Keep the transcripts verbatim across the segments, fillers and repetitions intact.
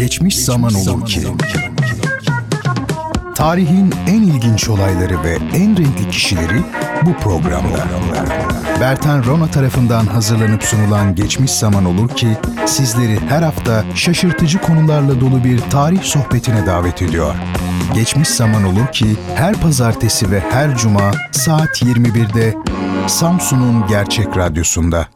Geçmiş zaman olur ki. Tarihin en ilginç olayları ve en renkli kişileri bu programda. Bertan Rona tarafından hazırlanıp sunulan Geçmiş Zaman Olur ki, sizleri her hafta şaşırtıcı konularla dolu bir tarih sohbetine davet ediyor. Geçmiş Zaman Olur ki, her pazartesi ve her cuma saat yirmi birde Samsun'un Gerçek Radyosu'nda.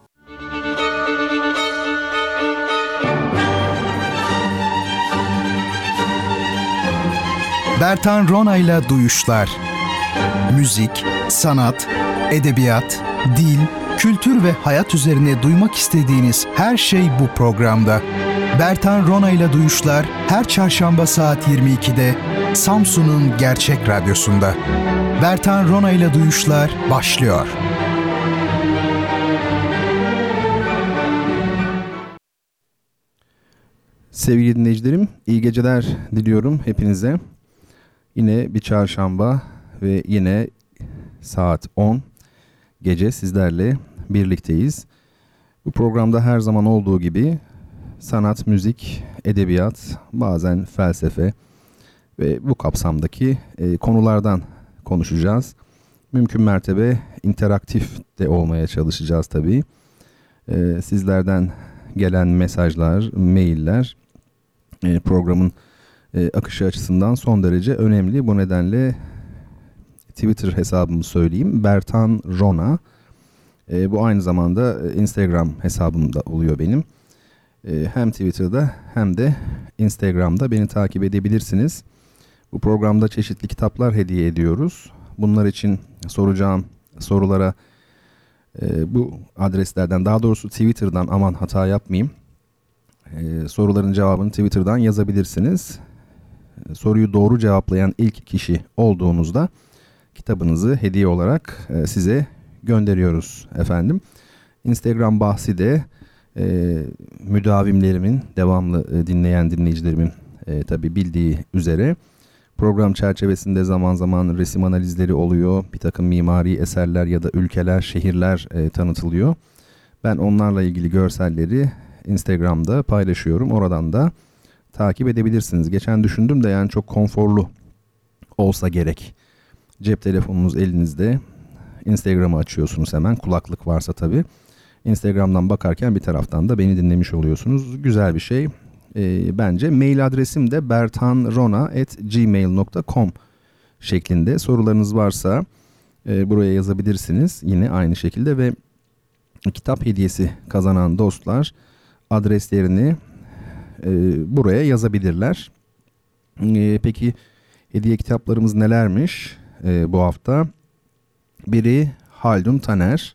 Bertan Rona'yla Duyuşlar. Müzik, sanat, edebiyat, dil, kültür ve hayat üzerine duymak istediğiniz her şey bu programda. Bertan Rona'yla Duyuşlar her çarşamba saat yirmi ikide Samsun'un Gerçek Radyosu'nda. Bertan Rona'yla Duyuşlar başlıyor. Sevgili dinleyicilerim, iyi geceler diliyorum hepinize. Yine bir çarşamba ve yine saat on gece sizlerle birlikteyiz. Bu programda her zaman olduğu gibi sanat, müzik, edebiyat, bazen felsefe ve bu kapsamdaki e, konulardan konuşacağız. Mümkün mertebe interaktif de olmaya çalışacağız tabii. E, sizlerden gelen mesajlar, mailler e, programın e, akışı açısından son derece önemli. Bu nedenle Twitter hesabımı söyleyeyim. Bertan Rona. E, bu aynı zamanda Instagram hesabım da oluyor benim. E, hem Twitter'da hem de Instagram'da beni takip edebilirsiniz. Bu programda çeşitli kitaplar hediye ediyoruz. Bunlar için soracağım sorulara e, bu adreslerden, daha doğrusu Twitter'dan, aman hata yapmayayım, e, soruların cevabını Twitter'dan yazabilirsiniz. E, soruyu doğru cevaplayan ilk kişi olduğunuzda kitabınızı hediye olarak e, size gönderiyoruz efendim. Instagram bahsi de e, müdavimlerimin, devamlı e, dinleyen dinleyicilerimin e, tabii bildiği üzere program çerçevesinde zaman zaman resim analizleri oluyor. Bir takım mimari eserler ya da ülkeler, şehirler e, tanıtılıyor. Ben onlarla ilgili görselleri Instagram'da paylaşıyorum. Oradan da takip edebilirsiniz. Geçen düşündüm de yani çok konforlu olsa gerek. Cep telefonunuz elinizde. Instagram'ı açıyorsunuz hemen. Kulaklık varsa tabii. Instagram'dan bakarken bir taraftan da beni dinlemiş oluyorsunuz. Güzel bir şey. E, bence mail adresim de bertanrona at gmail nokta com şeklinde. Sorularınız varsa e, buraya yazabilirsiniz. Yine aynı şekilde ve kitap hediyesi kazanan dostlar adreslerini e, buraya yazabilirler. E, peki hediye kitaplarımız nelermiş e, bu hafta? Biri Haldun Taner,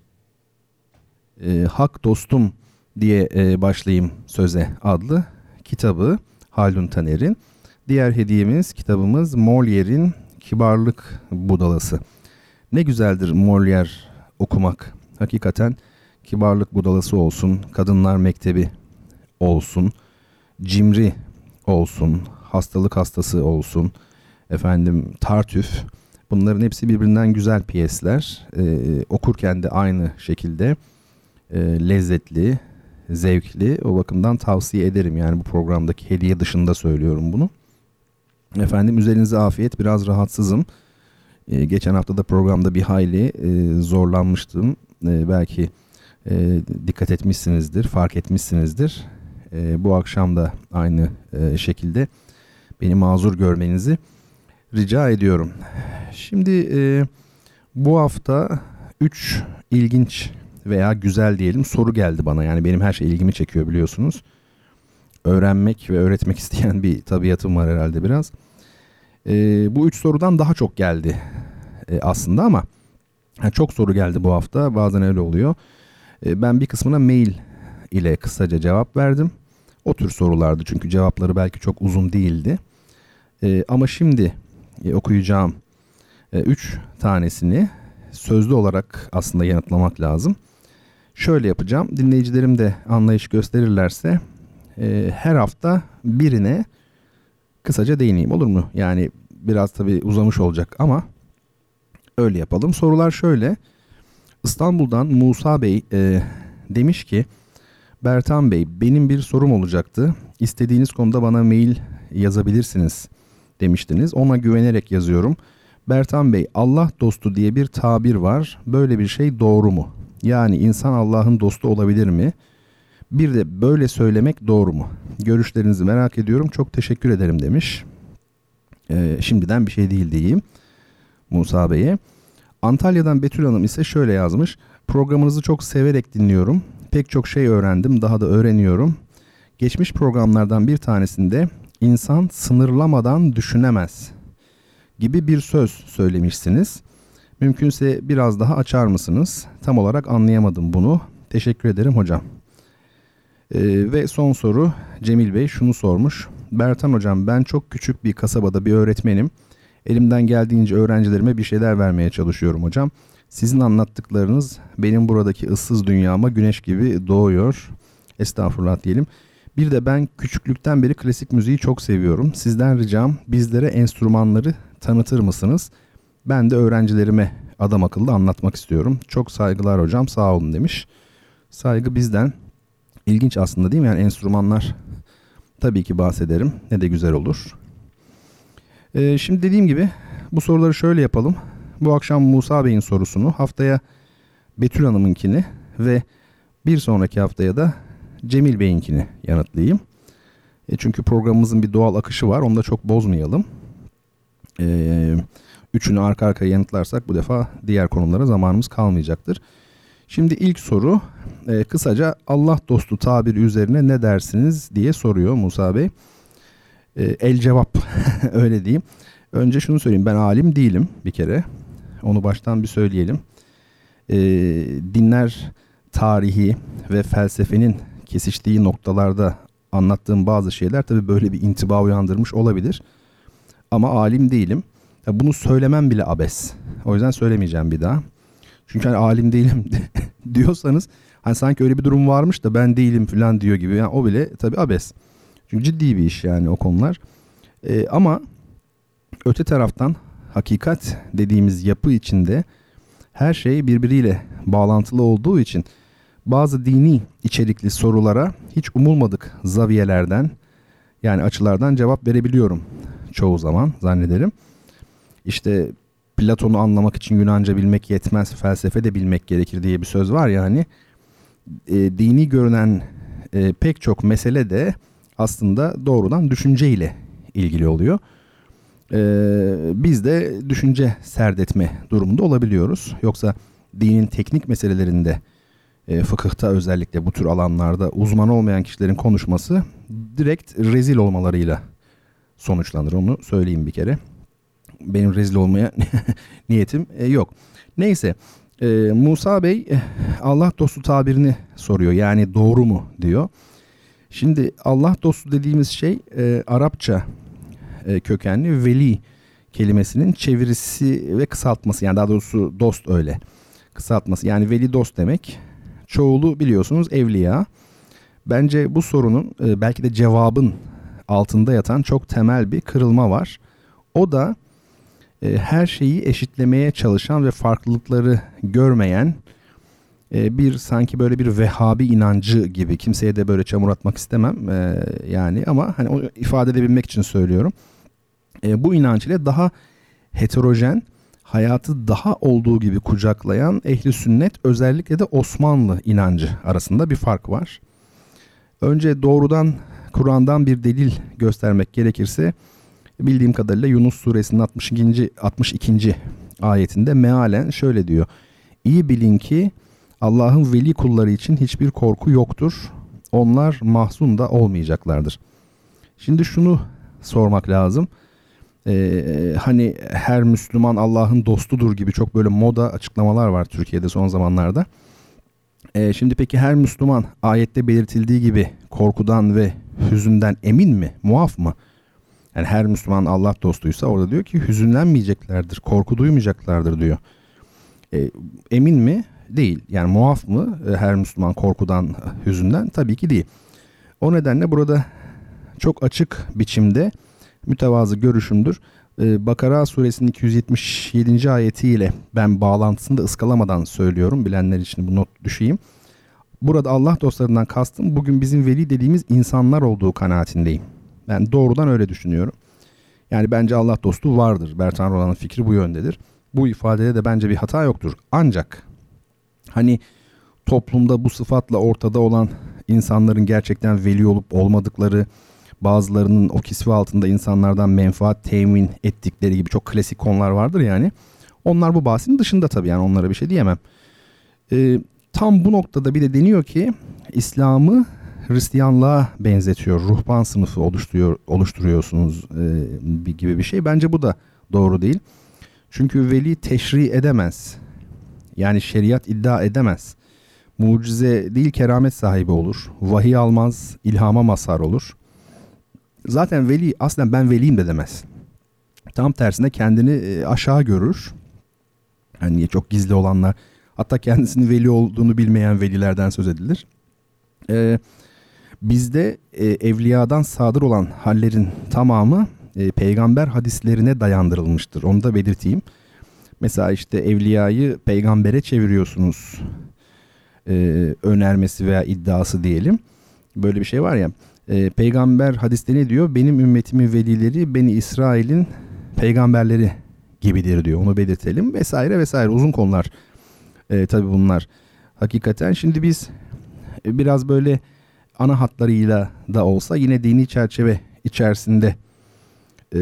e, Hak Dostum diye e, başlayayım söze adlı kitabı Haldun Taner'in. Diğer hediyemiz, kitabımız Molière'in Kibarlık Budalası. Ne güzeldir Molière okumak. Hakikaten Kibarlık Budalası olsun, Kadınlar Mektebi olsun, Cimri olsun, Hastalık Hastası olsun, efendim Tartüf. Bunların hepsi birbirinden güzel piyesler. Ee, okurken de aynı şekilde e, lezzetli, zevkli. O bakımdan tavsiye ederim. Yani bu programdaki hediye dışında söylüyorum bunu. Efendim üzerinize afiyet. Biraz rahatsızım. Ee, geçen hafta da programda bir hayli e, zorlanmıştım. E, belki e, dikkat etmişsinizdir, fark etmişsinizdir. E, bu akşam da aynı e, şekilde beni mazur görmenizi rica ediyorum. Şimdi e, bu hafta üç ilginç veya güzel diyelim soru geldi bana. Yani benim her şey ilgimi çekiyor biliyorsunuz. Öğrenmek ve öğretmek isteyen bir tabiatım var herhalde biraz. E, bu üç sorudan daha çok geldi e, aslında ama yani çok soru geldi bu hafta. Bazen öyle oluyor. E, ben bir kısmına mail ile kısaca cevap verdim. O tür sorulardı çünkü cevapları belki çok uzun değildi. E, ama şimdi e, okuyacağım e, üç tanesini sözlü olarak aslında yanıtlamak lazım. Şöyle yapacağım. Dinleyicilerim de anlayış gösterirlerse e, her hafta birine kısaca değineyim, olur mu? Yani biraz tabii uzamış olacak ama öyle yapalım. Sorular şöyle. İstanbul'dan Musa Bey e, demiş ki Bertan Bey, benim bir sorum olacaktı. İstediğiniz konuda bana mail yazabilirsiniz demiştiniz. Ona güvenerek yazıyorum. Bertan Bey, Allah dostu diye bir tabir var. Böyle bir şey doğru mu? Yani insan Allah'ın dostu olabilir mi? Bir de böyle söylemek doğru mu? Görüşlerinizi merak ediyorum. Çok teşekkür ederim demiş. Ee, şimdiden bir şey değil diyeyim Musa Bey'e. Antalya'dan Betül Hanım ise şöyle yazmış. Programınızı çok severek dinliyorum. Pek çok şey öğrendim, daha da öğreniyorum. Geçmiş programlardan bir tanesinde insan sınırlamadan düşünemez gibi bir söz söylemişsiniz. Mümkünse biraz daha açar mısınız? Tam olarak anlayamadım bunu. Teşekkür ederim hocam. Ee, ve son soru, Cemil Bey şunu sormuş. Bertan hocam, ben çok küçük bir kasabada bir öğretmenim. Elimden geldiğince öğrencilerime bir şeyler vermeye çalışıyorum hocam. Sizin anlattıklarınız benim buradaki ıssız dünyama güneş gibi doğuyor. Estağfurullah diyelim. Bir de ben küçüklükten beri klasik müziği çok seviyorum. Sizden ricam bizlere enstrümanları tanıtır mısınız? Ben de öğrencilerime adam akıllı anlatmak istiyorum. Çok saygılar hocam, sağ olun demiş. Saygı bizden. İlginç aslında değil mi? Yani enstrümanlar tabii ki bahsederim. Ne de güzel olur. Ee, şimdi dediğim gibi bu soruları şöyle yapalım. Bu akşam Musa Bey'in sorusunu, haftaya Betül Hanım'ınkini ve bir sonraki haftaya da Cemil Bey'inkini yanıtlayayım. E çünkü programımızın bir doğal akışı var. Onu da çok bozmayalım. E, üçünü arka arkaya yanıtlarsak bu defa diğer konulara zamanımız kalmayacaktır. Şimdi ilk soru, e, kısaca Allah dostu tabiri üzerine ne dersiniz diye soruyor Musa Bey. E, el cevap öyle diyeyim. Önce şunu söyleyeyim, ben alim değilim bir kere. Onu baştan bir söyleyelim. E, dinler tarihi ve felsefenin kesiştiği noktalarda anlattığım bazı şeyler tabii böyle bir intiba uyandırmış olabilir. Ama alim değilim. Ya bunu söylemem bile abes. O yüzden söylemeyeceğim bir daha. Çünkü hani alim değilim diyorsanız hani sanki öyle bir durum varmış da ben değilim falan diyor gibi. Yani o bile tabii abes. Çünkü ciddi bir iş yani o konular. Ee, ama öte taraftan hakikat dediğimiz yapı içinde her şey birbiriyle bağlantılı olduğu için bazı dini içerikli sorulara hiç umulmadık zaviyelerden, yani açılardan cevap verebiliyorum çoğu zaman zannederim. İşte Platon'u anlamak için Yunanca bilmek yetmez, felsefe de bilmek gerekir diye bir söz var ya hani. E, dini görünen e, pek çok mesele de aslında doğrudan düşünceyle ilgili oluyor. E, biz de düşünce serdetme durumunda olabiliyoruz. Yoksa dinin teknik meselelerinde, e, fıkıhta özellikle bu tür alanlarda uzman olmayan kişilerin konuşması direkt rezil olmalarıyla sonuçlanır. Onu söyleyeyim bir kere. Benim rezil olmaya niyetim e, yok. Neyse, e, Musa Bey e, Allah dostu tabirini soruyor. Yani doğru mu diyor. Şimdi Allah dostu dediğimiz şey e, Arapça e, kökenli veli kelimesinin çevirisi ve kısaltması. Yani daha doğrusu dost öyle. Kısaltması. Yani veli dost demek. Çoğulu biliyorsunuz evliya. Bence bu sorunun e, belki de cevabın altında yatan çok temel bir kırılma var. O da e, her şeyi eşitlemeye çalışan ve farklılıkları görmeyen e, bir sanki böyle bir Vehhabi inancı gibi. Kimseye de böyle çamur atmak istemem e, yani ama hani onu ifade edebilmek için söylüyorum. E, bu inanç ile daha heterojen, hayatı daha olduğu gibi kucaklayan ehli sünnet, özellikle de Osmanlı inancı arasında bir fark var. Önce doğrudan Kur'an'dan bir delil göstermek gerekirse bildiğim kadarıyla Yunus suresinin altmış ikinci altmış ikinci ayetinde mealen şöyle diyor. İyi bilin ki Allah'ın veli kulları için hiçbir korku yoktur. Onlar mahzun da olmayacaklardır. Şimdi şunu sormak lazım. Ee, hani her Müslüman Allah'ın dostudur gibi çok böyle moda açıklamalar var Türkiye'de son zamanlarda. Ee, şimdi peki her Müslüman ayette belirtildiği gibi korkudan ve hüzünden emin mi, muaf mı? Yani her Müslüman Allah dostuysa orada diyor ki hüzünlenmeyeceklerdir, korku duymayacaklardır diyor. Ee, emin mi? Değil. Yani muaf mı her Müslüman korkudan, hüzünden? Tabii ki değil. O nedenle burada çok açık biçimde mütevazı görüşümdür. Ee, Bakara suresinin iki yüz yetmiş yedinci ayetiyle ben bağlantısını da ıskalamadan söylüyorum. Bilenler için bu not düşeyim. burada Allah dostlarından kastım bugün bizim veli dediğimiz insanlar olduğu kanaatindeyim. Ben doğrudan öyle düşünüyorum. Yani bence Allah dostu vardır. Bertrand Russell'ın fikri bu yöndedir. Bu ifadede de bence bir hata yoktur. Ancak hani toplumda bu sıfatla ortada olan insanların gerçekten veli olup olmadıkları, bazılarının o kisve altında insanlardan menfaat temin ettikleri gibi çok klasik konular vardır yani. Onlar bu bahsin dışında tabii, yani onlara bir şey diyemem. Ee, tam bu noktada bir de deniyor ki İslam'ı Hristiyanlığa benzetiyor, ruhban sınıfı oluşturuyor, oluşturuyorsunuz e, gibi bir şey. Bence bu da doğru değil. Çünkü veli teşri edemez. Yani şeriat iddia edemez. Mucize değil keramet sahibi olur. Vahiy almaz, ilhama mazhar olur. Zaten veli aslen ben veliyim de demez. Tam tersine kendini aşağı görür. Hani çok gizli olanlar, hatta kendisinin veli olduğunu bilmeyen velilerden söz edilir. Ee, bizde e, evliyadan sadır olan hallerin tamamı e, peygamber hadislerine dayandırılmıştır. Onu da belirteyim. Mesela işte evliyayı peygambere çeviriyorsunuz e, önermesi veya iddiası diyelim. Böyle bir şey var ya. E, peygamber hadiste ne diyor? Benim ümmetimin velileri Beni İsrail'in peygamberleri gibidir diyor. Onu belirtelim vesaire vesaire. Uzun konular e, tabii bunlar. Hakikaten şimdi biz e, biraz böyle ana hatlarıyla da olsa yine dini çerçeve içerisinde e,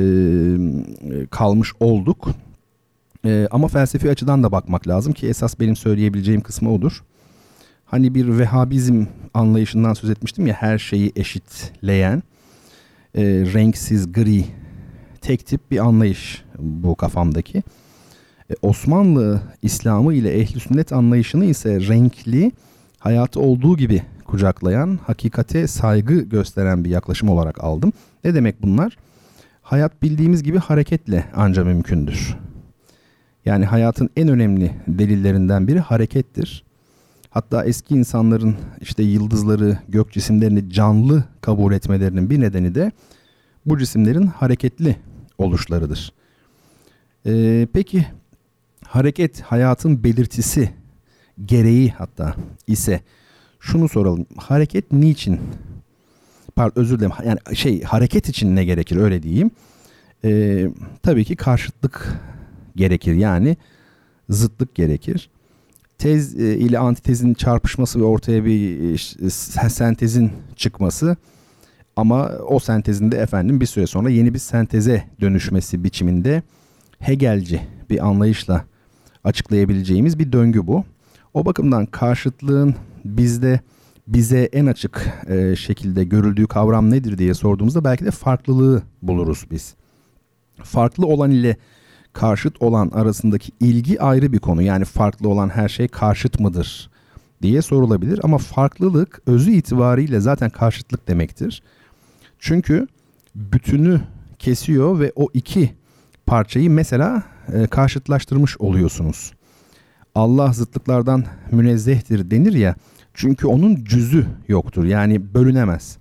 kalmış olduk. E, ama felsefi açıdan da bakmak lazım ki esas benim söyleyebileceğim kısmı odur. Hani bir Vehhabizm anlayışından söz etmiştim ya, her şeyi eşitleyen, e, renksiz, gri, tek tip bir anlayış bu kafamdaki. E, Osmanlı İslamı ile Ehl-i Sünnet anlayışını ise renkli, hayatı olduğu gibi kucaklayan, hakikate saygı gösteren bir yaklaşım olarak aldım. Ne demek bunlar? Hayat bildiğimiz gibi hareketle anca mümkündür. Yani hayatın en önemli delillerinden biri harekettir. Hatta eski insanların işte yıldızları, gök cisimlerini canlı kabul etmelerinin bir nedeni de bu cisimlerin hareketli oluşlarıdır. Ee, peki hareket hayatın belirtisi, gereği hatta ise şunu soralım. Hareket niçin? Pardon, özür dilerim. Yani şey hareket için ne gerekir, öyle diyeyim. Ee, tabii ki karşıtlık gerekir. Yani zıtlık gerekir. Tez ile antitezin çarpışması ve ortaya bir sentezin çıkması, ama o sentezin de efendim bir süre sonra yeni bir senteze dönüşmesi biçiminde Hegelci bir anlayışla açıklayabileceğimiz bir döngü bu. O bakımdan karşıtlığın bizde bize en açık e, şekilde görüldüğü kavram nedir diye sorduğumuzda belki de farklılığı buluruz biz. Farklı olan ile karşıt olan arasındaki ilgi ayrı bir konu. Yani farklı olan her şey karşıt mıdır diye sorulabilir. Ama farklılık özü itibariyle zaten karşıtlık demektir. Çünkü bütünü kesiyor ve o iki parçayı mesela e, karşıtlaştırmış oluyorsunuz. Allah zıtlıklardan münezzehtir denir ya, çünkü onun cüzü yoktur. Yani bölünemez.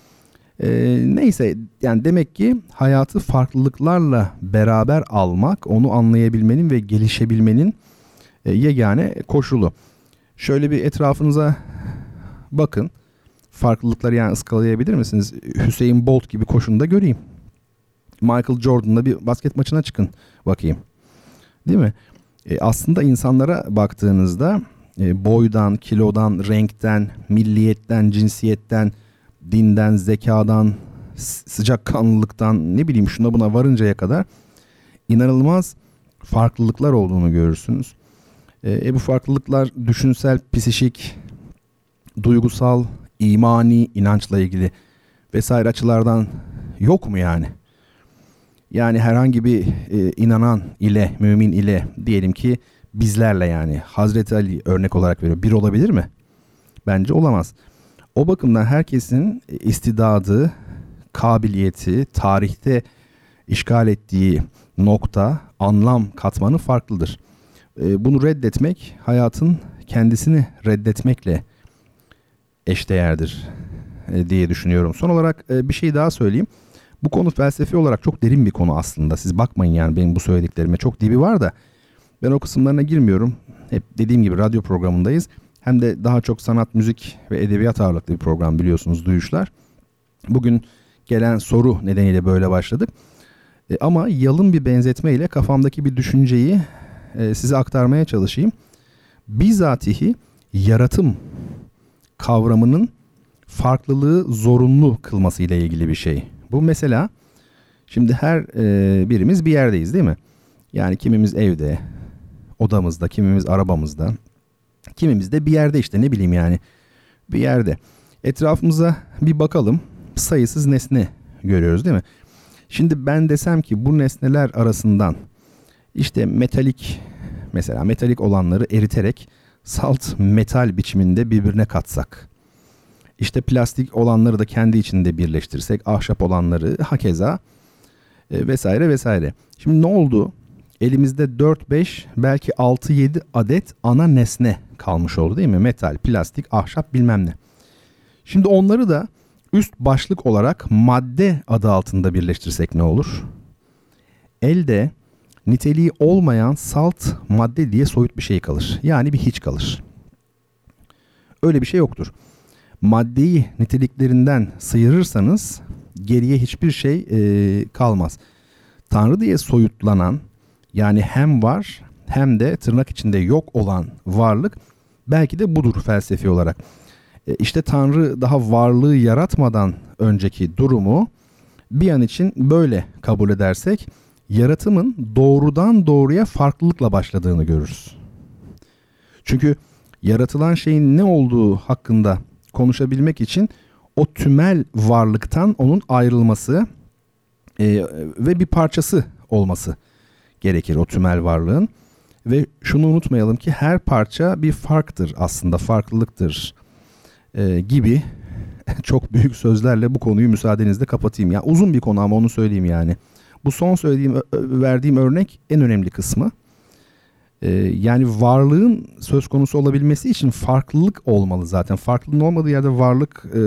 Ee, neyse, yani demek ki hayatı farklılıklarla beraber almak, onu anlayabilmenin ve gelişebilmenin e, yegane koşulu. Şöyle bir etrafınıza bakın. Farklılıkları yani ıskalayabilir misiniz? Hüseyin Bolt gibi koşun da göreyim. Michael Jordan'la bir basket maçına çıkın bakayım. Değil mi? E, aslında insanlara baktığınızda e, boydan, kilodan, renkten, milliyetten, cinsiyetten, dinden, zekadan, sıcakkanlılıktan, ne bileyim şuna buna varıncaya kadar inanılmaz farklılıklar olduğunu görürsünüz. E, bu farklılıklar düşünsel, psikik, duygusal, imani, inançla ilgili vesaire açılardan yok mu yani? Yani herhangi bir e, inanan ile, mümin ile, diyelim ki bizlerle, yani Hazreti Ali örnek olarak veriyor, bir olabilir mi? Bence olamaz. O bakımdan herkesin istidadı, kabiliyeti, tarihte işgal ettiği nokta, anlam katmanı farklıdır. E, bunu reddetmek, hayatın kendisini reddetmekle eşdeğerdir e, diye düşünüyorum. Son olarak e, bir şey daha söyleyeyim. Bu konu felsefi olarak çok derin bir konu aslında. Siz bakmayın yani benim bu söylediklerime, çok dibi var da ben o kısımlarına girmiyorum. Hep dediğim gibi radyo programındayız. hem de daha çok sanat, müzik ve edebiyat ağırlıklı bir program biliyorsunuz Duyuşlar. Bugün gelen soru nedeniyle böyle başladık. E, ama yalın bir benzetmeyle kafamdaki bir düşünceyi e, size aktarmaya çalışayım. Bizatihi yaratım kavramının farklılığı zorunlu kılması ile ilgili bir şey. Bu mesela şimdi her e, birimiz bir yerdeyiz değil mi? Yani kimimiz evde, odamızda, kimimiz arabamızda, kimimiz de bir yerde işte ne bileyim yani bir yerde. Etrafımıza bir bakalım, sayısız nesne görüyoruz değil mi? Şimdi ben desem ki bu nesneler arasından işte metalik, mesela metalik olanları eriterek salt metal biçiminde birbirine katsak, İşte plastik olanları da kendi içinde birleştirsek, ahşap olanları hakeza e, vesaire vesaire. Şimdi ne oldu? Elimizde dört beş belki altı yedi adet ana nesne kalmış oldu değil mi? Metal, plastik, ahşap bilmem ne. Şimdi onları da üst başlık olarak madde adı altında birleştirsek ne olur? Elde niteliği olmayan salt madde diye soyut bir şey kalır. Yani bir hiç kalır. Öyle bir şey yoktur. Maddeyi niteliklerinden sıyırırsanız geriye hiçbir şey e, kalmaz. Tanrı diye soyutlanan, yani hem var hem de tırnak içinde yok olan varlık belki de budur felsefi olarak. E, işte Tanrı daha varlığı yaratmadan önceki durumu bir an için böyle kabul edersek yaratımın doğrudan doğruya farklılıkla başladığını görürüz. Çünkü yaratılan şeyin ne olduğu hakkında konuşabilmek için o tümel varlıktan onun ayrılması e, ve bir parçası olması gerekir o tümel varlığın. Ve şunu unutmayalım ki her parça bir farktır aslında, farklılıktır e, gibi çok büyük sözlerle bu konuyu müsaadenizle kapatayım. Ya uzun bir konu ama onu söyleyeyim yani. Bu son söylediğim, verdiğim örnek en önemli kısmı. Ee, yani varlığın söz konusu olabilmesi için farklılık olmalı zaten. Farklılığın olmadığı yerde varlık e,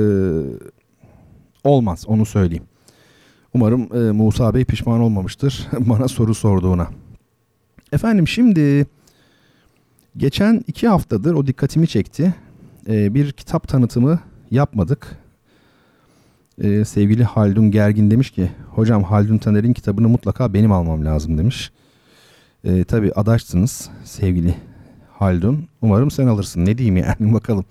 olmaz, onu söyleyeyim. Umarım e, Musa Bey pişman olmamıştır bana soru sorduğuna. Efendim şimdi geçen iki haftadır o dikkatimi çekti. Ee, bir kitap tanıtımı yapmadık. Ee, sevgili Haldun Gergin demiş ki hocam Haldun Taner'in kitabını mutlaka benim almam lazım demiş. Ee, tabii adaşsınız sevgili Haldun. Umarım sen alırsın. Ne diyeyim yani bakalım.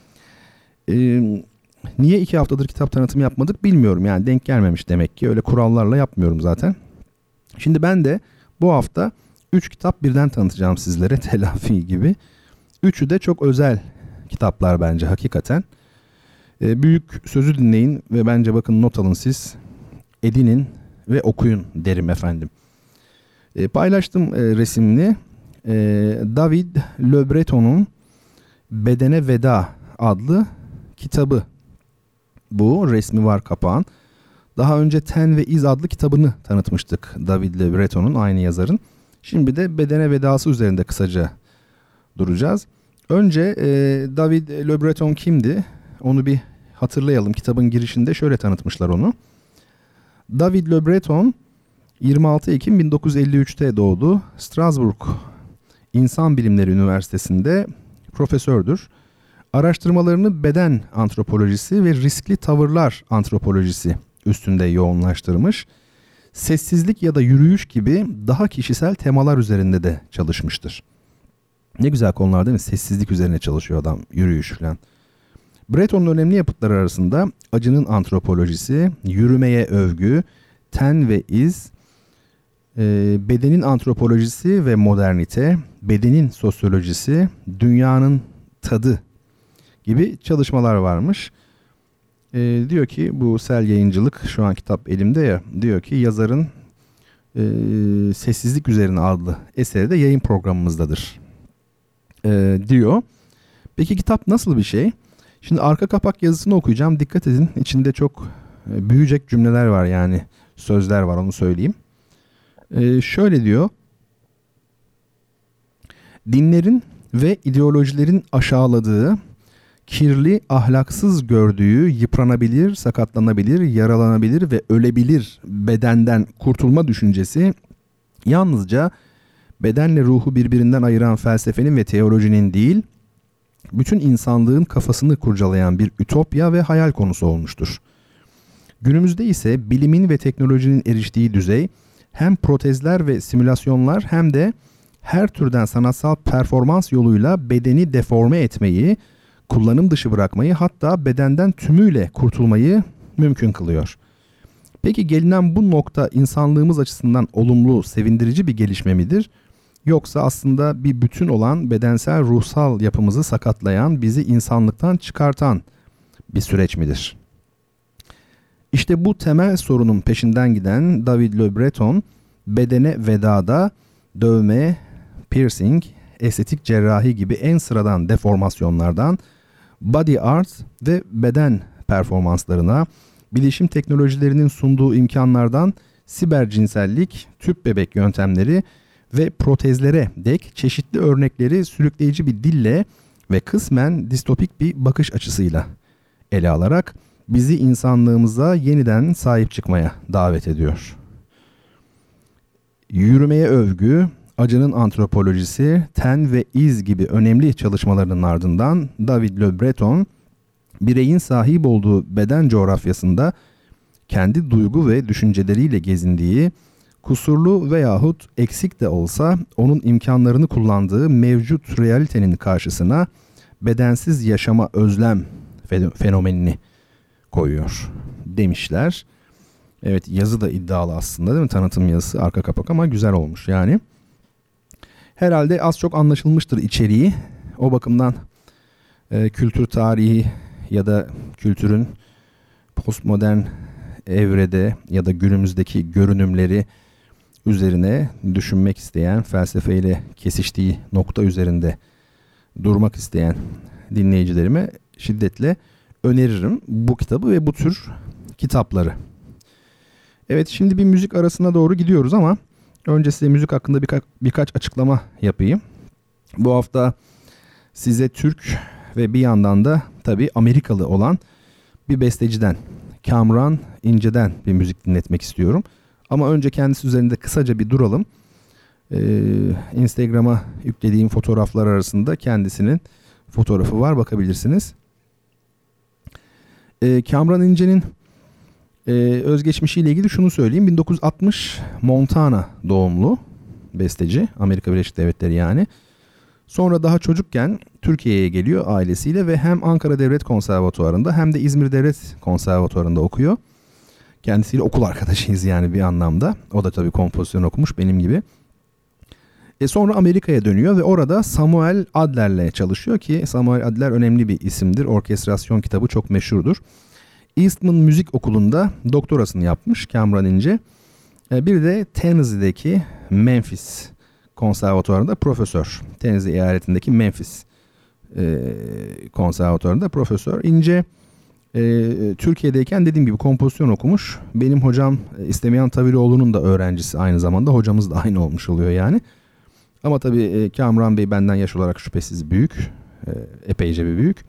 Ee, niye iki haftadır kitap tanıtımı yapmadık bilmiyorum. Yani denk gelmemiş demek ki. Öyle kurallarla yapmıyorum zaten. Şimdi ben de bu hafta üç kitap birden tanıtacağım sizlere telafi gibi. Üçü de çok özel kitaplar bence hakikaten. Ee, büyük sözü dinleyin ve bence bakın not alın siz. Edinin ve okuyun derim efendim. E, paylaştım e, resimini. E, David Le Breton'un Bedene Veda adlı kitabı. Bu resmi var kapağın. Daha önce Ten ve İz adlı kitabını tanıtmıştık David Le Breton'un, aynı yazarın. Şimdi de Bedene Vedası üzerinde kısaca duracağız. Önce e, David Le Breton kimdi? Onu bir hatırlayalım. Kitabın girişinde şöyle tanıtmışlar onu. David Le Breton yirmi altı Ekim bin dokuz yüz elli üçte doğdu. Strasbourg İnsan Bilimleri Üniversitesi'nde profesördür. Araştırmalarını beden antropolojisi ve riskli tavırlar antropolojisi üstünde yoğunlaştırmış. Sessizlik ya da yürüyüş gibi daha kişisel temalar üzerinde de çalışmıştır. Ne güzel konular değil mi? Sessizlik üzerine çalışıyor adam, yürüyüş falan. Breton'un önemli yapıtları arasında acının antropolojisi, yürümeye övgü, ten ve iz, e, bedenin antropolojisi ve modernite, bedenin sosyolojisi, dünyanın tadı gibi çalışmalar varmış. E, diyor ki bu Sel Yayıncılık, şu an kitap elimde ya, diyor ki yazarın e, Sessizlik Üzerine adlı eseri de yayın programımızdadır e, diyor. Peki kitap nasıl bir şey? Şimdi arka kapak yazısını okuyacağım. Dikkat edin. İçinde çok e, büyüyecek cümleler var, yani sözler var, onu söyleyeyim. E, şöyle diyor. Dinlerin ve ideolojilerin aşağıladığı, kirli, ahlaksız gördüğü, yıpranabilir, sakatlanabilir, yaralanabilir ve ölebilir bedenden kurtulma düşüncesi yalnızca bedenle ruhu birbirinden ayıran felsefenin ve teolojinin değil, bütün insanlığın kafasını kurcalayan bir ütopya ve hayal konusu olmuştur. Günümüzde ise bilimin ve teknolojinin eriştiği düzey hem protezler ve simülasyonlar hem de her türden sanatsal performans yoluyla bedeni deforme etmeyi, kullanım dışı bırakmayı, hatta bedenden tümüyle kurtulmayı mümkün kılıyor. Peki gelinen bu nokta insanlığımız açısından olumlu, sevindirici bir gelişme midir? Yoksa aslında bir bütün olan bedensel ruhsal yapımızı sakatlayan, bizi insanlıktan çıkartan bir süreç midir? İşte bu temel sorunun peşinden giden David Le Breton, bedene vedada dövme, piercing, estetik cerrahi gibi en sıradan deformasyonlardan body art ve beden performanslarına, bilişim teknolojilerinin sunduğu imkanlardan siber cinsellik, tüp bebek yöntemleri ve protezlere dek çeşitli örnekleri sürükleyici bir dille ve kısmen distopik bir bakış açısıyla ele alarak bizi insanlığımıza yeniden sahip çıkmaya davet ediyor. Yürümeye övgü, acının antropolojisi, ten ve iz gibi önemli çalışmalarının ardından David Le Breton, bireyin sahip olduğu beden coğrafyasında kendi duygu ve düşünceleriyle gezindiği, kusurlu veyahut eksik de olsa onun imkanlarını kullandığı mevcut realitenin karşısına bedensiz yaşama özlem fenomenini koyuyor demişler. Evet, yazı da iddialı aslında, değil mi? Tanıtım yazısı, arka kapak, ama güzel olmuş yani. Herhalde az çok anlaşılmıştır içeriği. O bakımdan e, kültür tarihi ya da kültürün postmodern evrede ya da günümüzdeki görünümleri üzerine düşünmek isteyen, felsefeyle kesiştiği nokta üzerinde durmak isteyen dinleyicilerime şiddetle öneririm bu kitabı ve bu tür kitapları. Evet, şimdi bir müzik arasına doğru gidiyoruz ama önce size müzik hakkında birka- birkaç açıklama yapayım. Bu hafta size Türk ve bir yandan da tabii Amerikalı olan bir besteciden, Kamran İnce'den bir müzik dinletmek istiyorum. Ama önce kendisi üzerinde kısaca bir duralım. Ee, Instagram'a yüklediğim fotoğraflar arasında kendisinin fotoğrafı var, bakabilirsiniz. Ee, Kamran İnce'nin e, özgeçmişiyle ilgili şunu söyleyeyim. bin dokuz yüz altmış Montana doğumlu besteci, Amerika Birleşik Devletleri yani. Sonra daha çocukken Türkiye'ye geliyor ailesiyle ve hem Ankara Devlet Konservatuvarı'nda hem de İzmir Devlet Konservatuvarı'nda okuyor. Kendisiyle okul arkadaşıyız yani bir anlamda. O da tabii kompozisyon okumuş benim gibi. E sonra Amerika'ya dönüyor ve orada Samuel Adler'le çalışıyor ki Samuel Adler önemli bir isimdir. Orkestrasyon kitabı çok meşhurdur. Eastman Müzik Okulu'nda doktorasını yapmış Kamran İnce. E bir de Tennessee'deki Memphis Konservatuvarı'nda profesör. Tennessee eyaletindeki Memphis e, Konservatuvarı'nda profesör. İnce e, Türkiye'deyken dediğim gibi kompozisyon okumuş. Benim hocam e, İstemiyan Taviroğlu'nun da öğrencisi aynı zamanda. Hocamız da aynı olmuş oluyor yani. Ama tabii e, Kamran Bey benden yaş olarak şüphesiz büyük. E, epeyce bir büyük.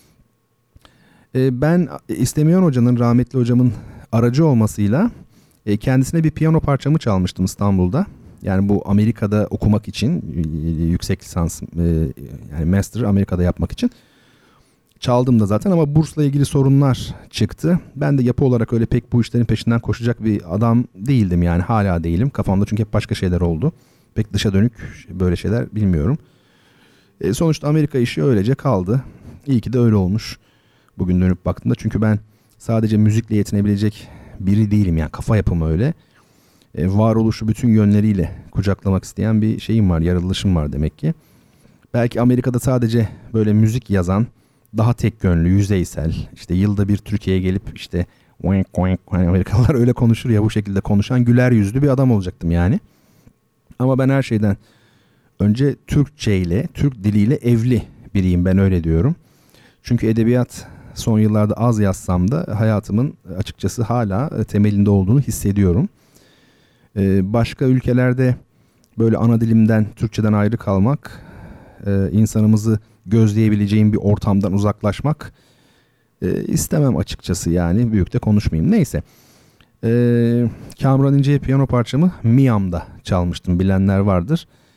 E, ben İstemiyan Hoca'nın, rahmetli hocamın aracı olmasıyla e, kendisine bir piyano parçamı çalmıştım İstanbul'da. Yani bu Amerika'da okumak için, yüksek lisans yani master Amerika'da yapmak için çaldım da zaten, ama bursla ilgili sorunlar çıktı. Ben de yapı olarak öyle pek bu işlerin peşinden koşacak bir adam değildim yani, hala değilim. Kafamda çünkü hep başka şeyler oldu. Pek dışa dönük böyle şeyler bilmiyorum. E sonuçta Amerika işi öylece kaldı. İyi ki de öyle olmuş bugün dönüp baktığımda. Çünkü ben sadece müzikle yetinebilecek biri değilim yani, kafa yapımı öyle. E, varoluşu bütün yönleriyle kucaklamak isteyen bir şeyim var, yaratılışım var demek ki. Belki Amerika'da sadece böyle müzik yazan, daha tek yönlü, yüzeysel, işte yılda bir Türkiye'ye gelip işte oink oink, hani Amerikalılar öyle konuşur ya, bu şekilde konuşan güler yüzlü bir adam olacaktım yani. Ama ben her şeyden önce Türkçe ile, Türk diliyle evli biriyim, ben öyle diyorum. Çünkü edebiyat son yıllarda az yazsam da hayatımın açıkçası hala temelinde olduğunu hissediyorum. Ee, başka ülkelerde böyle ana dilimden, Türkçeden ayrı kalmak, e, insanımızı gözleyebileceğim bir ortamdan uzaklaşmak e, istemem açıkçası yani, büyük de konuşmayayım. Neyse, e, Kamran İnce'ye piyano parçamı Miami'da çalmıştım, bilenler vardır.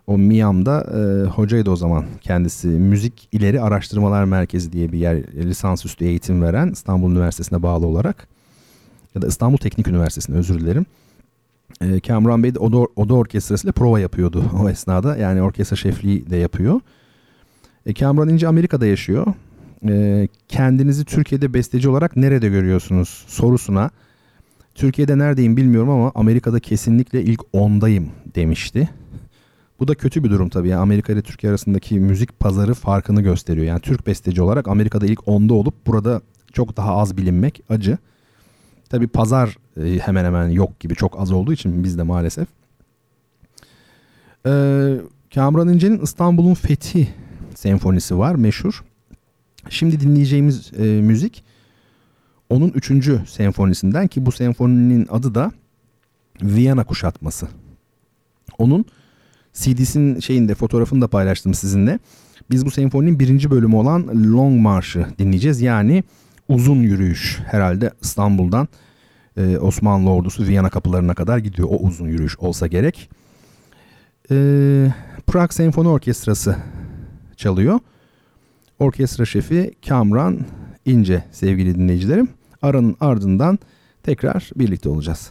O MİAM'da e, hocaydı o zaman kendisi. Müzik İleri Araştırmalar Merkezi diye bir yer, lisansüstü eğitim veren, İstanbul Üniversitesi'ne bağlı olarak. Ya da İstanbul Teknik Üniversitesi'ne, özür dilerim. E, Kamran Bey de oda, oda orkestrasıyla prova yapıyordu o esnada. Yani orkestra şefliği de yapıyor. E, Kamran İnce Amerika'da yaşıyor. E, kendinizi Türkiye'de besteci olarak nerede görüyorsunuz sorusuna, Türkiye'de neredeyim bilmiyorum ama Amerika'da kesinlikle ilk ondayım demişti. Bu da kötü bir durum tabii. Yani Amerika ile Türkiye arasındaki müzik pazarı farkını gösteriyor. Yani Türk besteci olarak Amerika'da ilk onda olup burada çok daha az bilinmek acı. Tabii pazar e, hemen hemen yok gibi, çok az olduğu için bizde maalesef. Ee, Kamran İnce'nin İstanbul'un Fethi senfonisi var, meşhur. Şimdi dinleyeceğimiz e, müzik onun üçüncü senfonisinden, ki bu senfoninin adı da Viyana Kuşatması. Onun C D'sinin şeyinde, fotoğrafını da paylaştım sizinle. Biz bu senfoninin birinci bölümü olan Long March'ı dinleyeceğiz. Yani uzun yürüyüş, herhalde İstanbul'dan e, Osmanlı ordusu Viyana kapılarına kadar gidiyor. O uzun yürüyüş olsa gerek. E, Prag Senfoni Orkestrası çalıyor. Orkestra şefi Kamran İnce sevgili dinleyicilerim. Aranın ardından tekrar birlikte olacağız.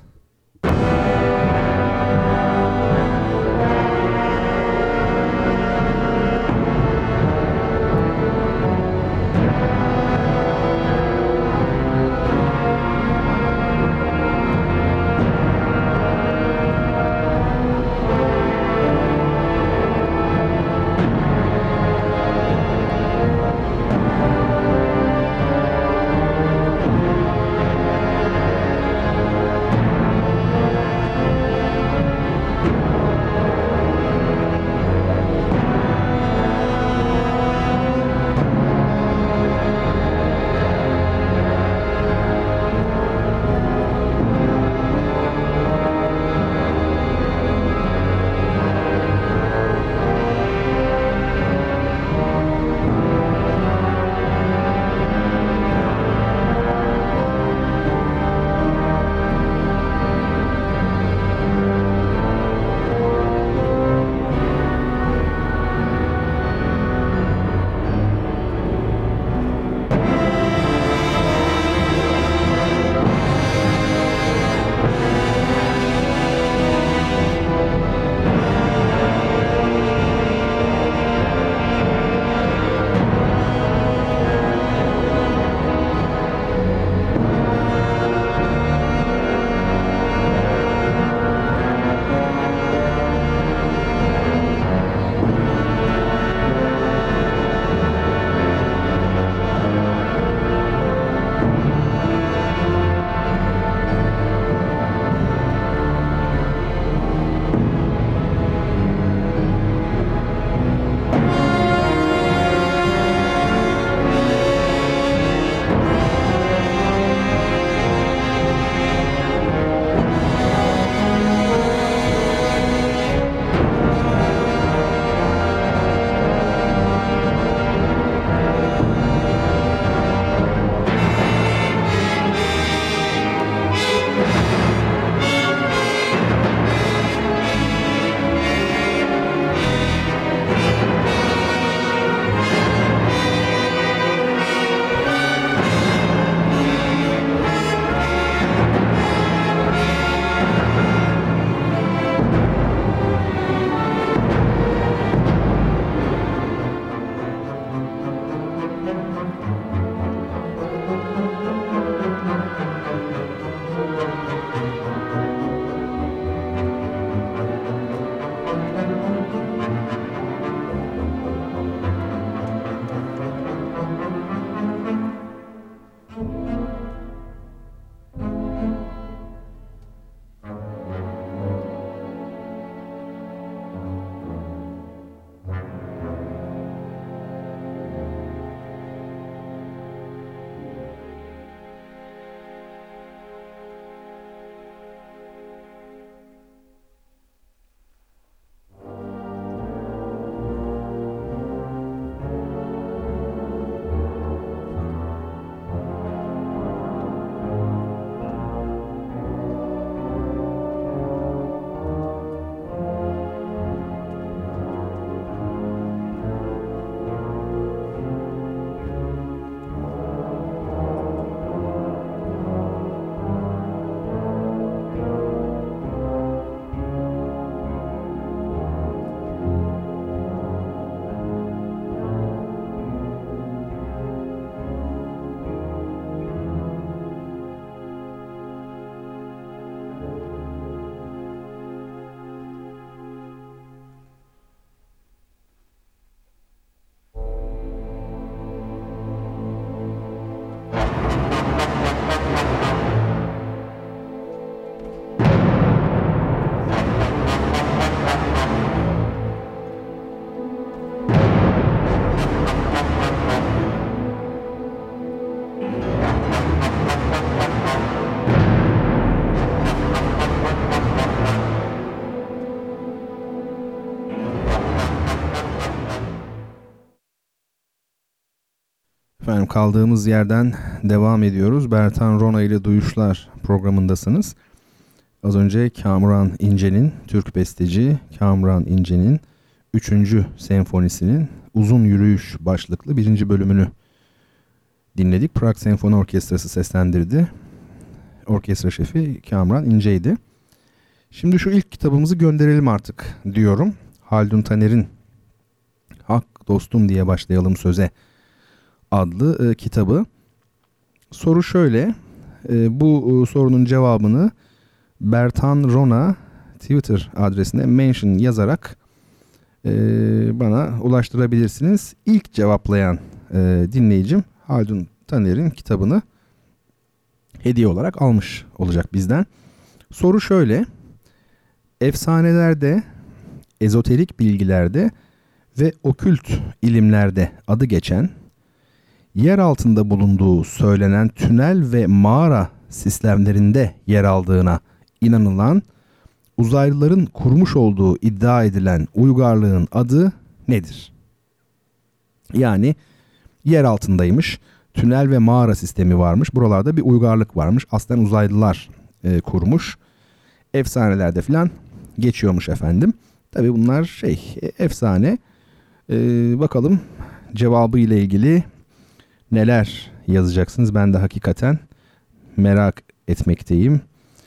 Efendim kaldığımız yerden devam ediyoruz. Bertan Rona ile Duyuşlar programındasınız. Az önce Kamuran İnce'nin, Türk besteci Kamuran İnce'nin üçüncü senfonisinin Uzun Yürüyüş başlıklı birinci bölümünü dinledik. Prag Senfoni Orkestrası seslendirdi. Orkestra şefi Kamuran İnce'ydi. Şimdi şu ilk kitabımızı gönderelim artık diyorum. Haldun Taner'in Hak Dostum diye başlayalım söze adlı e, kitabı. Soru şöyle. E, bu e, sorunun cevabını Bertan Rona Twitter adresine mention yazarak e, bana ulaştırabilirsiniz. İlk cevaplayan e, dinleyicim Haldun Taner'in kitabını hediye olarak almış olacak bizden. Soru şöyle. Efsanelerde, ezoterik bilgilerde ve okült ilimlerde adı geçen, yer altında bulunduğu söylenen tünel ve mağara sistemlerinde yer aldığına inanılan, uzaylıların kurmuş olduğu iddia edilen uygarlığın adı nedir? Yani yer altındaymış, tünel ve mağara sistemi varmış, buralarda bir uygarlık varmış, aslen uzaylılar e, kurmuş, efsanelerde filan geçiyormuş efendim. Tabii bunlar şey, efsane. Ee, bakalım cevabı ile ilgili neler yazacaksınız? Ben de hakikaten merak etmekteyim.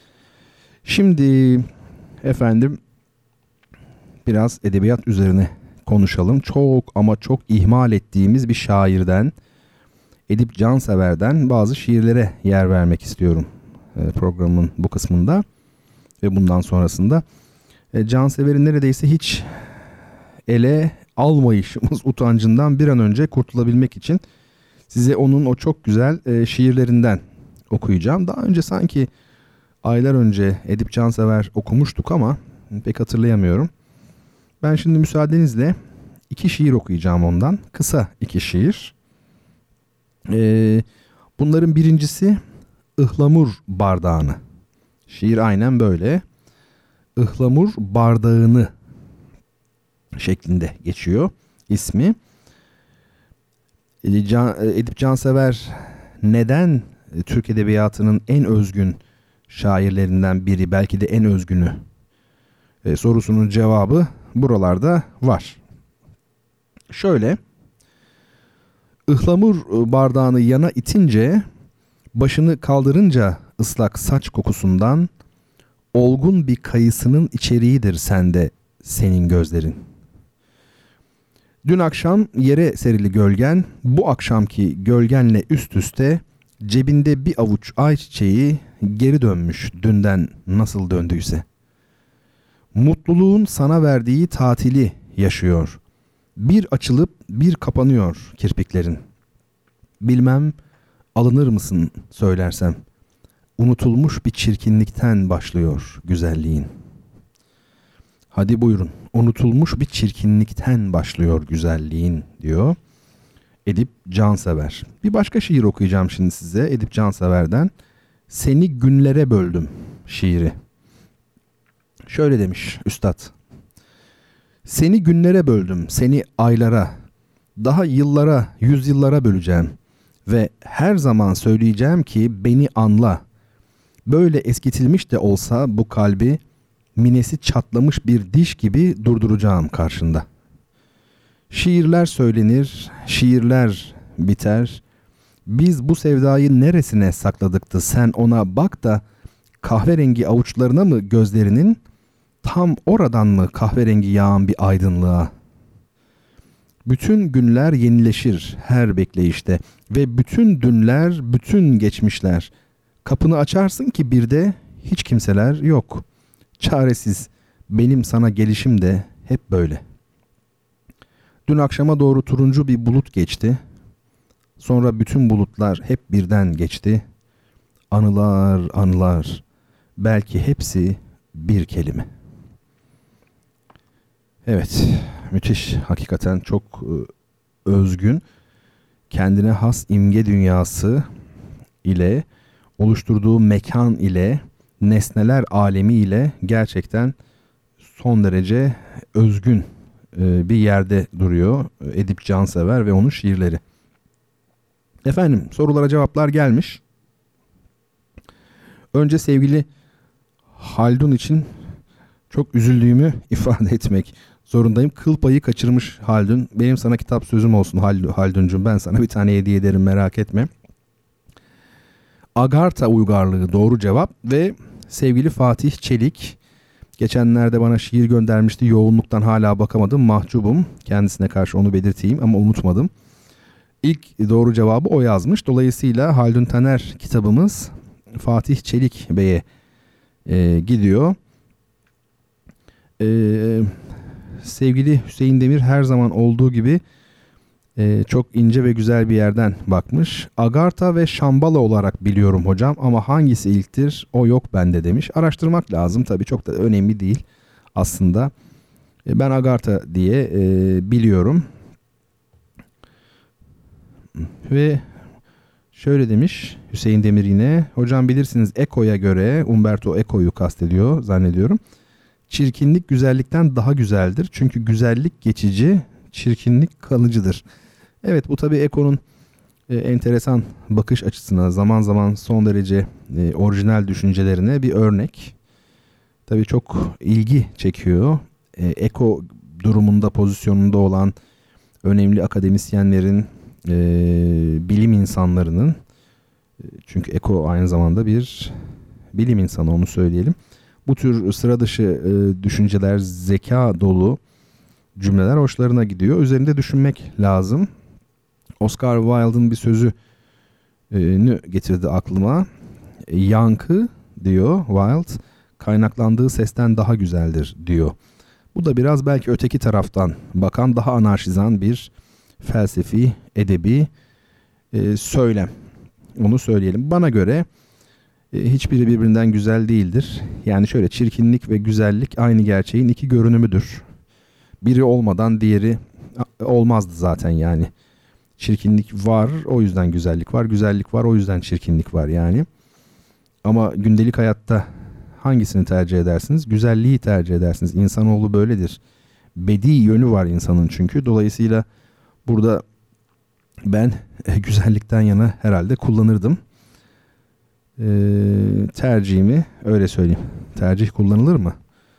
Şimdi efendim biraz edebiyat üzerine konuşalım. Çok ama çok ihmal ettiğimiz bir şairden, Edip Cansever'den bazı şiirlere yer vermek istiyorum programın bu kısmında ve bundan sonrasında. Cansever'in neredeyse hiç ele almayışımız utancından bir an önce kurtulabilmek için size onun o çok güzel e, şiirlerinden okuyacağım. Daha önce sanki aylar önce Edip Cansever okumuştuk ama pek hatırlayamıyorum. Ben şimdi müsaadenizle iki şiir okuyacağım ondan. Kısa iki şiir. E, bunların birincisi Ihlamur Bardağını. Şiir aynen böyle. Ihlamur Bardağını şeklinde geçiyor ismi. Edip Cansever neden Türk edebiyatının en özgün şairlerinden biri, belki de en özgünü e, sorusunun cevabı buralarda var. Şöyle, ıhlamur bardağını yana itince, başını kaldırınca ıslak saç kokusundan, olgun bir kayısının içeriğidir sende senin gözlerin. Dün akşam yere serili gölgen, bu akşamki gölgenle üst üste, cebinde bir avuç ayçiçeği geri dönmüş dünden nasıl döndüyse. Mutluluğun sana verdiği tatili yaşıyor. Bir açılıp bir kapanıyor kirpiklerin. Bilmem alınır mısın söylersem. Unutulmuş bir çirkinlikten başlıyor güzelliğin. Hadi buyurun. Unutulmuş bir çirkinlikten başlıyor güzelliğin diyor Edip Cansever. Bir başka şiir okuyacağım şimdi size Edip Cansever'den. Seni günlere böldüm şiiri. Şöyle demiş üstad. Seni günlere böldüm, seni aylara, daha yıllara, yüzyıllara böleceğim. Ve her zaman söyleyeceğim ki beni anla. Böyle eskitilmiş de olsa bu kalbi, minesi çatlamış bir diş gibi durduracağım karşında. Şiirler söylenir, şiirler biter. Biz bu sevdayı neresine sakladıktı? Sen ona bak da kahverengi avuçlarına mı gözlerinin, tam oradan mı kahverengi yağan bir aydınlığa? Bütün günler yenileşir her bekleyişte ve bütün dünler, bütün geçmişler. Kapını açarsın ki bir de hiç kimseler yok. Çaresiz benim sana gelişim de hep böyle. Dün akşama doğru turuncu bir bulut geçti. Sonra bütün bulutlar hep birden geçti. Anılar, anılar. Belki hepsi bir kelime. Evet, müthiş. Hakikaten çok özgün. Kendine has imge dünyası ile, oluşturduğu mekan ile, nesneler alemi ile gerçekten son derece özgün bir yerde duruyor Edip Cansever ve onun şiirleri. Efendim, sorulara cevaplar gelmiş. Önce sevgili Haldun için çok üzüldüğümü ifade etmek zorundayım. Kıl payı kaçırmış Haldun. Benim sana kitap sözüm olsun Halduncuğum. Ben sana bir tane hediye ederim, merak etme. Agartha uygarlığı doğru cevap ve sevgili Fatih Çelik geçenlerde bana şiir göndermişti. Yoğunluktan hala bakamadım. Mahcubum. Kendisine karşı onu belirteyim ama unutmadım. İlk doğru cevabı o yazmış. Dolayısıyla Haldun Taner kitabımız Fatih Çelik Bey'e e, gidiyor. E, sevgili Hüseyin Demir her zaman olduğu gibi e, çok ince ve güzel bir yerden bakmış. Agartha ve Şambala olarak biliyorum hocam ama hangisi ilktir o yok bende demiş. Araştırmak lazım tabii, çok da önemli değil aslında. E, ben Agartha diye e, biliyorum. Ve şöyle demiş Hüseyin Demir yine. Hocam bilirsiniz Eco'ya göre, Umberto Eco'yu kastediyor zannediyorum. Çirkinlik güzellikten daha güzeldir. Çünkü güzellik geçici, çirkinlik kalıcıdır. Evet, bu tabii Eco'nun e, enteresan bakış açısına, zaman zaman son derece e, orijinal düşüncelerine bir örnek. Tabii çok ilgi çekiyor. E, Eco durumunda, pozisyonunda olan önemli akademisyenlerin, e, bilim insanlarının, e, çünkü Eco aynı zamanda bir bilim insanı, onu söyleyelim. Bu tür sıra dışı e, düşünceler, zeka dolu cümleler hoşlarına gidiyor. Üzerinde düşünmek lazım. Oscar Wilde'ın bir sözü e, getirdi aklıma. E, yankı diyor Wilde, kaynaklandığı sesten daha güzeldir diyor. Bu da biraz belki öteki taraftan bakan, daha anarşizan bir felsefi, edebi e, söylem. Onu söyleyelim. Bana göre e, hiçbiri birbirinden güzel değildir. Yani şöyle, çirkinlik ve güzellik aynı gerçeğin iki görünümüdür. Biri olmadan diğeri olmazdı zaten yani. Çirkinlik var, o yüzden güzellik var. Güzellik var, o yüzden çirkinlik var yani. Ama gündelik hayatta hangisini tercih edersiniz? Güzelliği tercih edersiniz. İnsanoğlu böyledir. Bedi yönü var insanın çünkü. Dolayısıyla burada ben güzellikten yana herhalde kullanırdım. Ee, tercihimi öyle söyleyeyim. Tercih kullanılır mı?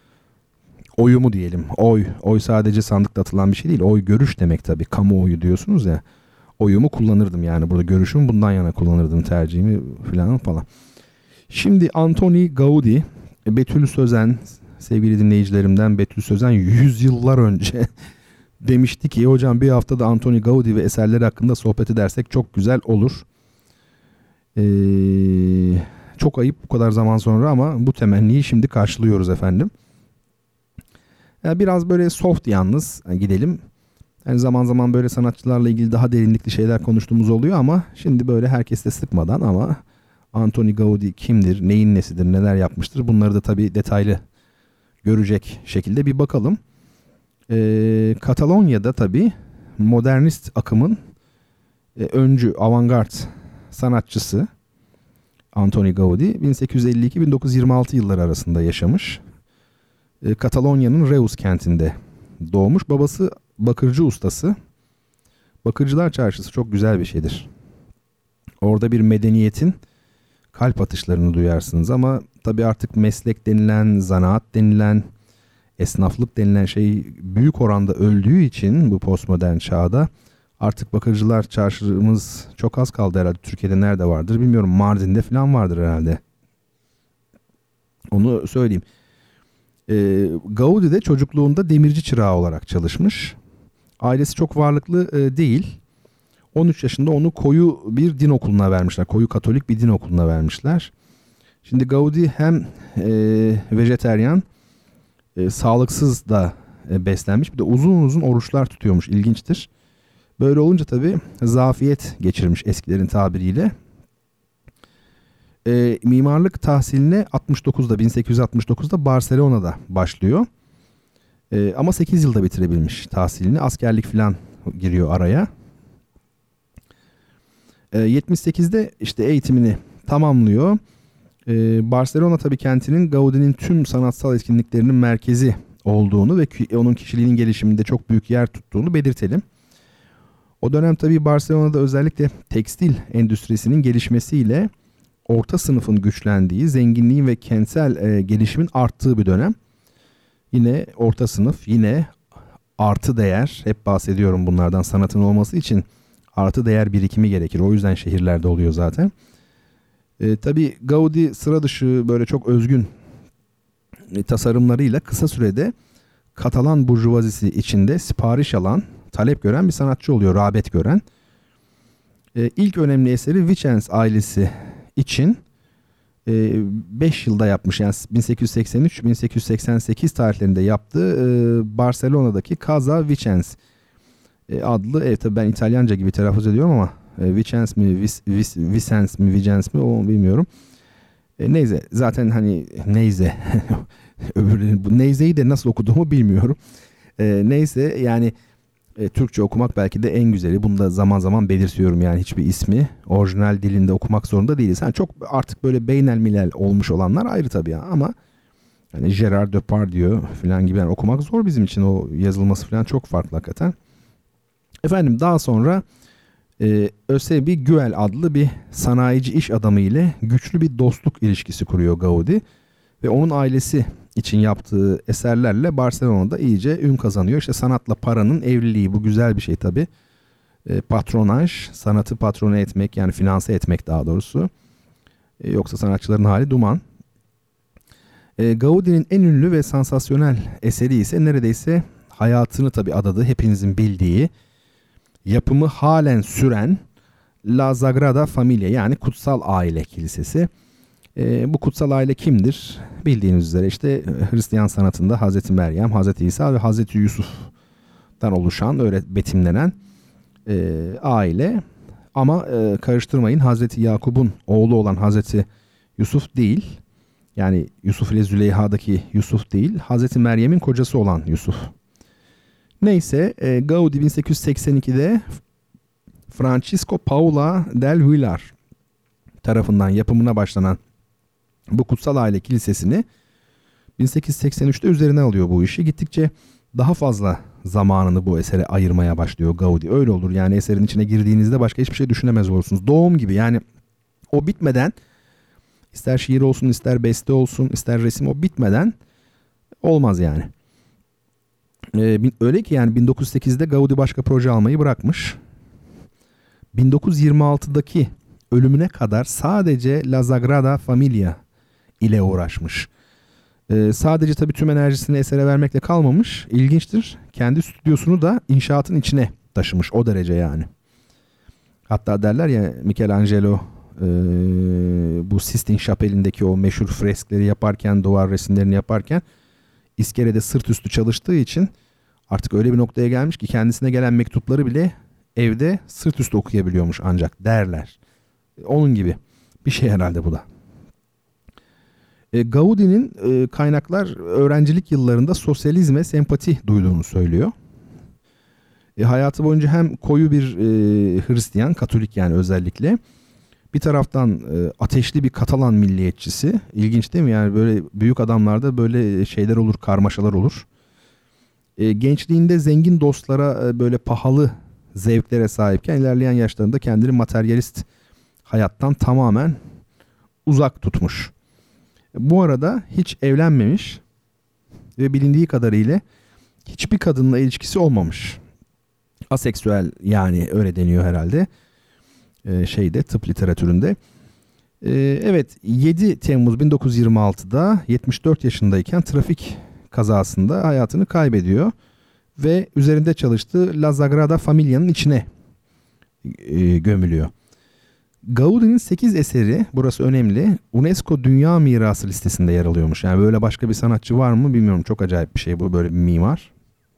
Oyumu diyelim. Oy. Oy sadece sandıkta atılan bir şey değil. Oy görüş demek tabii. Kamuoyu diyorsunuz ya. Oyumu kullanırdım yani. Burada görüşümü bundan yana kullanırdım, tercihimi falan falan. Şimdi Antoni Gaudi, Betül Sözen, sevgili dinleyicilerimden Betül Sözen yüzyıllar önce demişti ki hocam bir haftada Antoni Gaudi ve eserleri hakkında sohbet edersek çok güzel olur. Ee, çok ayıp bu kadar zaman sonra ama bu temenniyi şimdi karşılıyoruz efendim. Yani biraz böyle soft yalnız yani gidelim. Yani zaman zaman böyle sanatçılarla ilgili daha derinlikli şeyler konuştuğumuz oluyor ama şimdi böyle herkes de sıkmadan, ama Antoni Gaudi kimdir, neyin nesidir, neler yapmıştır, bunları da tabii detaylı görecek şekilde bir bakalım. Ee, Katalonya'da tabii modernist akımın e, öncü, avantgard sanatçısı Antoni Gaudi bin sekiz yüz elli iki bin dokuz yüz yirmi altı yılları arasında yaşamış. E, Katalonya'nın Reus kentinde doğmuş. Babası bakırcı ustası. Bakırcılar Çarşısı çok güzel bir şeydir. Orada bir medeniyetin kalp atışlarını duyarsınız ama tabii artık meslek denilen, zanaat denilen, esnaflık denilen şey büyük oranda öldüğü için bu postmodern çağda artık bakırcılar çarşımız çok az kaldı herhalde. Türkiye'de nerede vardır bilmiyorum. Mardin'de falan vardır herhalde. Onu söyleyeyim. Ee, Gaudi de çocukluğunda demirci çırağı olarak çalışmış. Ailesi çok varlıklı e, değil. on üç yaşında onu koyu bir din okuluna vermişler. Koyu Katolik bir din okuluna vermişler. Şimdi Gaudi hem e, vejeteryan, e, sağlıksız da e, beslenmiş. Bir de uzun uzun oruçlar tutuyormuş. İlginçtir. Böyle olunca tabii zafiyet geçirmiş eskilerin tabiriyle. E, mimarlık tahsiline altmış dokuzda bin sekiz yüz altmış dokuzda Barcelona'da başlıyor. E, ama sekiz yılda bitirebilmiş tahsilini. Askerlik falan giriyor araya. E, yetmiş sekizde işte eğitimini tamamlıyor. E, Barcelona tabii kentinin Gaudi'nin tüm sanatsal etkinliklerinin merkezi olduğunu ve onun kişiliğinin gelişiminde çok büyük yer tuttuğunu belirtelim. O dönem tabii Barcelona'da özellikle tekstil endüstrisinin gelişmesiyle orta sınıfın güçlendiği, zenginliğin ve kentsel e, gelişimin arttığı bir dönem. Yine orta sınıf, yine artı değer, hep bahsediyorum bunlardan, sanatın olması için artı değer birikimi gerekir. O yüzden şehirlerde oluyor zaten. E, tabii Gaudi sıra dışı böyle çok özgün e, tasarımlarıyla kısa sürede Katalan burjuvazisi içinde sipariş alan, talep gören bir sanatçı oluyor, rağbet gören. E, ilk önemli eseri Vicens ailesi için beş yılda yapmış, yani bin sekiz yüz seksen üç bin sekiz yüz seksen sekiz tarihlerinde yaptığı e, Barcelona'daki Casa Vicens e, adlı ev. Tabii ben İtalyanca gibi telaffuz ediyorum ama e, Vicens mi Vis, Vis, Vicens mi Vicens mi o bilmiyorum. E, neyse zaten hani neyse öbürleri, bu neyzeyi de nasıl okuduğumu bilmiyorum. E, neyse yani E, Türkçe okumak belki de en güzeli. Bunu da zaman zaman belirtiyorum, yani hiçbir ismi orijinal dilinde okumak zorunda değiliz. Yani çok artık böyle beynelmilel olmuş olanlar ayrı tabii ya, ama hani Gerard Depardieu falan gibi yani okumak zor bizim için, o yazılması falan çok farklı hakikaten. Efendim daha sonra e, Ösebi Güel adlı bir sanayici iş adamı ile güçlü bir dostluk ilişkisi kuruyor Gaudi ve onun ailesi için yaptığı eserlerle Barcelona'da iyice ün kazanıyor. İşte sanatla paranın evliliği, bu güzel bir şey tabii. E, patronaj, sanatı patrone etmek, yani finanse etmek daha doğrusu. E, yoksa sanatçıların hali duman. E, Gaudi'nin en ünlü ve sansasyonel eseri ise neredeyse hayatını tabii adadı, hepinizin bildiği, yapımı halen süren La Sagrada Familia, yani Kutsal Aile Kilisesi. E, bu kutsal aile kimdir? Bildiğiniz üzere işte Hristiyan sanatında Hazreti Meryem, Hazreti İsa ve Hazreti Yusuf'tan oluşan, öyle betimlenen e, aile. Ama e, karıştırmayın, Hazreti Yakup'un oğlu olan Hazreti Yusuf değil. Yani Yusuf ile Züleyha'daki Yusuf değil. Hazreti Meryem'in kocası olan Yusuf. Neyse e, Gaudi bin sekiz yüz seksen ikide Francisco Paula del Villar tarafından yapımına başlanan bu Kutsal Aile Kilisesi'ni bin sekiz yüz seksen üçte üzerine alıyor bu işi. Gittikçe daha fazla zamanını bu esere ayırmaya başlıyor Gaudi. Öyle olur yani, eserin içine girdiğinizde başka hiçbir şey düşünemez olursunuz. Doğum gibi yani, o bitmeden, ister şiir olsun, ister beste olsun, ister resim, o bitmeden olmaz yani. Ee, öyle ki yani bin dokuz yüz sekizde Gaudi başka proje almayı bırakmış. bin dokuz yüz yirmi altıdaki ölümüne kadar sadece La Sagrada Familia ile uğraşmış. Ee, sadece tabii tüm enerjisini esere vermekle kalmamış. İlginçtir. Kendi stüdyosunu da inşaatın içine taşımış. O derece yani. Hatta derler ya, Michelangelo e, bu Sistine Şapeli'ndeki o meşhur freskleri yaparken, duvar resimlerini yaparken iskelede sırt üstü çalıştığı için artık öyle bir noktaya gelmiş ki kendisine gelen mektupları bile evde sırt üstü okuyabiliyormuş ancak, derler. Onun gibi bir şey herhalde bu da. E, Gaudi'nin e, kaynaklar öğrencilik yıllarında sosyalizme sempati duyduğunu söylüyor. E, hayatı boyunca hem koyu bir e, Hristiyan, Katolik yani özellikle, bir taraftan e, ateşli bir Katalan milliyetçisi. İlginç değil mi? Yani böyle büyük adamlarda böyle şeyler olur, karmaşalar olur. E, gençliğinde zengin dostlara e, böyle pahalı zevklere sahipken ilerleyen yaşlarında kendini materyalist hayattan tamamen uzak tutmuş. Bu arada hiç evlenmemiş ve bilindiği kadarıyla hiçbir kadınla ilişkisi olmamış. Aseksüel yani, öyle deniyor herhalde ee, şeyde, tıp literatüründe. Ee, evet, yedi Temmuz bin dokuz yüz yirmi altıda yetmiş dört yaşındayken trafik kazasında hayatını kaybediyor ve üzerinde çalıştığı La Sagrada Familia'nın içine e, gömülüyor. Gaudi'nin sekiz eseri, burası önemli, UNESCO Dünya Mirası listesinde yer alıyormuş. Yani böyle başka bir sanatçı var mı bilmiyorum. Çok acayip bir şey bu, böyle bir mimar.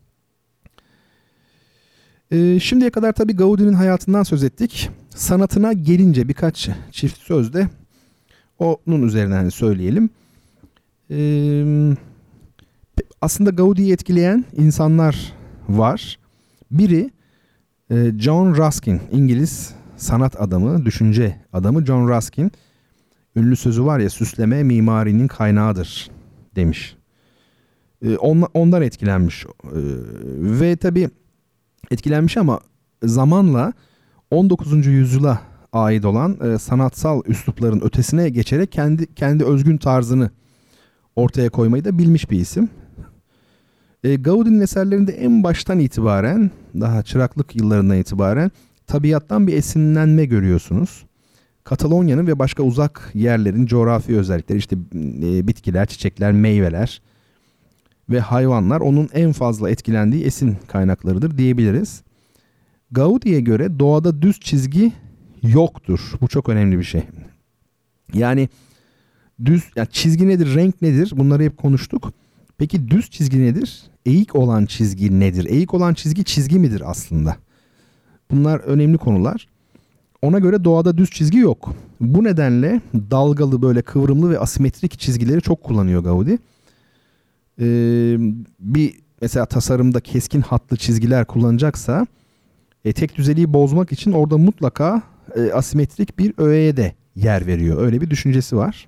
Ee, şimdiye kadar tabii Gaudi'nin hayatından söz ettik. Sanatına gelince birkaç çift söz de onun üzerinden söyleyelim. Ee, aslında Gaudi'yi etkileyen insanlar var. Biri e, John Ruskin, İngiliz sanat adamı, düşünce adamı John Ruskin. Ünlü sözü var ya, süsleme mimarinin kaynağıdır demiş. Ee, ondan etkilenmiş. Ee, ve tabii etkilenmiş ama zamanla on dokuzuncu yüzyıla ait olan e, sanatsal üslupların ötesine geçerek kendi kendi özgün tarzını ortaya koymayı da bilmiş bir isim. E, Gaudi'nin eserlerinde en baştan itibaren, daha çıraklık yıllarından itibaren tabiattan bir esinlenme görüyorsunuz. Katalonya'nın ve başka uzak yerlerin coğrafi özellikleri, işte e, bitkiler, çiçekler, meyveler ve hayvanlar onun en fazla etkilendiği esin kaynaklarıdır diyebiliriz. Gaudi'ye göre doğada düz çizgi yoktur. Bu çok önemli bir şey. Yani düz, yani çizgi nedir, renk nedir? Bunları hep konuştuk. Peki düz çizgi nedir? Eğik olan çizgi nedir? Eğik olan çizgi çizgi midir aslında? Bunlar önemli konular. Ona göre doğada düz çizgi yok. Bu nedenle dalgalı, böyle kıvrımlı ve asimetrik çizgileri çok kullanıyor Gaudi. Ee, bir mesela tasarımda keskin hatlı çizgiler kullanacaksa e, tek düzeliği bozmak için orada mutlaka e, asimetrik bir öğeye de yer veriyor. Öyle bir düşüncesi var.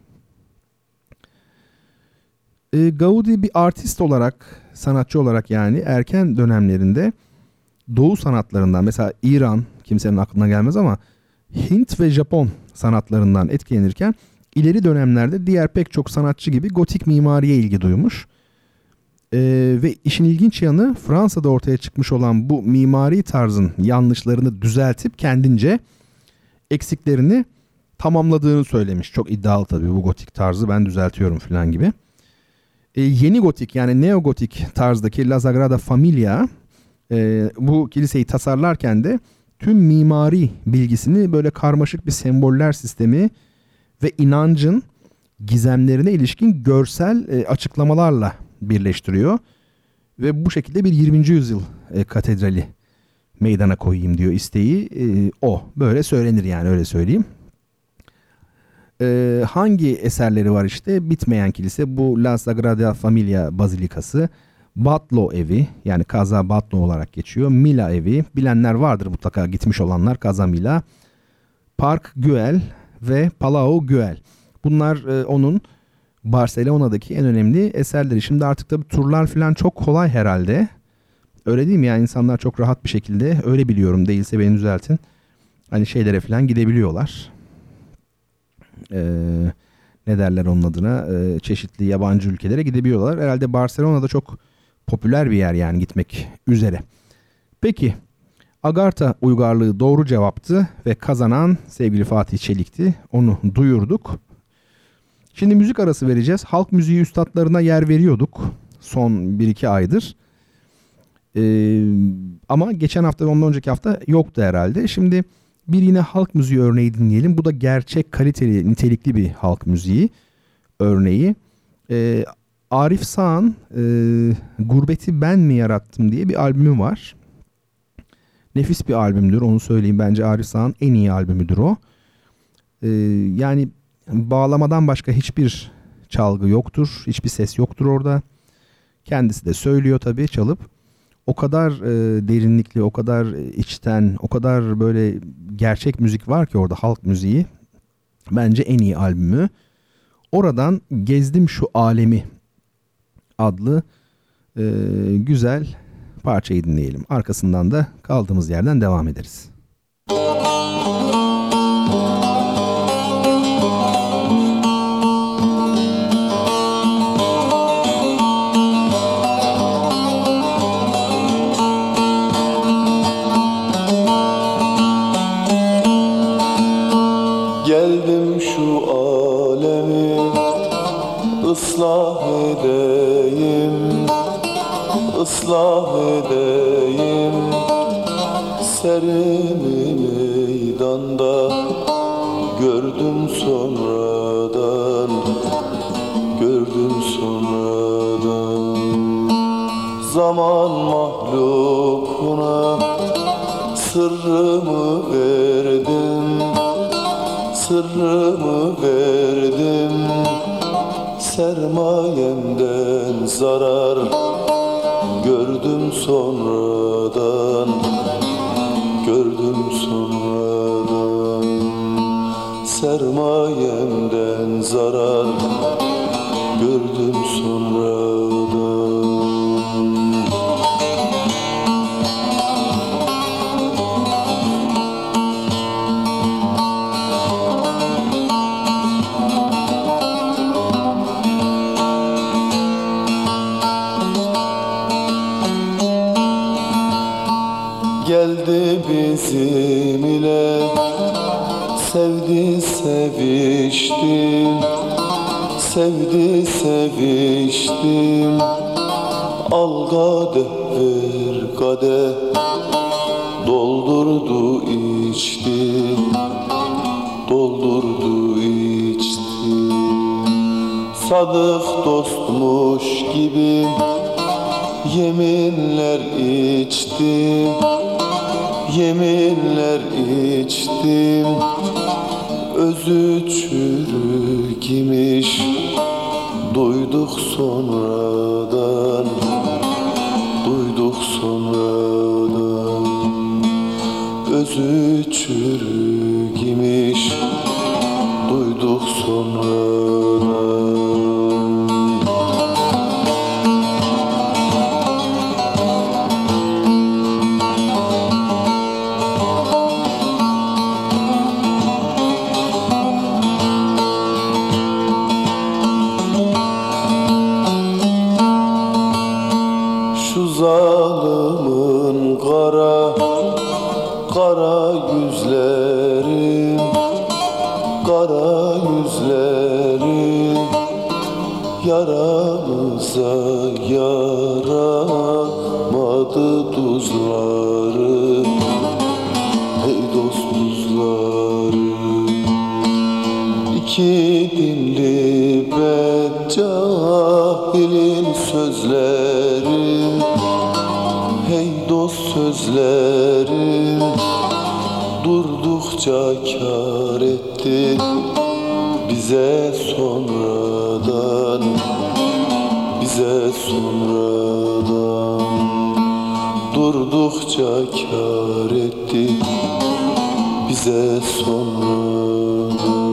E, Gaudi bir artist olarak, sanatçı olarak yani erken dönemlerinde Doğu sanatlarından, mesela İran kimsenin aklına gelmez ama Hint ve Japon sanatlarından etkilenirken ileri dönemlerde diğer pek çok sanatçı gibi gotik mimariye ilgi duymuş. Ee, ve işin ilginç yanı, Fransa'da ortaya çıkmış olan bu mimari tarzın yanlışlarını düzeltip kendince eksiklerini tamamladığını söylemiş. Çok iddialı tabii, bu gotik tarzı ben düzeltiyorum falan gibi. Ee, yeni gotik, yani neogotik tarzdaki La Sagrada Familia e, bu kiliseyi tasarlarken de tüm mimari bilgisini böyle karmaşık bir semboller sistemi ve inancın gizemlerine ilişkin görsel e, açıklamalarla birleştiriyor. Ve bu şekilde bir yirminci yüzyıl e, katedrali meydana koyayım diyor isteği. E, o. Böyle söylenir yani, öyle söyleyeyim. E, hangi eserleri var işte? Bitmeyen kilise, bu La Sagrada Familia Bazilikası, Batlló evi, yani Casa Batlló olarak geçiyor. Mila evi, bilenler vardır mutlaka, gitmiş olanlar. Casa Mila, Park Güell ve Palau Güell. Bunlar e, onun Barcelona'daki en önemli eserleri. Şimdi artık tabii turlar falan çok kolay herhalde. Öyle değil mi? Yani insanlar çok rahat bir şekilde, öyle biliyorum, değilse beni düzeltin, hani şeylere falan gidebiliyorlar. Ee, ne derler onun adına? Ee, çeşitli yabancı ülkelere gidebiliyorlar. Herhalde Barcelona'da çok popüler bir yer yani, gitmek üzere. Peki, Agartha uygarlığı doğru cevaptı ve kazanan sevgili Fatih Çelik'ti. Onu duyurduk. Şimdi müzik arası vereceğiz. Halk müziği üstadlarına yer veriyorduk son bir iki aydır. Ee, ama geçen hafta ve ondan önceki hafta yoktu herhalde. Şimdi bir yine halk müziği örneği dinleyelim. Bu da gerçek, kaliteli, nitelikli bir halk müziği örneği. Ee, Arif Sağ'ın e, Gurbeti Ben Mi Yarattım diye bir albümü var. Nefis bir albümdür, onu söyleyeyim. Bence Arif Sağ'ın en iyi albümüdür o. Ee, yani bağlamadan başka hiçbir çalgı yoktur. Hiçbir ses yoktur orada. Kendisi de söylüyor tabii çalıp. O kadar e, derinlikli, o kadar içten, o kadar böyle gerçek müzik var ki orada, halk müziği. Bence en iyi albümü. Oradan Gezdim Şu Alemi adlı e, güzel parçayı dinleyelim. Arkasından da kaldığımız yerden devam ederiz. Geldim şu alemi ıslah edeyim, ıslah edeyim. Serimi meydanda gördüm sonradan, gördüm sonradan. Zaman mahlukuna sırrımı verdim, sırrımı verdim. Sermayemden zarar gördüm sonradan, gördüm sonradan. Sermayemden zarar gördüm sonradan. bizim ile sevdi seviştim, sevdi seviştim. Al kadeh ver kadeh, doldurdu içti, doldurdu içti. Sadık dostmuş gibi yeminler içtim, yeminler içtim. Özü çürük imiş, duyduk sonradan, duyduk sonradan. Özü çürük imiş, duyduk sonradan. Zalimin kara, kara yüzleri, kara yüzleri yaramıza yaramadı tuzları, hey dost tuzları. İki dinli beccahilin sözleri, hey dost sözlerim durdukça kâr etti bize sonradan, bize sonradan. Durdukça kâr etti bize sonradan.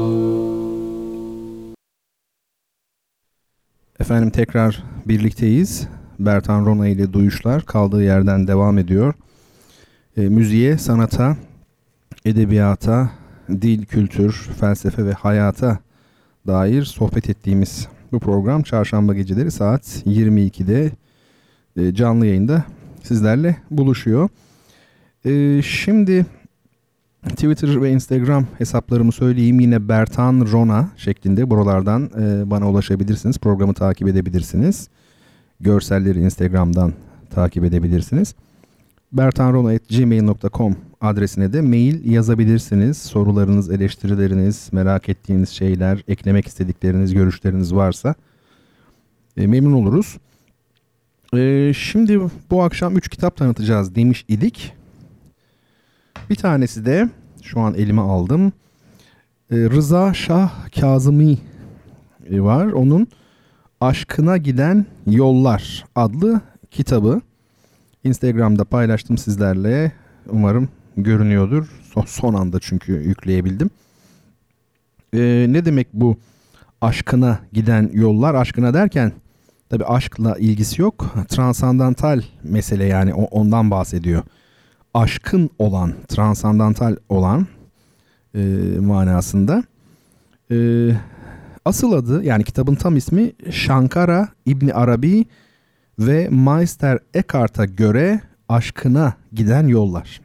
Efendim tekrar birlikteyiz. Bertan Rona ile Duyuşlar kaldığı yerden devam ediyor. E, müziğe, sanata, edebiyata, dil, kültür, felsefe ve hayata dair sohbet ettiğimiz bu program çarşamba geceleri saat yirmi ikide e, canlı yayında sizlerle buluşuyor. E, şimdi Twitter ve Instagram hesaplarımı söyleyeyim. Yine Bertan Rona şeklinde buralardan e, bana ulaşabilirsiniz. Programı takip edebilirsiniz. Görselleri Instagram'dan takip edebilirsiniz. bertanrona at gmail nokta com adresine de mail yazabilirsiniz. Sorularınız, eleştirileriniz, merak ettiğiniz şeyler, eklemek istedikleriniz, görüşleriniz varsa e, memnun oluruz. E, şimdi bu akşam üç kitap tanıtacağız demiş idik. Bir tanesi de şu an elime aldım. E, Rıza Şah Kazımi e, var. Onun Aşkına Giden Yollar adlı kitabı. Instagram'da paylaştım sizlerle. Umarım görünüyordur. Son, son anda çünkü yükleyebildim. Ee, ne demek bu aşkına giden yollar? Aşkına derken tabii aşkla ilgisi yok. Transandantal mesele, yani ondan bahsediyor. Aşkın olan, transandantal olan e, manasında. E, asıl adı, yani kitabın tam ismi Shankara İbni Arabi ve Meister Eckhart'a göre Aşkına Giden Yollar.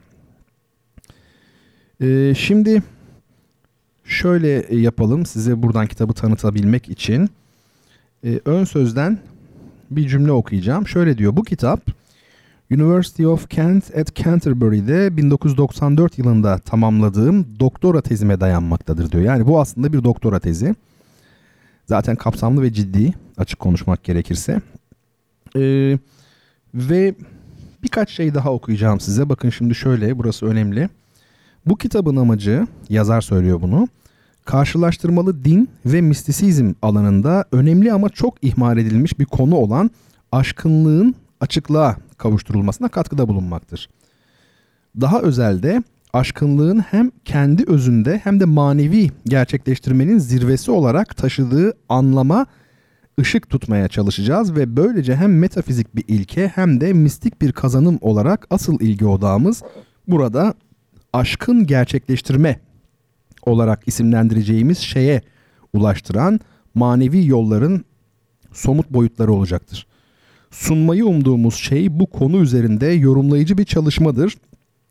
Ee, şimdi şöyle yapalım size buradan kitabı tanıtabilmek için. Ee, ön sözden bir cümle okuyacağım. Şöyle diyor: bu kitap University of Kent at Canterbury'de bin dokuz yüz doksan dört yılında tamamladığım doktora tezime dayanmaktadır diyor. Yani bu aslında bir doktora tezi. Zaten kapsamlı ve ciddi, açık konuşmak gerekirse. Ee, ve birkaç şey daha okuyacağım size. Bakın şimdi şöyle, burası önemli. Bu kitabın amacı, yazar söylüyor bunu, karşılaştırmalı din ve mistisizm alanında önemli ama çok ihmal edilmiş bir konu olan aşkınlığın açıklığa kavuşturulmasına katkıda bulunmaktır. Daha özelde aşkınlığın hem kendi özünde hem de manevi gerçekleştirmenin zirvesi olarak taşıdığı anlama ışık tutmaya çalışacağız ve böylece hem metafizik bir ilke hem de mistik bir kazanım olarak asıl ilgi odağımız burada aşkın gerçekleştirme olarak isimlendireceğimiz şeye ulaştıran manevi yolların somut boyutları olacaktır. Sunmayı umduğumuz şey bu konu üzerinde yorumlayıcı bir çalışmadır.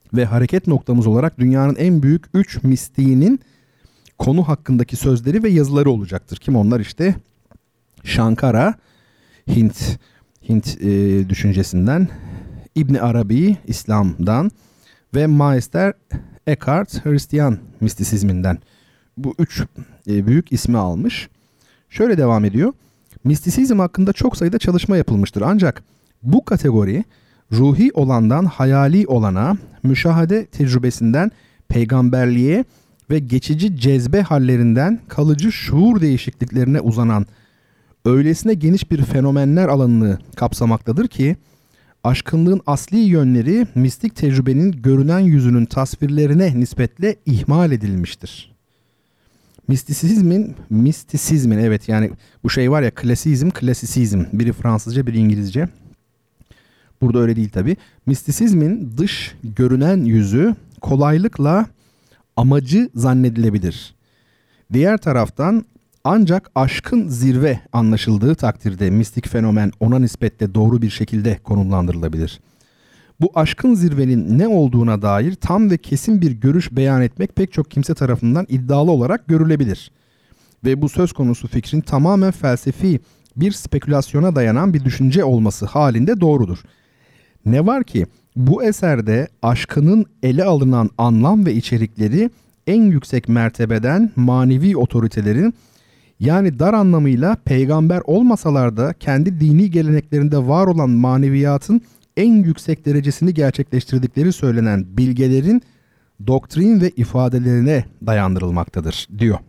ve hareket noktamız olarak dünyanın en büyük üç mistiğinin konu hakkındaki sözleri ve yazıları olacaktır. Kim onlar? İşte Shankara, Hint Hint e, düşüncesinden, İbn Arabi İslam'dan ve Meister Eckhart Hristiyan mistisizminden. Bu üç e, büyük ismi almış. Şöyle devam ediyor. Mistisizm hakkında çok sayıda çalışma yapılmıştır. Ancak bu kategori ruhi olandan hayali olana, müşahede tecrübesinden peygamberliğe ve geçici cezbe hallerinden kalıcı şuur değişikliklerine uzanan öylesine geniş bir fenomenler alanını kapsamaktadır ki aşkınlığın asli yönleri mistik tecrübenin görünen yüzünün tasvirlerine nispetle ihmal edilmiştir. Mistisizmin, mistisizmin evet yani bu şey var ya, klasizm, klasisizm. Biri Fransızca, biri İngilizce. Burada öyle değil tabii. Mistisizmin dış görünen yüzü kolaylıkla amacı zannedilebilir. Diğer taraftan ancak aşkın zirve anlaşıldığı takdirde mistik fenomen ona nispetle doğru bir şekilde konumlandırılabilir. Bu aşkın zirvenin ne olduğuna dair tam ve kesin bir görüş beyan etmek pek çok kimse tarafından iddialı olarak görülebilir. Ve bu söz konusu fikrin tamamen felsefi bir spekülasyona dayanan bir düşünce olması halinde doğrudur. Ne var ki bu eserde aşkının ele alınan anlam ve içerikleri en yüksek mertebeden manevi otoritelerin, yani dar anlamıyla peygamber olmasalar da kendi dini geleneklerinde var olan maneviyatın en yüksek derecesini gerçekleştirdikleri söylenen bilgelerin doktrin ve ifadelerine dayandırılmaktadır diyor.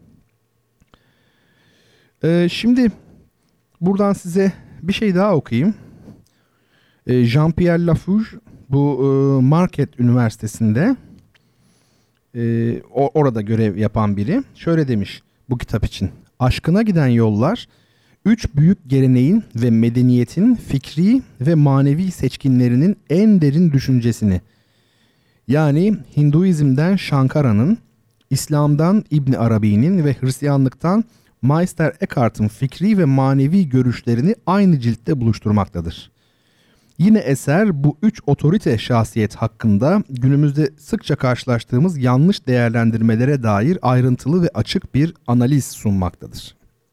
Ee, şimdi buradan size bir şey daha okuyayım. Ee, Jean-Pierre Lafougue bu e, Marquette Üniversitesi'nde e, o, orada görev yapan biri şöyle demiş bu kitap için. Aşkına giden yollar, üç büyük geleneğin ve medeniyetin fikri ve manevi seçkinlerinin en derin düşüncesini, yani Hinduizm'den Shankara'nın, İslam'dan İbn Arabi'nin ve Hristiyanlıktan Meister Eckhart'ın fikri ve manevi görüşlerini aynı ciltte buluşturmaktadır. Yine eser bu üç otorite şahsiyet hakkında günümüzde sıkça karşılaştığımız yanlış değerlendirmelere dair ayrıntılı ve açık bir analiz sunmaktadır.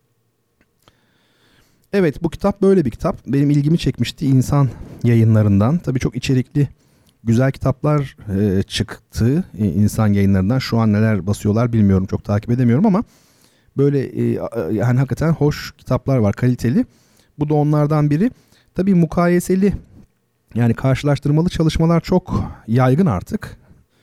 Evet, bu kitap böyle bir kitap. Benim ilgimi çekmişti İnsan Yayınlarından. Tabii çok içerikli, güzel kitaplar e, çıktı e, İnsan Yayınlarından. Şu an neler basıyorlar bilmiyorum, çok takip edemiyorum ama böyle e, yani hakikaten hoş kitaplar var, kaliteli. Bu da onlardan biri. Tabii mukayeseli, yani karşılaştırmalı çalışmalar çok yaygın artık.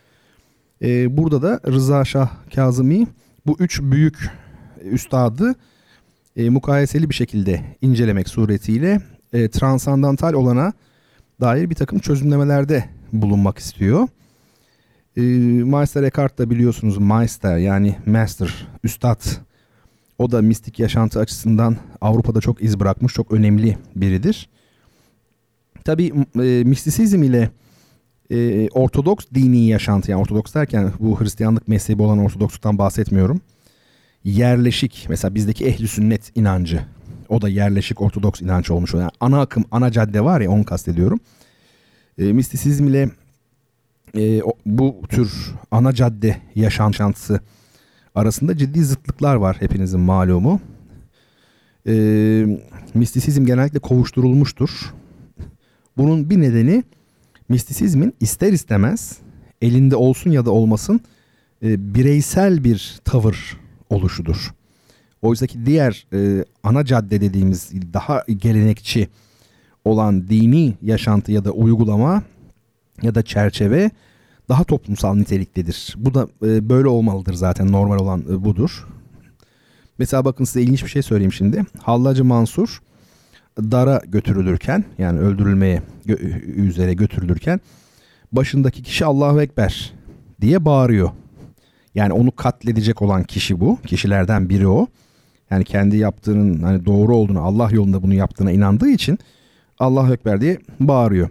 Ee, burada da Rıza Şah Kazımi bu üç büyük üstadı e, mukayeseli bir şekilde incelemek suretiyle e, transandantal olana dair bir takım çözümlemelerde bulunmak istiyor. E, Meister Eckhart da biliyorsunuz Meister, yani master, üstad. O da mistik yaşantı açısından Avrupa'da çok iz bırakmış, çok önemli biridir. Tabii e, mistisizm ile e, Ortodoks dini yaşantı, yani Ortodoks derken bu Hristiyanlık mezhebi olan Ortodoksluktan bahsetmiyorum. Yerleşik, mesela bizdeki ehli sünnet inancı, o da yerleşik Ortodoks inanç olmuş. Yani ana akım, ana cadde var ya, onu kastediyorum. E, mistisizm ile e, o, bu tür ana cadde yaşantısı arasında ciddi zıtlıklar var, hepinizin malumu. E, mistisizm genellikle kovuşturulmuştur. Bunun bir nedeni mistisizmin ister istemez elinde olsun ya da olmasın e, bireysel bir tavır oluşudur. Oysa ki diğer e, ana cadde dediğimiz daha gelenekçi olan dini yaşantı ya da uygulama ya da çerçeve daha toplumsal niteliktedir. Bu da e, böyle olmalıdır zaten, normal olan e, budur. Mesela bakın size ilginç bir şey söyleyeyim şimdi. Hallacı Mansur dara götürülürken, yani öldürülmeye gö- üzere götürülürken başındaki kişi Allahu Ekber diye bağırıyor. Yani onu katledecek olan kişi bu. Kişilerden biri o. Yani kendi yaptığının hani doğru olduğunu, Allah yolunda bunu yaptığına inandığı için Allahu Ekber diye bağırıyor.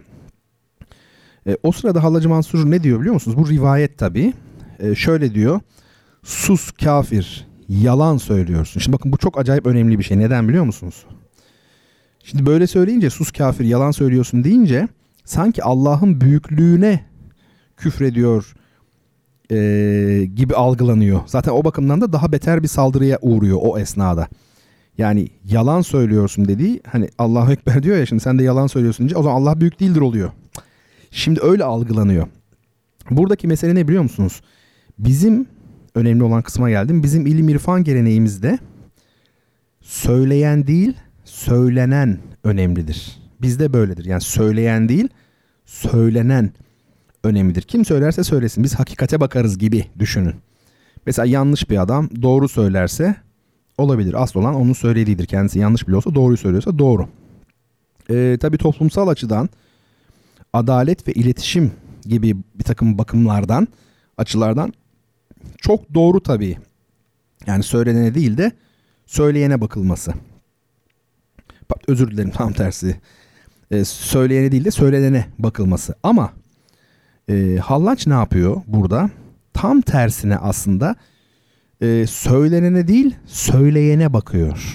E, o sırada Hallacı Mansur ne diyor biliyor musunuz? Bu rivayet tabii. E, şöyle diyor. Sus kafir, yalan söylüyorsun. Şimdi bakın, bu çok acayip önemli bir şey. Neden biliyor musunuz? Şimdi böyle söyleyince, sus kafir, yalan söylüyorsun deyince sanki Allah'ın büyüklüğüne küfrediyor e, gibi algılanıyor. Zaten o bakımdan da daha beter bir saldırıya uğruyor o esnada. Yani yalan söylüyorsun dediği, hani Allahu Ekber diyor ya, şimdi sen de yalan söylüyorsun deyince o zaman Allah büyük değildir oluyor. Şimdi öyle algılanıyor. Buradaki mesele ne biliyor musunuz? Bizim önemli olan kısma geldim. Bizim ilim irfan geleneğimizde söyleyen değil, söylenen önemlidir. Bizde böyledir. Yani söyleyen değil, söylenen önemlidir. Kim söylerse söylesin. Biz hakikate bakarız gibi düşünün. Mesela yanlış bir adam doğru söylerse olabilir. Asıl olan onun söylediğidir. Kendisi yanlış bile olsa doğruyu söylüyorsa doğru. Ee, tabii toplumsal açıdan adalet ve iletişim gibi bir takım bakımlardan, açılardan çok doğru tabii. Yani söylenene değil de söyleyene bakılması. Özür dilerim, tam tersi. Ee, söyleyene değil de söylenene bakılması. Ama e, Hallaç ne yapıyor burada? Tam tersine aslında e, söylenene değil söyleyene bakıyor.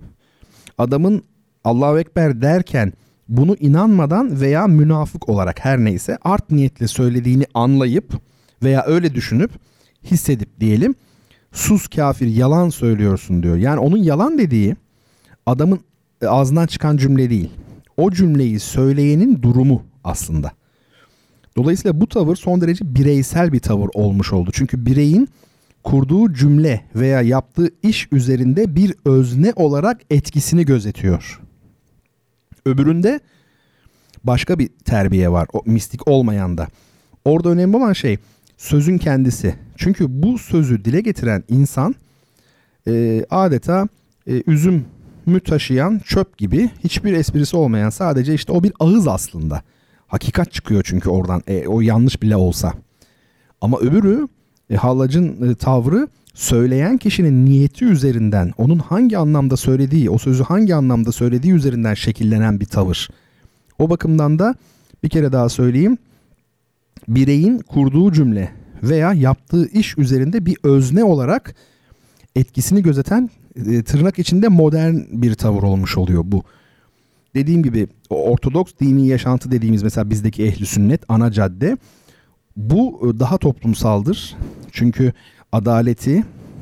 Adamın Allahu Ekber derken bunu inanmadan veya münafık olarak her neyse art niyetle söylediğini anlayıp veya öyle düşünüp hissedip diyelim, sus kafir yalan söylüyorsun diyor. Yani onun yalan dediği adamın ağzından çıkan cümle değil. O cümleyi söyleyenin durumu aslında. Dolayısıyla bu tavır son derece bireysel bir tavır olmuş oldu. Çünkü bireyin kurduğu cümle veya yaptığı iş üzerinde bir özne olarak etkisini gözetiyor. Öbüründe başka bir terbiye var, o mistik olmayan da. Orada önemli olan şey sözün kendisi. Çünkü bu sözü dile getiren insan e, adeta e, üzümü taşıyan çöp gibi, hiçbir esprisi olmayan, sadece işte o bir ağız aslında. Hakikat çıkıyor çünkü oradan, e, o yanlış bile olsa. Ama öbürü e, Hallac'ın e, tavrı söyleyen kişinin niyeti üzerinden, onun hangi anlamda söylediği, o sözü hangi anlamda söylediği üzerinden şekillenen bir tavır. O bakımdan da bir kere daha söyleyeyim, bireyin kurduğu cümle veya yaptığı iş üzerinde bir özne olarak etkisini gözeten e, tırnak içinde modern bir tavır olmuş oluyor bu. Dediğim gibi ortodoks dini yaşantı dediğimiz mesela bizdeki ehli sünnet ana cadde, bu daha toplumsaldır. Çünkü adaleti,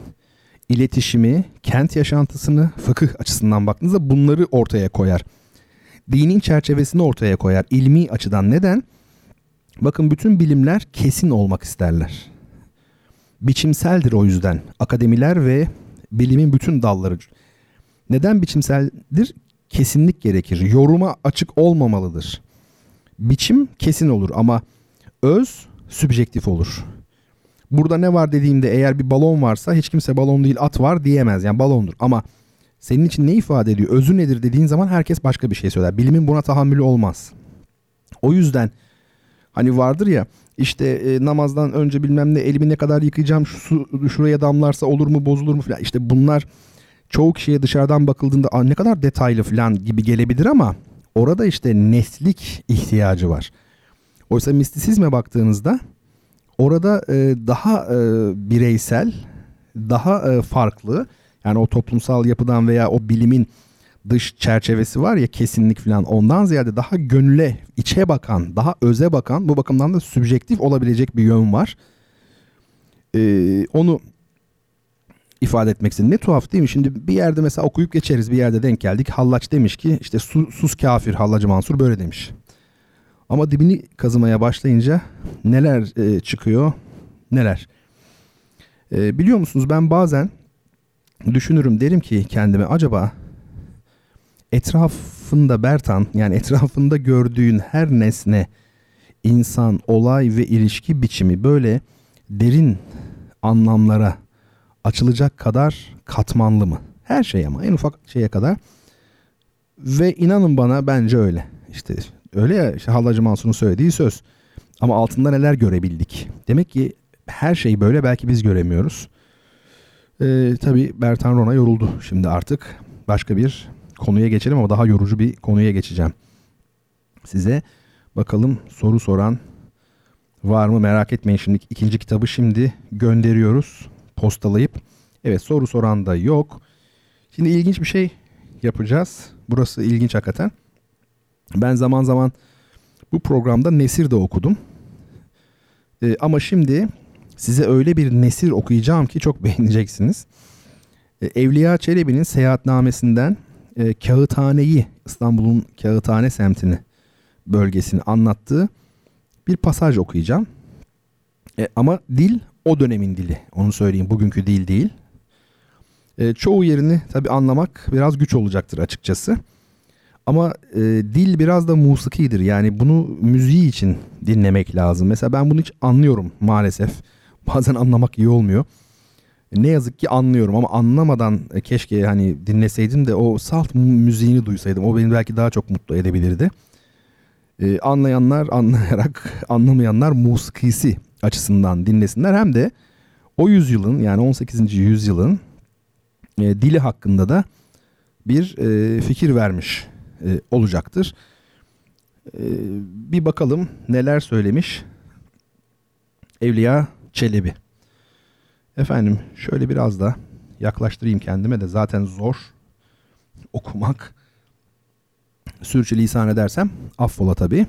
iletişimi, kent yaşantısını fıkıh açısından baktığınızda bunları ortaya koyar. Dinin çerçevesini ortaya koyar. İlmi açıdan neden? Bakın bütün bilimler kesin olmak isterler. Biçimseldir o yüzden. Akademiler ve bilimin bütün dalları. Neden biçimseldir? Kesinlik gerekir. Yoruma açık olmamalıdır. Biçim kesin olur ama öz sübjektif olur. Burada ne var dediğimde eğer bir balon varsa hiç kimse balon değil at var diyemez. Yani balondur ama senin için ne ifade ediyor? Özü nedir dediğin zaman herkes başka bir şey söyler. Bilimin buna tahammülü olmaz. O yüzden hani vardır ya işte e, namazdan önce bilmem ne elimi ne kadar yıkayacağım, şu su şuraya damlarsa olur mu bozulur mu falan. İşte bunlar çoğu kişiye dışarıdan bakıldığında ne kadar detaylı falan gibi gelebilir ama orada işte neslik ihtiyacı var. Oysa mistisizme baktığınızda orada e, daha e, bireysel, daha e, farklı, yani o toplumsal yapıdan veya o bilimin dış çerçevesi var ya, kesinlik falan, ondan ziyade daha gönüle, içe bakan, daha öze bakan, bu bakımdan da sübjektif olabilecek bir yön var. Ee, onu ifade etmek istedim. Ne tuhaf değil mi? Şimdi bir yerde mesela okuyup geçeriz, bir yerde denk geldik. Hallaç demiş ki işte sus kafir, Hallacı Mansur böyle demiş. Ama dibini kazımaya başlayınca neler e, çıkıyor, neler. E, biliyor musunuz, ben bazen düşünürüm, derim ki kendime, acaba etrafında Bertan, yani etrafında gördüğün her nesne, insan, olay ve ilişki biçimi böyle derin anlamlara açılacak kadar katmanlı mı? Her şey, ama en ufak şeye kadar. Ve inanın bana, bence öyle. İşte öyle ya, işte Hallacı Mansur'un söylediği söz. Ama altında neler görebildik. Demek ki her şey böyle, belki biz göremiyoruz. Ee, tabii Bertan Rona yoruldu. Şimdi artık başka bir konuya geçelim, ama daha yorucu bir konuya geçeceğim. Size bakalım soru soran var mı, merak etmeyin. Şimdi ikinci kitabı şimdi gönderiyoruz postalayıp. Evet, soru soran da yok. Şimdi ilginç bir şey yapacağız. Burası ilginç hakikaten. Ben zaman zaman bu programda Nesir de okudum. E, ama şimdi size öyle bir nesir okuyacağım ki çok beğeneceksiniz. E, Evliya Çelebi'nin seyahatnamesinden e, Kağıthane'yi, İstanbul'un Kağıthane semtini, bölgesini anlattığı bir pasaj okuyacağım. E, ama dil o dönemin dili. Onu söyleyeyim. Bugünkü dil değil. E, çoğu yerini tabii anlamak biraz güç olacaktır açıkçası. Ama e, dil biraz da musikidir. Yani bunu müziği için dinlemek lazım. Mesela ben bunu hiç anlıyorum maalesef. Bazen anlamak iyi olmuyor. E, ne yazık ki anlıyorum ama anlamadan e, keşke hani dinleseydim de o salt müziğini duysaydım. O beni belki daha çok mutlu edebilirdi. E, anlayanlar anlayarak, anlamayanlar musikisi açısından dinlesinler. Hem de o yüzyılın, yani on sekizinci yüzyılın e, dili hakkında da bir e, fikir vermiş e, olacaktır. E, bir bakalım neler söylemiş Evliya Çelebi. Efendim şöyle biraz da yaklaştırayım kendime de, zaten zor okumak. Sürçülisan edersem affola tabii.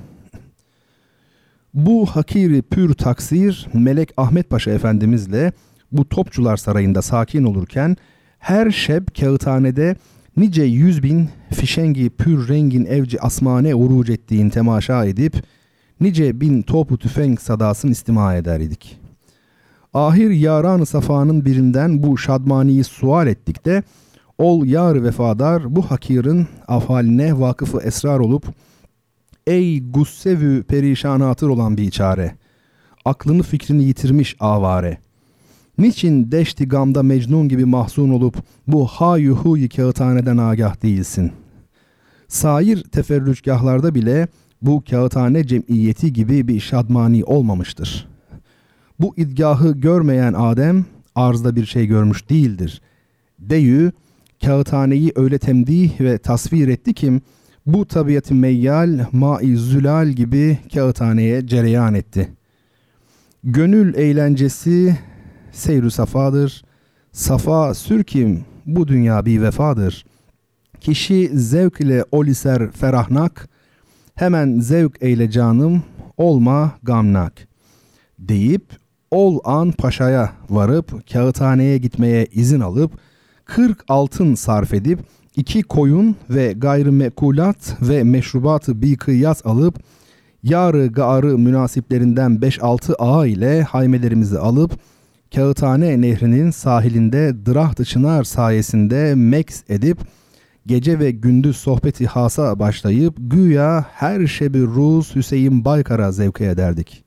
Bu hakiri pür taksir Melek Ahmet Paşa Efendimizle bu Topçular Sarayı'nda sakin olurken her şeb kağıthanede nice yüz bin fişengi pür rengin evci asmane uruc ettiğin temaşa edip nice bin topu tüfenk sadasını istima eder idik. Ahir yaran-ı safanın birinden bu şadmaniyi sual ettik de ol yar vefadar bu hakirin afhaline vakıfı esrar olup ey gussevü perişanatır olan bir çare, aklını fikrini yitirmiş avare. Niçin deşti gamda Mecnun gibi mahzun olup bu hayuhuyi kağıthaneden agah değilsin? Sair teferrüçgahlarda bile bu kağıthane cemiyeti gibi bir şadmani olmamıştır. Bu idgahı görmeyen Adem arzda bir şey görmüş değildir. Deyü kağıthaneyi öyle temdih ve tasvir etti ki bu tabiatı meyyal ma-i zülal gibi kağıthaneye cereyan etti. Gönül eğlencesi seyr-ü safadır. Safa sürkim bu dünya bir vefadır. Kişi zevk ile ol iser ferahnak, hemen zevk eyle canım olma gamnak deyip ol an paşaya varıp kağıthaneye gitmeye izin alıp kırk altın sarf edip iki koyun ve gayrimekulat ve meşrubatı bir kıyas alıp yarı garı münasiplerinden beş altı ağa ile haymelerimizi alıp Kağıthane Nehri'nin sahilinde Dıraht-ı Çınar sayesinde meks edip gece ve gündüz sohbeti hasa başlayıp güya her şebi ruz Hüseyin Baykar'a zevk ederdik.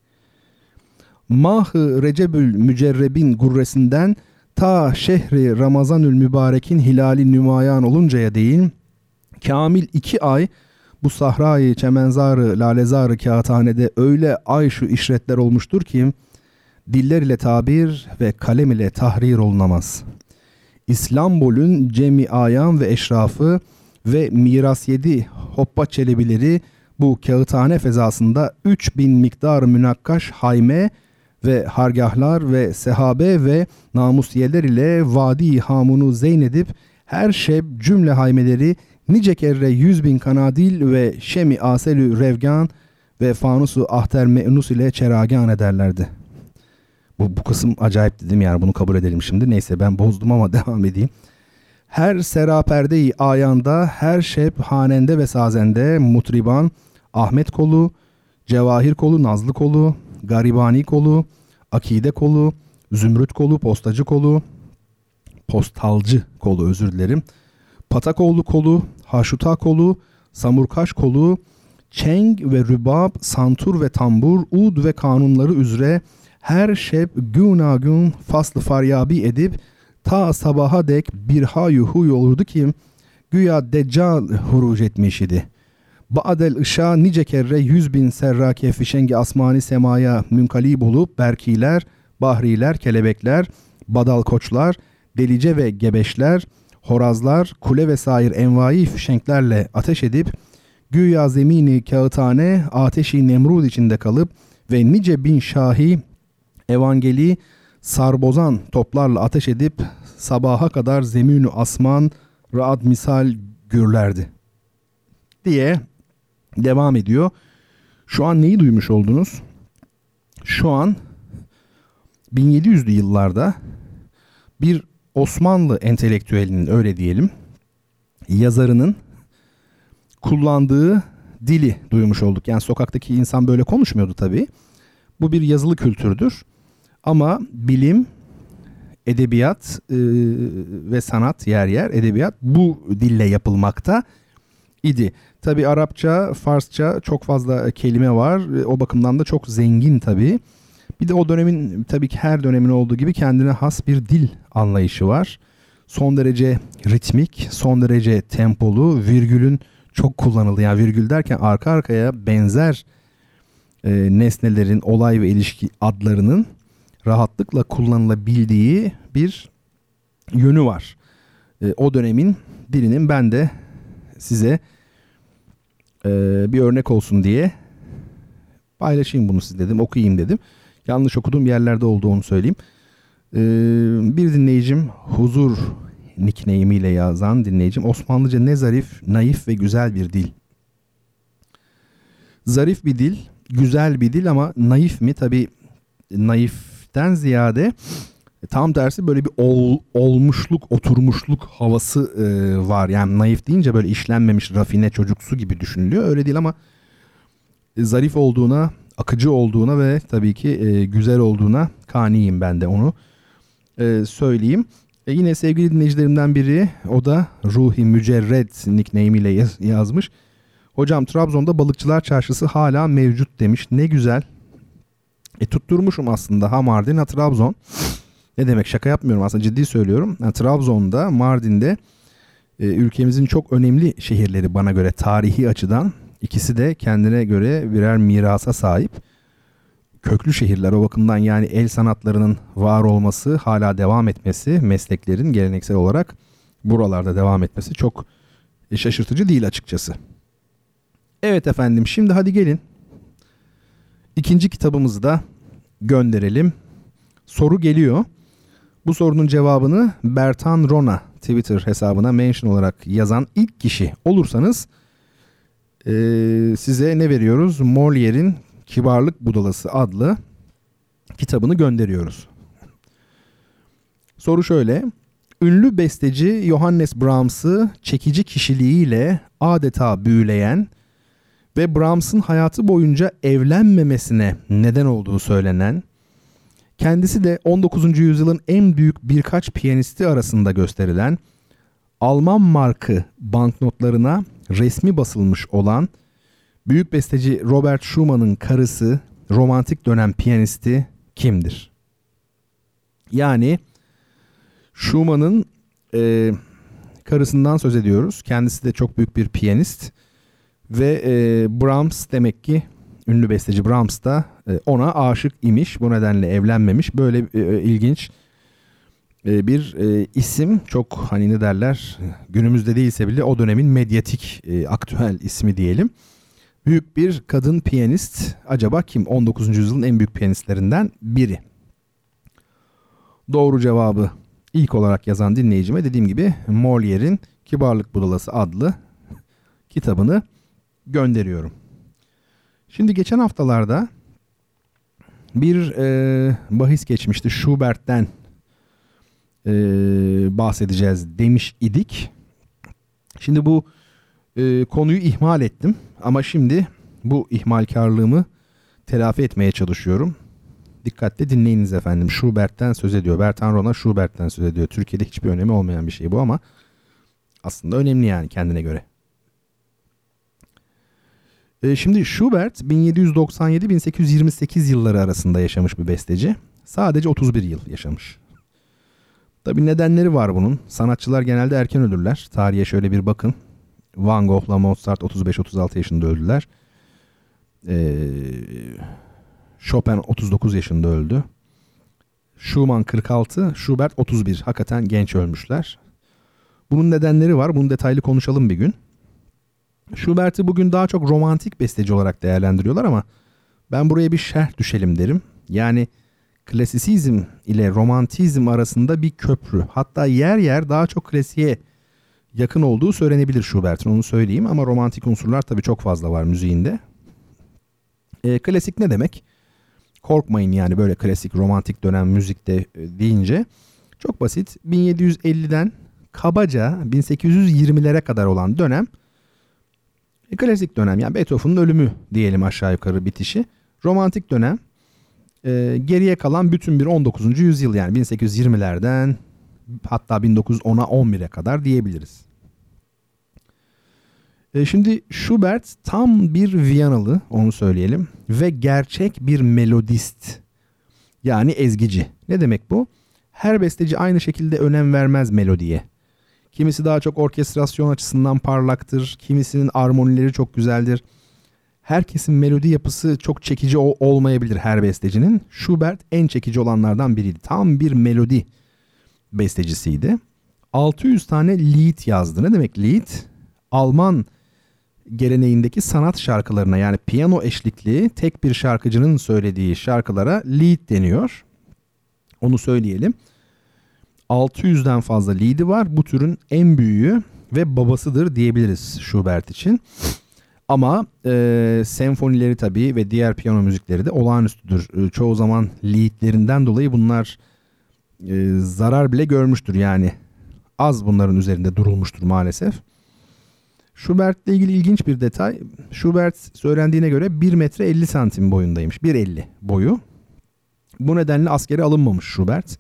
Mah-ı Recebül Mücerreb'in gurresinden ta şehri Ramazanül Mübarek'in hilali nümayan oluncaya değin kamil iki ay bu sahrayı çemenzarı lalezarı kağıthanede öyle ay şu işretler olmuştur ki diller ile tabir ve kalem ile tahrir olunamaz. İstanbul'un cemi ayan ve eşrafı ve miras yedi hoppa çelebileri bu kağıthane fezasında üç bin miktar münakkaş hayme ve hargahlar ve sehabe ve namusiyeler ile vadi hamunu zeynedip her şeb cümle haymeleri nice kere yüz bin kanadil ve şemi aselü revgan ve fanusu ahter me'nus ile çeragan ederlerdi. Bu, bu kısım acayip dedim, yani bunu kabul edelim şimdi. Neyse ben bozdum ama devam edeyim. Her seraperde-i ayanda, her şeb hanende ve sazende mutriban, Ahmet kolu, Cevahir kolu, Nazlı kolu, Garibani kolu, Akide kolu, Zümrüt kolu, Postacı kolu, Postalcı kolu özür dilerim, Patakoğlu kolu, Haşuta kolu, Samurkaş kolu, Çeng ve rübab, santur ve tambur, ud ve kanunları üzere her şeb günagün faslı faryabi edip ta sabaha dek bir hayuhu olurdu ki güya deccal huruc etmiş idi. Ba'del ışa nice kere yüz bin serrake fişengi asmani semaya münkalib olup berkiler, bahriler, kelebekler, badal koçlar, delice ve gebeşler, horazlar, kule ve sair envai fişenklerle ateş edip güya zemini kağıthane ateşi nemrud içinde kalıp ve nice bin şahi evangeli sarbozan toplarla ateş edip sabaha kadar zemini asman rahat misal gürlerdi diye devam ediyor. Şu an neyi duymuş oldunuz? Şu an bin yedi yüzlü yıllarda bir Osmanlı entelektüelinin, öyle diyelim, yazarının kullandığı dili duymuş olduk. Yani sokaktaki insan böyle konuşmuyordu tabii. Bu bir yazılı kültürdür. Ama bilim, edebiyat e, ve sanat, yer yer edebiyat bu dille yapılmakta idi. Tabii Arapça, Farsça çok fazla kelime var. O bakımdan da çok zengin tabii. Bir de o dönemin, tabii ki her dönemin olduğu gibi, kendine has bir dil anlayışı var. Son derece ritmik, son derece tempolu, virgülün çok kullanıldığı, yani virgül derken arka arkaya benzer e, nesnelerin, olay ve ilişki adlarının rahatlıkla kullanılabildiği bir yönü var. E, o dönemin dilinin ben de size e, bir örnek olsun diye paylaşayım bunu siz dedim, okuyayım dedim. Yanlış okuduğum yerlerde olduğunu söyleyeyim. E, bir dinleyicim, Huzur nickname ile yazan dinleyicim, Osmanlıca ne zarif, naif ve güzel bir dil. Zarif bir dil, güzel bir dil ama naif mi? Tabii naiften ziyade tam tersi böyle bir ol, olmuşluk, oturmuşluk havası e, var. Yani naif deyince böyle işlenmemiş, rafine, çocuksu gibi düşünülüyor. Öyle değil ama zarif olduğuna, akıcı olduğuna ve tabii ki e, güzel olduğuna kaniyim, ben de onu e, söyleyeyim. E yine sevgili dinleyicilerimden biri, o da Ruhi Mücerred nickname ile yaz, yazmış. Hocam, Trabzon'da Balıkçılar Çarşısı hala mevcut demiş. Ne güzel. E tutturmuşum aslında, ha Mardin ha Trabzon. Ne demek, şaka yapmıyorum aslında, ciddi söylüyorum. Yani Trabzon'da, Mardin'de e, ülkemizin çok önemli şehirleri bana göre tarihi açıdan. İkisi de kendine göre birer mirasa sahip. Köklü şehirler o bakımdan, yani el sanatlarının var olması, hala devam etmesi, mesleklerin geleneksel olarak buralarda devam etmesi çok şaşırtıcı değil açıkçası. Evet efendim, şimdi hadi gelin ikinci kitabımızı da gönderelim. Soru geliyor. Bu sorunun cevabını Bertan Rona Twitter hesabına mention olarak yazan ilk kişi olursanız e, size ne veriyoruz? Molière'in Kibarlık Budalası adlı kitabını gönderiyoruz. Soru şöyle. Ünlü besteci Johannes Brahms'ı çekici kişiliğiyle adeta büyüleyen ve Brahms'ın hayatı boyunca evlenmemesine neden olduğu söylenen, kendisi de on dokuzuncu yüzyılın en büyük birkaç piyanisti arasında gösterilen, Alman markı banknotlarına resmi basılmış olan büyük besteci Robert Schumann'ın karısı, romantik dönem piyanisti kimdir? Yani Schumann'ın e, karısından söz ediyoruz. Kendisi de çok büyük bir piyanist ve e, Brahms, demek ki ünlü besteci Brahms da e, ona aşık imiş. Bu nedenle evlenmemiş. Böyle e, ilginç e, bir e, isim. Çok, hani ne derler, günümüzde değilse bile o dönemin medyatik e, aktüel ismi diyelim. Büyük bir kadın piyanist. Acaba kim? on dokuzuncu yüzyılın en büyük piyanistlerinden biri. Doğru cevabı ilk olarak yazan dinleyicime, dediğim gibi, Molière'in Kibarlık Budalası adlı kitabını gönderiyorum. Şimdi geçen haftalarda bir e, bahis geçmişti. Schubert'ten e, bahsedeceğiz demiş idik. Şimdi bu e, konuyu ihmal ettim. Ama şimdi bu ihmalkarlığımı telafi etmeye çalışıyorum. Dikkatle dinleyiniz efendim. Schubert'ten söz ediyor. Bertan Rona Schubert'ten söz ediyor. Türkiye'de hiçbir önemi olmayan bir şey bu ama aslında önemli yani kendine göre. E şimdi Schubert bin yedi yüz doksan yedi bin sekiz yüz yirmi sekiz yılları arasında yaşamış bir besteci. Sadece otuz bir yıl yaşamış. Tabii nedenleri var bunun. Sanatçılar genelde erken ölürler. Tarihe şöyle bir bakın. Van Gogh'la Mozart otuz beş otuz altı yaşında öldüler. Ee, Chopin otuz dokuz yaşında öldü. Schumann kırk altı, Schubert otuz bir. Hakikaten genç ölmüşler. Bunun nedenleri var. Bunu detaylı konuşalım bir gün. Schubert'i bugün daha çok romantik besteci olarak değerlendiriyorlar ama ben buraya bir şerh düşelim derim. Yani klasisizm ile romantizm arasında bir köprü. Hatta yer yer daha çok klasiğe yakın olduğu söylenebilir Schubert'in, onu söyleyeyim. Ama romantik unsurlar tabii çok fazla var müziğinde. E, klasik ne demek? Korkmayın yani böyle klasik romantik dönem müzikte e, deyince. Çok basit. bin yedi yüz elliden kabaca bin sekiz yüz yirmilere kadar olan dönem e, klasik dönem. Yani Beethoven'ın ölümü diyelim aşağı yukarı bitişi. Romantik dönem. E, geriye kalan bütün bir on dokuzuncu yüzyıl yani bin sekiz yüz yirmilerden hatta bin dokuz yüz ona on bire kadar diyebiliriz. E, şimdi Schubert tam bir Viyanalı, onu söyleyelim, ve gerçek bir melodist, yani ezgici. Ne demek bu? Her besteci aynı şekilde önem vermez melodiye. Kimisi daha çok orkestrasyon açısından parlaktır, kimisinin armonileri çok güzeldir. Herkesin melodi yapısı çok çekici olmayabilir her bestecinin. Schubert en çekici olanlardan biriydi. Tam bir melodi bestecisiydi. altı yüz tane lied yazdı. Ne demek lied? Alman geleneğindeki sanat şarkılarına, yani piyano eşlikli tek bir şarkıcının söylediği şarkılara lied deniyor. Onu söyleyelim. altı yüzden fazla lied'i var. Bu türün en büyüğü ve babasıdır diyebiliriz Schubert için. Ama e, senfonileri tabii ve diğer piyano müzikleri de olağanüstüdür. E, çoğu zaman lied'lerinden dolayı bunlar e, zarar bile görmüştür. Yani az bunların üzerinde durulmuştur maalesef. Schubert'le ilgili ilginç bir detay. Schubert söylendiğine göre bir metre elli santim boyundaymış. bir elli boyu. Bu nedenle askere alınmamış Schubert.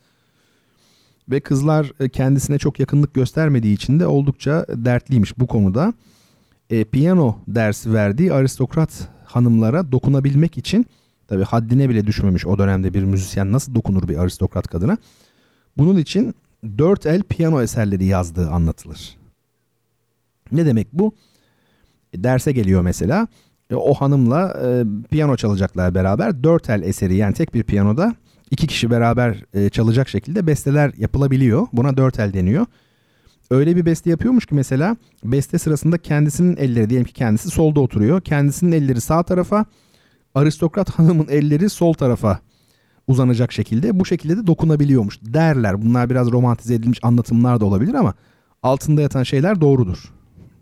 Ve kızlar kendisine çok yakınlık göstermediği için de oldukça dertliymiş bu konuda. E, piyano dersi verdiği aristokrat hanımlara dokunabilmek için, tabii haddine bile düşmemiş o dönemde bir müzisyen nasıl dokunur bir aristokrat kadına. Bunun için dört el piyano eserleri yazdığı anlatılır. Ne demek bu? E, derse geliyor mesela. E, o hanımla e, piyano çalacaklar beraber. Dört el eseri, yani tek bir piyanoda iki kişi beraber e, çalacak şekilde besteler yapılabiliyor. Buna dört el deniyor. Öyle bir beste yapıyormuş ki mesela beste sırasında kendisinin elleri, diyelim ki kendisi solda oturuyor. Kendisinin elleri sağ tarafa, aristokrat hanımın elleri sol tarafa uzanacak şekilde, bu şekilde de dokunabiliyormuş derler. Bunlar biraz romantize edilmiş anlatımlar da olabilir ama altında yatan şeyler doğrudur.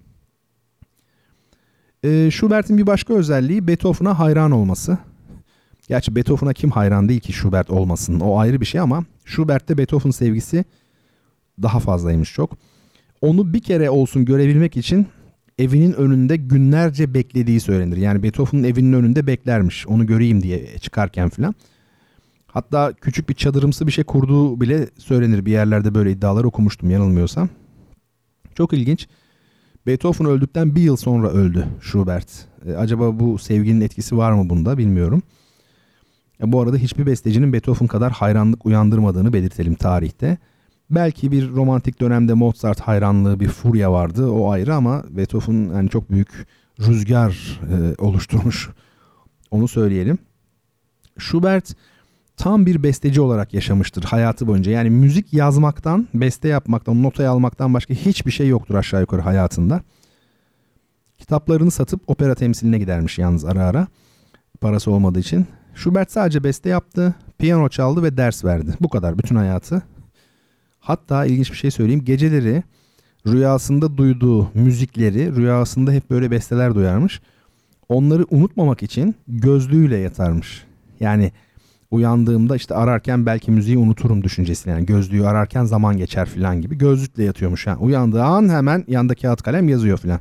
Ee, Schubert'in bir başka özelliği Beethoven'a hayran olması. Gerçi Beethoven'a kim hayran değil ki Schubert olmasın, o ayrı bir şey, ama Schubert'te Beethoven sevgisi daha fazlaymış çok. Onu bir kere olsun görebilmek için evinin önünde günlerce beklediği söylenir. Yani Beethoven'ın evinin önünde beklermiş, onu göreyim diye çıkarken filan. Hatta küçük bir çadırımsı bir şey kurduğu bile söylenir. Bir yerlerde böyle iddialar okumuştum yanılmıyorsam. Çok ilginç. Beethoven öldükten bir yıl sonra öldü Schubert. E, acaba bu sevginin etkisi var mı bunda bilmiyorum. E, bu arada hiçbir bestecinin Beethoven kadar hayranlık uyandırmadığını belirtelim tarihte. Belki bir romantik dönemde Mozart hayranlığı, bir furya vardı, o ayrı, ama Beethoven yani çok büyük rüzgar e, oluşturmuş. Onu söyleyelim. Schubert tam bir besteci olarak yaşamıştır hayatı boyunca. Yani müzik yazmaktan, beste yapmaktan, notayı almaktan başka hiçbir şey yoktur aşağı yukarı hayatında. Kitaplarını satıp opera temsiline gidermiş yalnız ara ara, parası olmadığı için. Schubert sadece beste yaptı, piyano çaldı ve ders verdi. Bu kadar bütün hayatı. Hatta ilginç bir şey söyleyeyim. Geceleri rüyasında duyduğu müzikleri, rüyasında hep böyle besteler duyarmış. Onları unutmamak için gözlüğüyle yatarmış. Yani uyandığımda işte ararken belki müziği unuturum düşüncesiyle. Yani gözlüğü ararken zaman geçer falan gibi. Gözlükle yatıyormuş. Yani uyandığı an hemen yanda kağıt kalem yazıyor falan.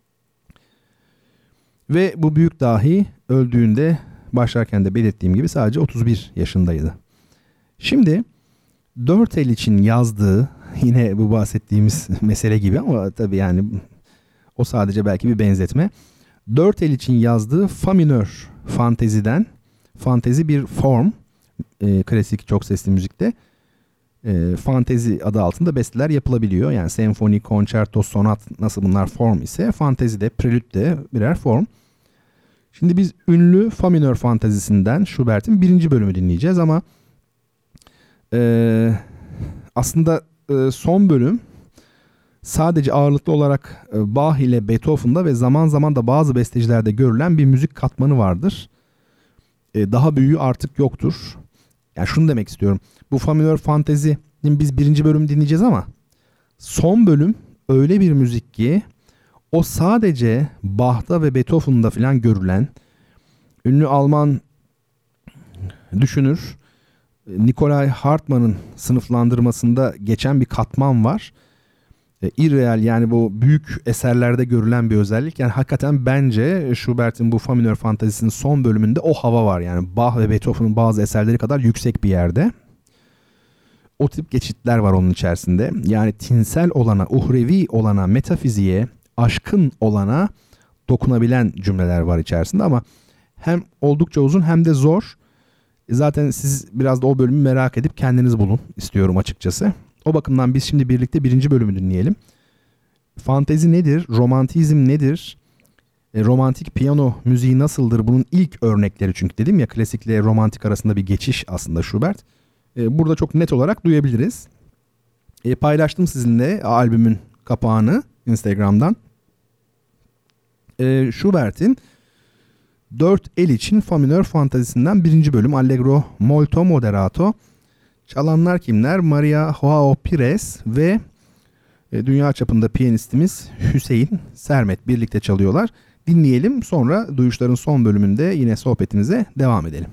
Ve bu büyük dahi öldüğünde başlarken de belirttiğim gibi sadece otuz bir yaşındaydı. Şimdi dört el için yazdığı, yine bu bahsettiğimiz mesele gibi ama tabii yani o sadece belki bir benzetme. Dört el için yazdığı fa minör fanteziden, fantezi bir form, e, klasik çok sesli müzikte e, fantezi adı altında besteler yapılabiliyor. Yani senfoni, konçerto, sonat nasıl bunlar form ise fantezi de, prelüt de birer form. Şimdi biz ünlü fa minör fantezisinden Schubert'in birinci bölümü dinleyeceğiz ama Ee, aslında e, son bölüm sadece ağırlıklı olarak e, Bach ile Beethoven'da ve zaman zaman da bazı bestecilerde görülen bir müzik katmanı vardır. E, daha büyüğü artık yoktur. Yani şunu demek istiyorum. Bu fa minör fantezinin biz birinci bölümü dinleyeceğiz ama son bölüm öyle bir müzik ki o sadece Bach'ta ve Beethoven'da falan görülen ünlü Alman düşünür. Nikolay Hartmann'ın sınıflandırmasında geçen bir katman var. E, irreal, yani bu büyük eserlerde görülen bir özellik. Yani hakikaten bence Schubert'in bu Fa minör fantazisinin son bölümünde o hava var. Yani Bach ve Beethoven'ın bazı eserleri kadar yüksek bir yerde. O tip geçitler var onun içerisinde. Yani tinsel olana, uhrevi olana, metafiziğe, aşkın olana dokunabilen cümleler var içerisinde ama hem oldukça uzun hem de zor. Zaten siz biraz da o bölümü merak edip kendiniz bulun istiyorum açıkçası. O bakımdan biz şimdi birlikte birinci bölümü dinleyelim. Fantezi nedir? Romantizm nedir? E, romantik piyano müziği nasıldır? Bunun ilk örnekleri, çünkü dedim ya klasikle romantik arasında bir geçiş aslında Schubert. E, burada çok net olarak duyabiliriz. E, paylaştım sizinle albümün kapağını Instagram'dan. E, Schubert'in dört el için Fa minör fantazisinden birinci bölüm Allegro molto moderato. Çalanlar kimler? Maria Joao Pires ve e, dünya çapında piyanistimiz Hüseyin Sermet birlikte çalıyorlar. Dinleyelim, sonra Duyuşların son bölümünde yine sohbetimize devam edelim.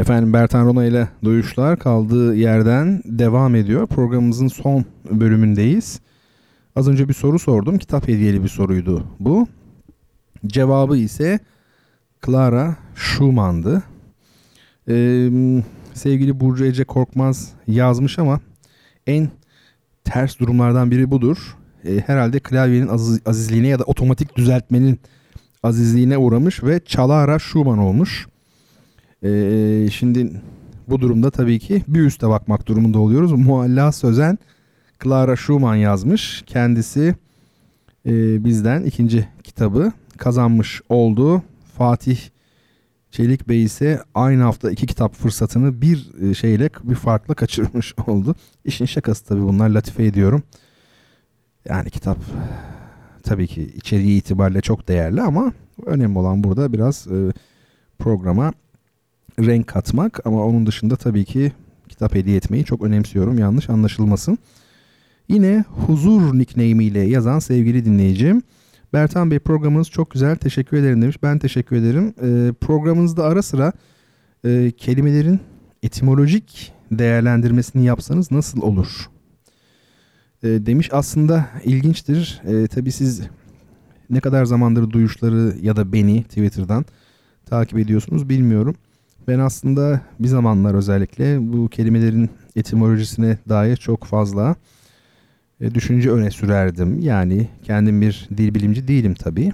Efendim Bertan Rona ile Duyuşlar kaldığı yerden devam ediyor. Programımızın son bölümündeyiz. Az önce bir soru sordum. Kitap hediyeli bir soruydu bu. Cevabı ise Clara Schumann'dı. Ee, sevgili Burcu Ece Korkmaz yazmış ama en ters durumlardan biri budur. Ee, herhalde klavyenin aziz, azizliğine ya da otomatik düzeltmenin azizliğine uğramış ve Clara Schumann olmuş. Ee, şimdi bu durumda tabii ki bir üste bakmak durumunda oluyoruz. Mualla Sözen Clara Schumann yazmış. Kendisi e, bizden ikinci kitabı kazanmış oldu. Fatih Çelik Bey ise aynı hafta iki kitap fırsatını bir şeyle, bir farkla kaçırmış oldu. İşin şakası tabii, bunlar, latife ediyorum. Yani kitap tabii ki içeriği itibariyle çok değerli ama önemli olan burada biraz e, programa renk katmak, ama onun dışında tabii ki kitap hediye etmeyi çok önemsiyorum, yanlış anlaşılmasın. Yine Huzur nickname ile yazan sevgili dinleyicim, Bertan Bey programınız çok güzel, teşekkür ederim demiş. Ben teşekkür ederim. Ee, programınızda ara sıra e, kelimelerin etimolojik değerlendirmesini yapsanız nasıl olur? E, demiş. Aslında ilginçtir. E, tabii siz ne kadar zamandır Duyuşları ya da beni Twitter'dan takip ediyorsunuz bilmiyorum. Ben aslında bir zamanlar özellikle bu kelimelerin etimolojisine dair çok fazla e, düşünce öne sürerdim. Yani kendim bir dil bilimci değilim tabii.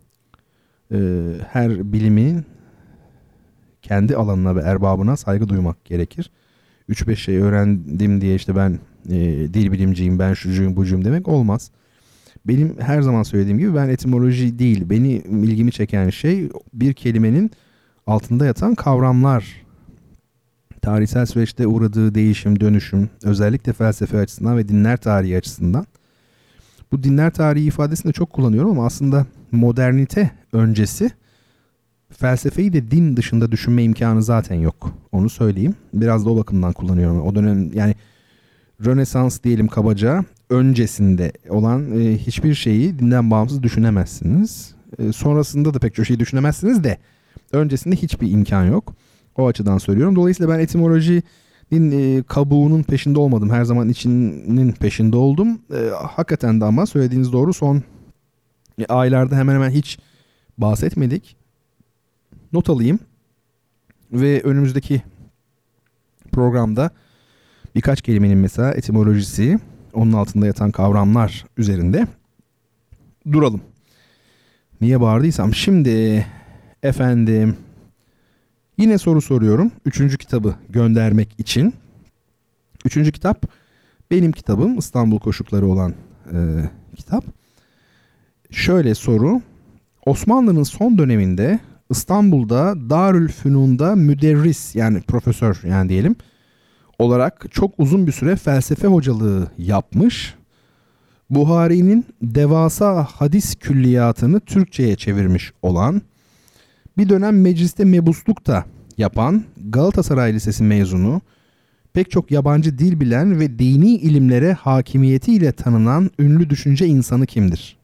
E, her bilimin kendi alanına ve erbabına saygı duymak gerekir. üç beş şey öğrendim diye işte ben e, dil bilimciyim, ben şucuyum, bucuyum demek olmaz. Benim her zaman söylediğim gibi ben etimoloji değil, beni ilgimi çeken şey bir kelimenin altında yatan kavramlar, tarihsel süreçte uğradığı değişim, dönüşüm, özellikle felsefe açısından ve dinler tarihi açısından. Bu dinler tarihi ifadesini de çok kullanıyorum ama aslında modernite öncesi felsefeyi de din dışında düşünme imkanı zaten yok. Onu söyleyeyim. Biraz da o bakımdan kullanıyorum. O dönem, yani Rönesans diyelim kabaca, öncesinde olan e, hiçbir şeyi dinden bağımsız düşünemezsiniz. E, sonrasında da pek çok şeyi düşünemezsiniz de öncesinde hiçbir imkan yok. O açıdan söylüyorum. Dolayısıyla ben etimolojinin e, kabuğunun peşinde olmadım. Her zaman içinin peşinde oldum. E, hakikaten de ama söylediğiniz doğru, son e, aylarda hemen hemen hiç bahsetmedik. Not alayım ve önümüzdeki programda birkaç kelimenin mesela etimolojisi, onun altında yatan kavramlar üzerinde duralım. Niye bağırdıysam. Şimdi efendim yine soru soruyorum. Üçüncü kitabı göndermek için. Üçüncü kitap benim kitabım, İstanbul Koşukları olan e, kitap. Şöyle soru. Osmanlı'nın son döneminde İstanbul'da Darülfünun'da müderris, yani profesör yani diyelim olarak çok uzun bir süre felsefe hocalığı yapmış. Buhari'nin devasa hadis külliyatını Türkçe'ye çevirmiş olan, bir dönem mecliste mebusluk da yapan Galatasaray Lisesi mezunu, pek çok yabancı dil bilen ve dini ilimlere hakimiyetiyle tanınan ünlü düşünce insanı kimdir?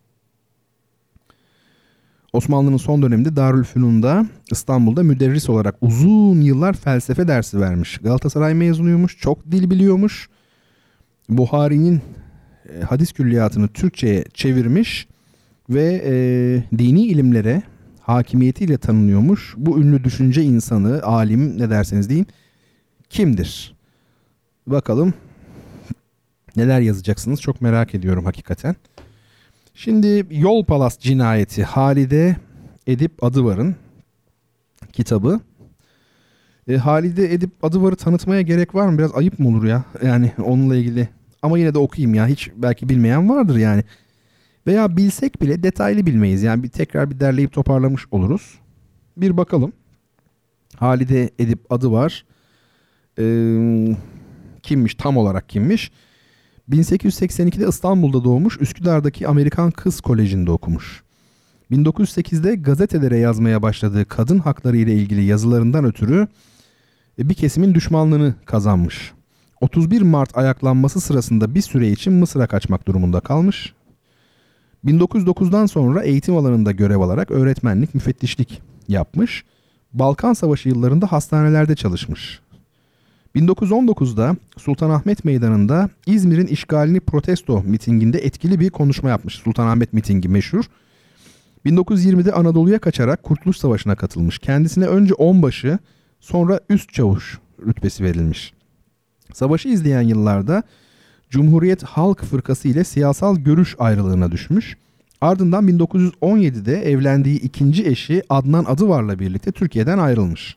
Osmanlı'nın son döneminde Darülfünun'da İstanbul'da müderris olarak uzun yıllar felsefe dersi vermiş. Galatasaray mezunuymuş, çok dil biliyormuş. Buhari'nin e, hadis külliyatını Türkçe'ye çevirmiş ve e, dini ilimlere hakimiyetiyle tanınıyormuş. Bu ünlü düşünce insanı, alim ne derseniz deyin, kimdir? Bakalım neler yazacaksınız, çok merak ediyorum hakikaten. Şimdi Yol Palas Cinayeti, Halide Edip Adıvar'ın kitabı. E, Halide Edip Adıvar'ı tanıtmaya gerek var mı? Biraz ayıp mı olur ya? Yani onunla ilgili. Ama yine de okuyayım ya. Hiç belki bilmeyen vardır yani. Veya bilsek bile detaylı bilmeyiz. Yani bir tekrar bir derleyip toparlamış oluruz. Bir bakalım. Halide Edip Adıvar e, kimmiş? Tam olarak kimmiş? bin sekiz yüz seksen ikide İstanbul'da doğmuş, Üsküdar'daki Amerikan Kız Koleji'nde okumuş. bin dokuz yüz sekizde gazetelere yazmaya başladığı kadın hakları ile ilgili yazılarından ötürü bir kesimin düşmanlığını kazanmış. otuz bir Mart ayaklanması sırasında bir süre için Mısır'a kaçmak durumunda kalmış. bin dokuz yüz dokuzdan sonra eğitim alanında görev alarak öğretmenlik, müfettişlik yapmış. Balkan Savaşı yıllarında hastanelerde çalışmış. bin dokuz yüz on dokuzda Sultanahmet Meydanı'nda İzmir'in işgalini protesto mitinginde etkili bir konuşma yapmış. Sultanahmet mitingi meşhur. bin dokuz yüz yirmide Anadolu'ya kaçarak Kurtuluş Savaşı'na katılmış. Kendisine önce onbaşı, sonra üst çavuş rütbesi verilmiş. Savaşı izleyen yıllarda Cumhuriyet Halk Fırkası ile siyasal görüş ayrılığına düşmüş. Ardından bin dokuz yüz on yedide evlendiği ikinci eşi Adnan Adıvar'la birlikte Türkiye'den ayrılmış.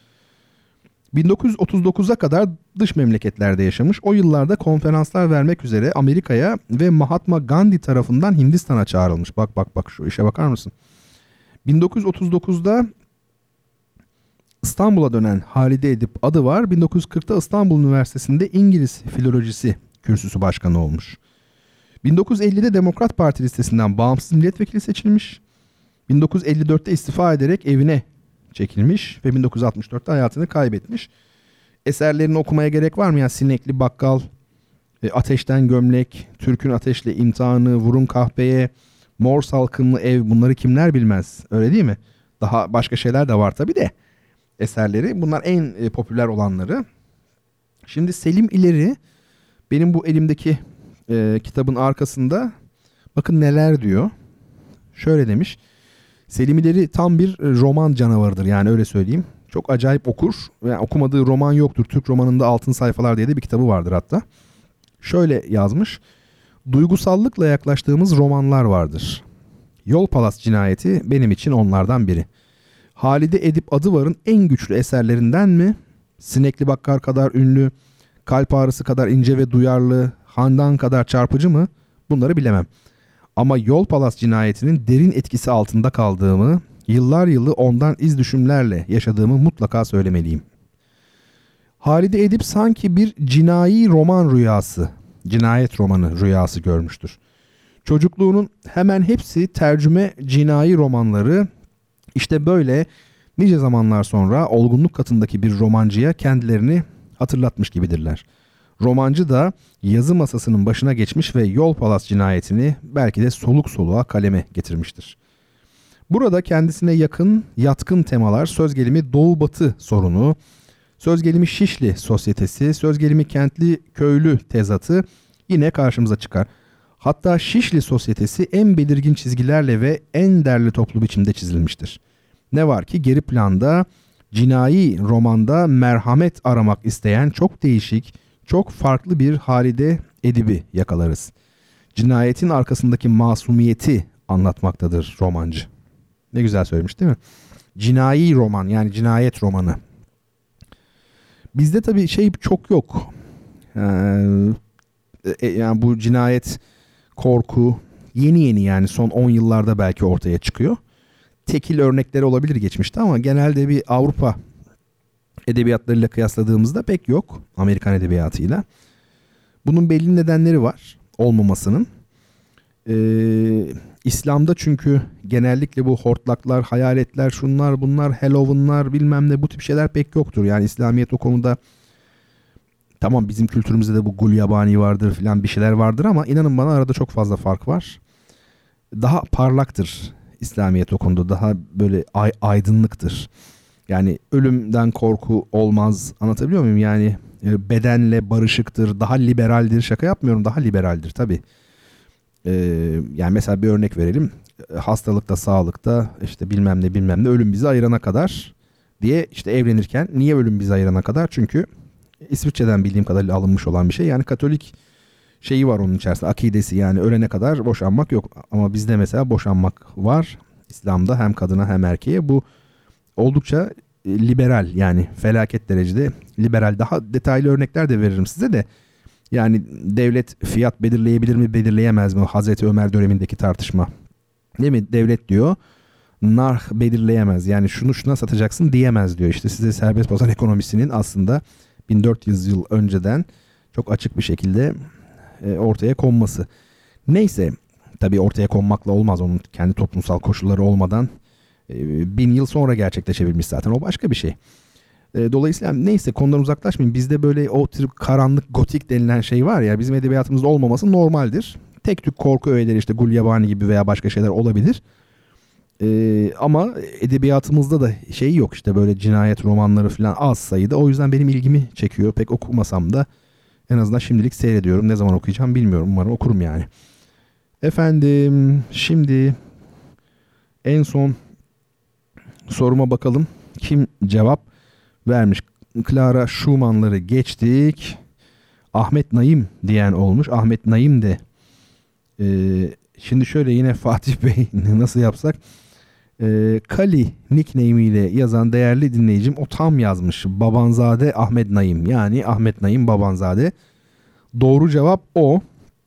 bin dokuz yüz otuz dokuza kadar dış memleketlerde yaşamış. O yıllarda konferanslar vermek üzere Amerika'ya ve Mahatma Gandhi tarafından Hindistan'a çağrılmış. Bak bak bak şu işe bakar mısın? bin dokuz yüz otuz dokuzda İstanbul'a dönen Halide Edip Adıvar, bin dokuz yüz kırkta İstanbul Üniversitesi'nde İngiliz Filolojisi Kürsüsü Başkanı olmuş. bin dokuz yüz ellide Demokrat Parti listesinden bağımsız milletvekili seçilmiş. bin dokuz yüz elli dörtte istifa ederek evine çekilmiş ve bin dokuz yüz altmış dörtte hayatını kaybetmiş. Eserlerini okumaya gerek var mı? Yani Sinekli Bakkal, Ateşten Gömlek, Türk'ün Ateşle İmtihanı, Vurun Kahpeye, Mor Salkımlı Ev, bunları kimler bilmez, öyle değil mi? Daha başka şeyler de var tabii de eserleri. Bunlar en e, popüler olanları. Şimdi Selim İleri, benim bu elimdeki e, kitabın arkasında bakın neler diyor. Şöyle demiş. Selim İleri tam bir roman canavarıdır, yani öyle söyleyeyim. Çok acayip okur. Yani okumadığı roman yoktur. Türk romanında Altın Sayfalar diye de bir kitabı vardır hatta. Şöyle yazmış. Duygusallıkla yaklaştığımız romanlar vardır. Yol Palas Cinayeti benim için onlardan biri. Halide Edip Adıvar'ın en güçlü eserlerinden mi? Sinekli Bakkal kadar ünlü, Kalp Ağrısı kadar ince ve duyarlı, Handan kadar çarpıcı mı? Bunları bilemem. Ama Yol Palas Cinayeti'nin derin etkisi altında kaldığımı, yıllar yılı ondan iz düşümlerle yaşadığımı mutlaka söylemeliyim. Halide Edip sanki bir cinayi roman rüyası, cinayet romanı rüyası görmüştür. Çocukluğunun hemen hepsi tercüme cinayi romanları, işte böyle nice zamanlar sonra olgunluk katındaki bir romancıya kendilerini hatırlatmış gibidirler. Romancı da yazı masasının başına geçmiş ve Yol Palas Cinayeti'ni belki de soluk soluğa kaleme getirmiştir. Burada kendisine yakın, yatkın temalar, söz gelimi Doğu Batı sorunu, söz gelimi Şişli sosyetesi, söz gelimi kentli köylü tezatı yine karşımıza çıkar. Hatta Şişli sosyetesi en belirgin çizgilerle ve en derli toplu biçimde çizilmiştir. Ne var ki geri planda cinayi romanda merhamet aramak isteyen çok değişik, çok farklı bir Halide Edip'i yakalarız. Cinayetin arkasındaki masumiyeti anlatmaktadır romancı. Ne güzel söylemiş değil mi? Cinayi roman, yani cinayet romanı. Bizde tabii şey çok yok. Ee, yani bu cinayet, korku yeni yeni, yani son on yıllarda belki ortaya çıkıyor. Tekil örnekleri olabilir geçmişte ama genelde bir Avrupa edebiyatlarıyla kıyasladığımızda pek yok, Amerikan edebiyatıyla. Bunun belli nedenleri var olmamasının. Ee, İslam'da çünkü genellikle bu hortlaklar, hayaletler, şunlar bunlar, Halloween'lar bilmem ne, bu tip şeyler pek yoktur. Yani İslamiyet o konuda, tamam bizim kültürümüzde de bu gulyabani vardır filan, bir şeyler vardır ama inanın bana arada çok fazla fark var. Daha parlaktır İslamiyet o konuda, daha böyle ay, aydınlıktır. Yani ölümden korku olmaz, anlatabiliyor muyum? Yani bedenle barışıktır, daha liberaldir, şaka yapmıyorum, daha liberaldir tabii. Ee, yani mesela bir örnek verelim, hastalıkta, sağlıkta, işte bilmem ne bilmem ne, ölüm bizi ayırana kadar diye, işte evlenirken niye ölüm bizi ayırana kadar? Çünkü İsviçre'den bildiğim kadarıyla alınmış olan bir şey. Yani Katolik şeyi var onun içerisinde, akidesi, yani ölene kadar boşanmak yok. Ama bizde mesela boşanmak var İslam'da, hem kadına hem erkeğe. Bu oldukça liberal, yani felaket derecede liberal. Daha detaylı örnekler de veririm size de. Yani devlet fiyat belirleyebilir mi, belirleyemez mi? Hazreti Ömer dönemindeki tartışma. Değil mi? Devlet diyor narh belirleyemez. Yani şunu şuna satacaksın diyemez diyor. İşte size serbest pazar ekonomisinin aslında bin dört yüz yıl önceden çok açık bir şekilde ortaya konması. Neyse, tabii ortaya konmakla olmaz, onun kendi toplumsal koşulları olmadan bin yıl sonra gerçekleşebilmiş zaten, o başka bir şey. Dolayısıyla neyse, konudan uzaklaşmayayım. Bizde böyle o tür karanlık, gotik denilen şey var ya, bizim edebiyatımızda olmaması normaldir. Tek tük korku öğeleri, işte Gulyabani gibi veya başka şeyler olabilir. Ee, ama edebiyatımızda da şey yok işte böyle cinayet romanları falan az sayıda. O yüzden benim ilgimi çekiyor. Pek okumasam da en azından şimdilik seyrediyorum. Ne zaman okuyacağım bilmiyorum. Umarım okurum yani. Efendim şimdi en son soruma bakalım. Kim cevap vermiş? Clara Schumann'ları geçtik. Ahmet Naim diyen olmuş. Ahmet Naim de e, şimdi şöyle yine Fatih Bey nasıl yapsak? E, Kali nickname ile yazan değerli dinleyicim o tam yazmış. Babanzade Ahmet Naim. Yani Ahmet Naim Babanzade. Doğru cevap o.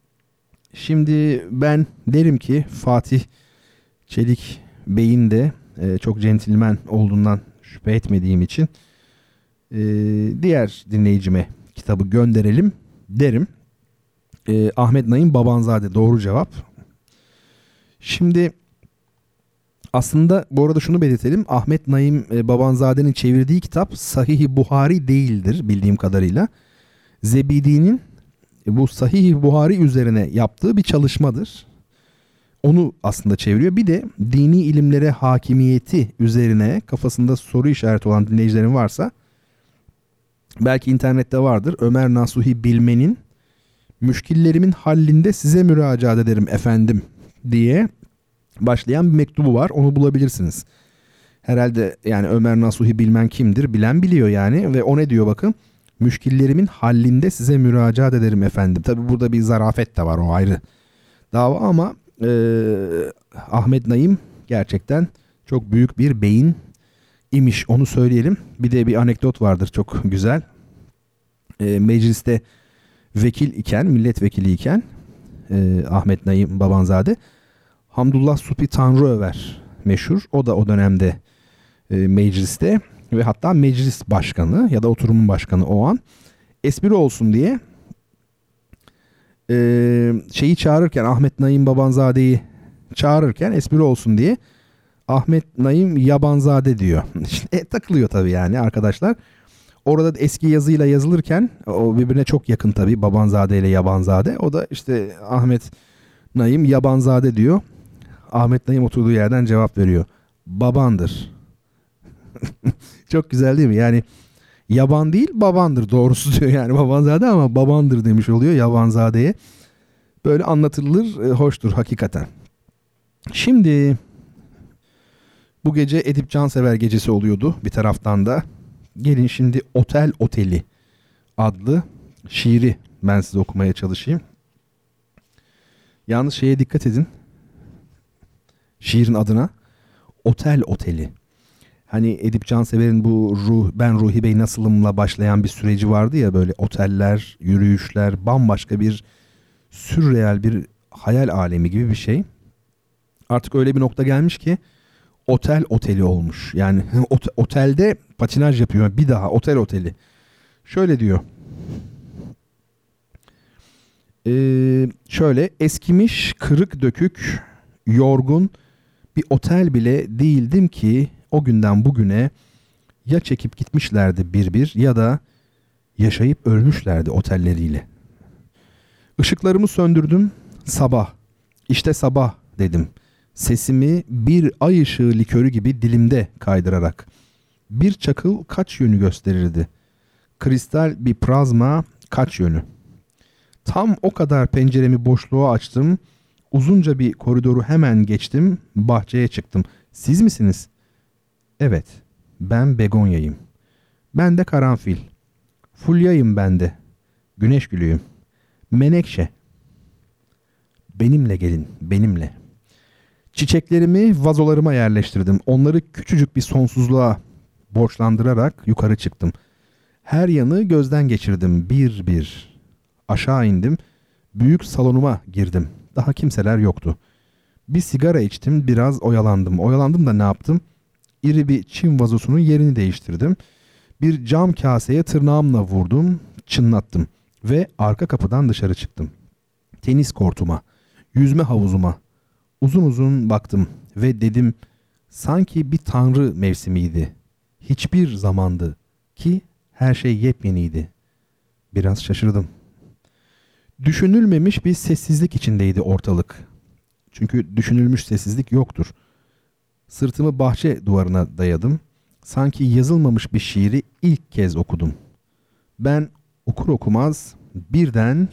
Şimdi ben derim ki Fatih Çelik Bey'in de e, çok centilmen olduğundan şüphe etmediğim için e, diğer dinleyicime kitabı gönderelim derim. E, Ahmet Naim Babanzade doğru cevap. Şimdi aslında bu arada şunu belirtelim. Ahmet Naim e, Babanzade'nin çevirdiği kitap Sahih-i Buhari değildir bildiğim kadarıyla. Zebidi'nin e, bu Sahih-i Buhari üzerine yaptığı bir çalışmadır. Onu aslında çeviriyor. Bir de dini ilimlere hakimiyeti üzerine kafasında soru işareti olan dinleyicilerin varsa belki internette vardır. Ömer Nasuhi Bilmen'in "Müşkillerimin hallində size müracaat ederim efendim" diye başlayan bir mektubu var. Onu bulabilirsiniz. Herhalde yani Ömer Nasuhi Bilmen kimdir? Bilen biliyor yani. Ve o ne diyor bakın? "Müşkillerimin hallində size müracaat ederim efendim." Tabi burada bir zarafet de var, o ayrı dava ama e, Ahmet Naim gerçekten çok büyük bir beyin imiş, onu söyleyelim. Bir de bir anekdot vardır çok güzel. E, mecliste vekil iken, milletvekili iken e, Ahmet Naim Babanzade, Hamdullah Supi Tanrıöver meşhur. O da o dönemde e, mecliste ve hatta meclis başkanı ya da oturumun başkanı o an. Espri olsun diye e, şeyi çağırırken, Ahmet Naim Babanzade'yi çağırırken espri olsun diye Ahmet Naim Yabanzade diyor. e, takılıyor tabii yani arkadaşlar. Orada da eski yazıyla yazılırken o birbirine çok yakın tabii, Babanzade ile Yabanzade. O da işte Ahmet Naim Yabanzade diyor. Ahmet Naim oturduğu yerden cevap veriyor. Babandır. Çok güzel değil mi? Yani yaban değil babandır doğrusu diyor yani Babanzade, ama babandır demiş oluyor Yabanzade'ye. Böyle anlatılır, e, hoştur hakikaten. Şimdi bu gece Edip Cansever gecesi oluyordu bir taraftan da. Gelin şimdi Otel Oteli adlı şiiri ben size okumaya çalışayım. Yalnız şeye dikkat edin. Şiirin adına Otel Oteli. Hani Edip Cansever'in bu ruh, ben Ruhi Bey nasılımla başlayan bir süreci vardı ya, böyle oteller, yürüyüşler, bambaşka bir sürreal bir hayal alemi gibi bir şey. Artık öyle bir nokta gelmiş ki Otel Oteli olmuş. Yani ot- otelde patinaj yapıyor. Bir daha Otel Oteli. Şöyle diyor. Ee, şöyle eskimiş, kırık dökük, yorgun bir otel bile değildim ki o günden bugüne ya çekip gitmişlerdi bir bir ya da yaşayıp ölmüşlerdi otelleriyle. Işıklarımı söndürdüm, sabah. İşte sabah dedim. Sesimi bir ay ışığı likörü gibi dilimde kaydırarak. Bir çakıl kaç yönü gösterirdi. Kristal bir prazma kaç yönü. Tam o kadar penceremi boşluğa açtım. Uzunca bir koridoru hemen geçtim. Bahçeye çıktım. Siz misiniz? Evet, ben begonyayım. Ben de karanfil. Fulyayım ben de. Güneş gülüyüm. Menekşe. Benimle gelin, benimle. Çiçeklerimi vazolarıma yerleştirdim. Onları küçücük bir sonsuzluğa borçlandırarak yukarı çıktım. Her yanı gözden geçirdim bir bir. Aşağı indim. Büyük salonuma girdim. Daha kimseler yoktu. Bir sigara içtim, biraz oyalandım. Oyalandım da ne yaptım? İri bir çim vazosunun yerini değiştirdim. Bir cam kaseye tırnağımla vurdum, çınlattım. Ve arka kapıdan dışarı çıktım. Tenis kortuma, yüzme havuzuma uzun uzun baktım ve dedim sanki bir tanrı mevsimiydi. Hiçbir zamandı ki her şey yepyeniydi. Biraz şaşırdım. Düşünülmemiş bir sessizlik içindeydi ortalık. Çünkü düşünülmüş sessizlik yoktur. Sırtımı bahçe duvarına dayadım. Sanki yazılmamış bir şiiri ilk kez okudum. Ben okur okumaz birden,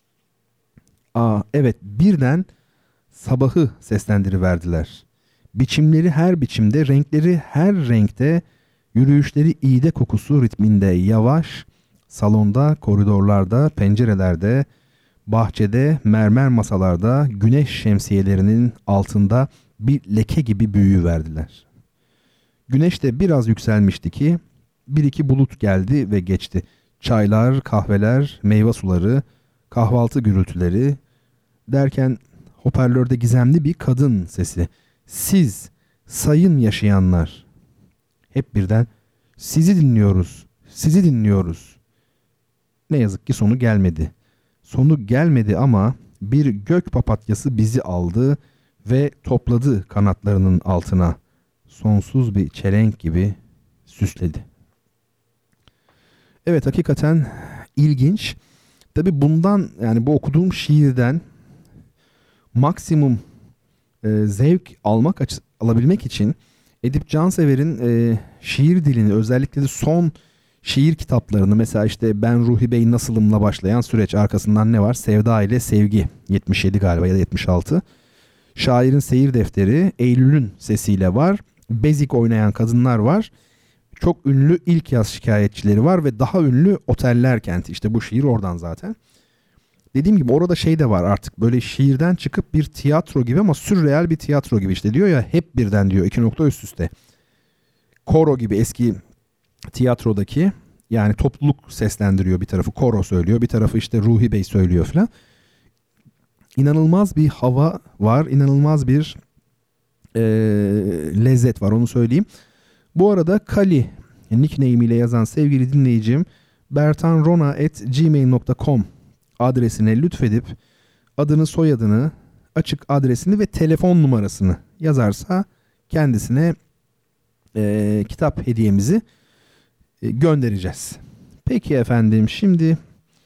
aa evet birden sabahı seslendiriverdiler. Biçimleri her biçimde, renkleri her renkte, yürüyüşleri iğde kokusu ritminde yavaş, salonda, koridorlarda, pencerelerde, bahçede, mermer masalarda, güneş şemsiyelerinin altında bir leke gibi büyüyüverdiler. Güneş de biraz yükselmişti ki bir iki bulut geldi ve geçti. Çaylar, kahveler, meyve suları, kahvaltı gürültüleri derken hoparlörde gizemli bir kadın sesi. Siz, sayın yaşayanlar. Hep birden sizi dinliyoruz, sizi dinliyoruz. Ne yazık ki sonu gelmedi. Sonu gelmedi ama bir gök papatyası bizi aldı ve topladı kanatlarının altına. Sonsuz bir çelenk gibi süsledi. Evet, hakikaten ilginç. Tabii bundan, yani bu okuduğum şiirden maksimum e, zevk almak alabilmek için Edip Cansever'in e, şiir dilini, özellikle de son şiir kitaplarını, mesela işte Ben Ruhi Bey Nasılım'la başlayan süreç, arkasından ne var? Sevda ile Sevgi, yetmiş yedi galiba ya da yetmiş altı. Şairin Seyir Defteri, Eylül'ün Sesiyle var. Bezik Oynayan Kadınlar var. Çok ünlü İlk Yaz Şikayetçileri var ve daha ünlü Oteller Kenti. İşte bu şiir oradan zaten. Dediğim gibi orada şey de var artık, böyle şiirden çıkıp bir tiyatro gibi ama sürreal bir tiyatro gibi, işte diyor ya hep birden diyor, iki nokta üst üste. Koro gibi, eski tiyatrodaki, yani topluluk seslendiriyor, bir tarafı koro söylüyor, bir tarafı işte Ruhi Bey söylüyor falan. İnanılmaz bir hava var, inanılmaz bir e, lezzet var, onu söyleyeyim. Bu arada Kali nickname ile yazan sevgili dinleyicim bertanrona at gmail nokta com adresine lütfedip adını, soyadını, açık adresini ve telefon numarasını yazarsa kendisine e, kitap hediyemizi e, göndereceğiz. Peki efendim, şimdi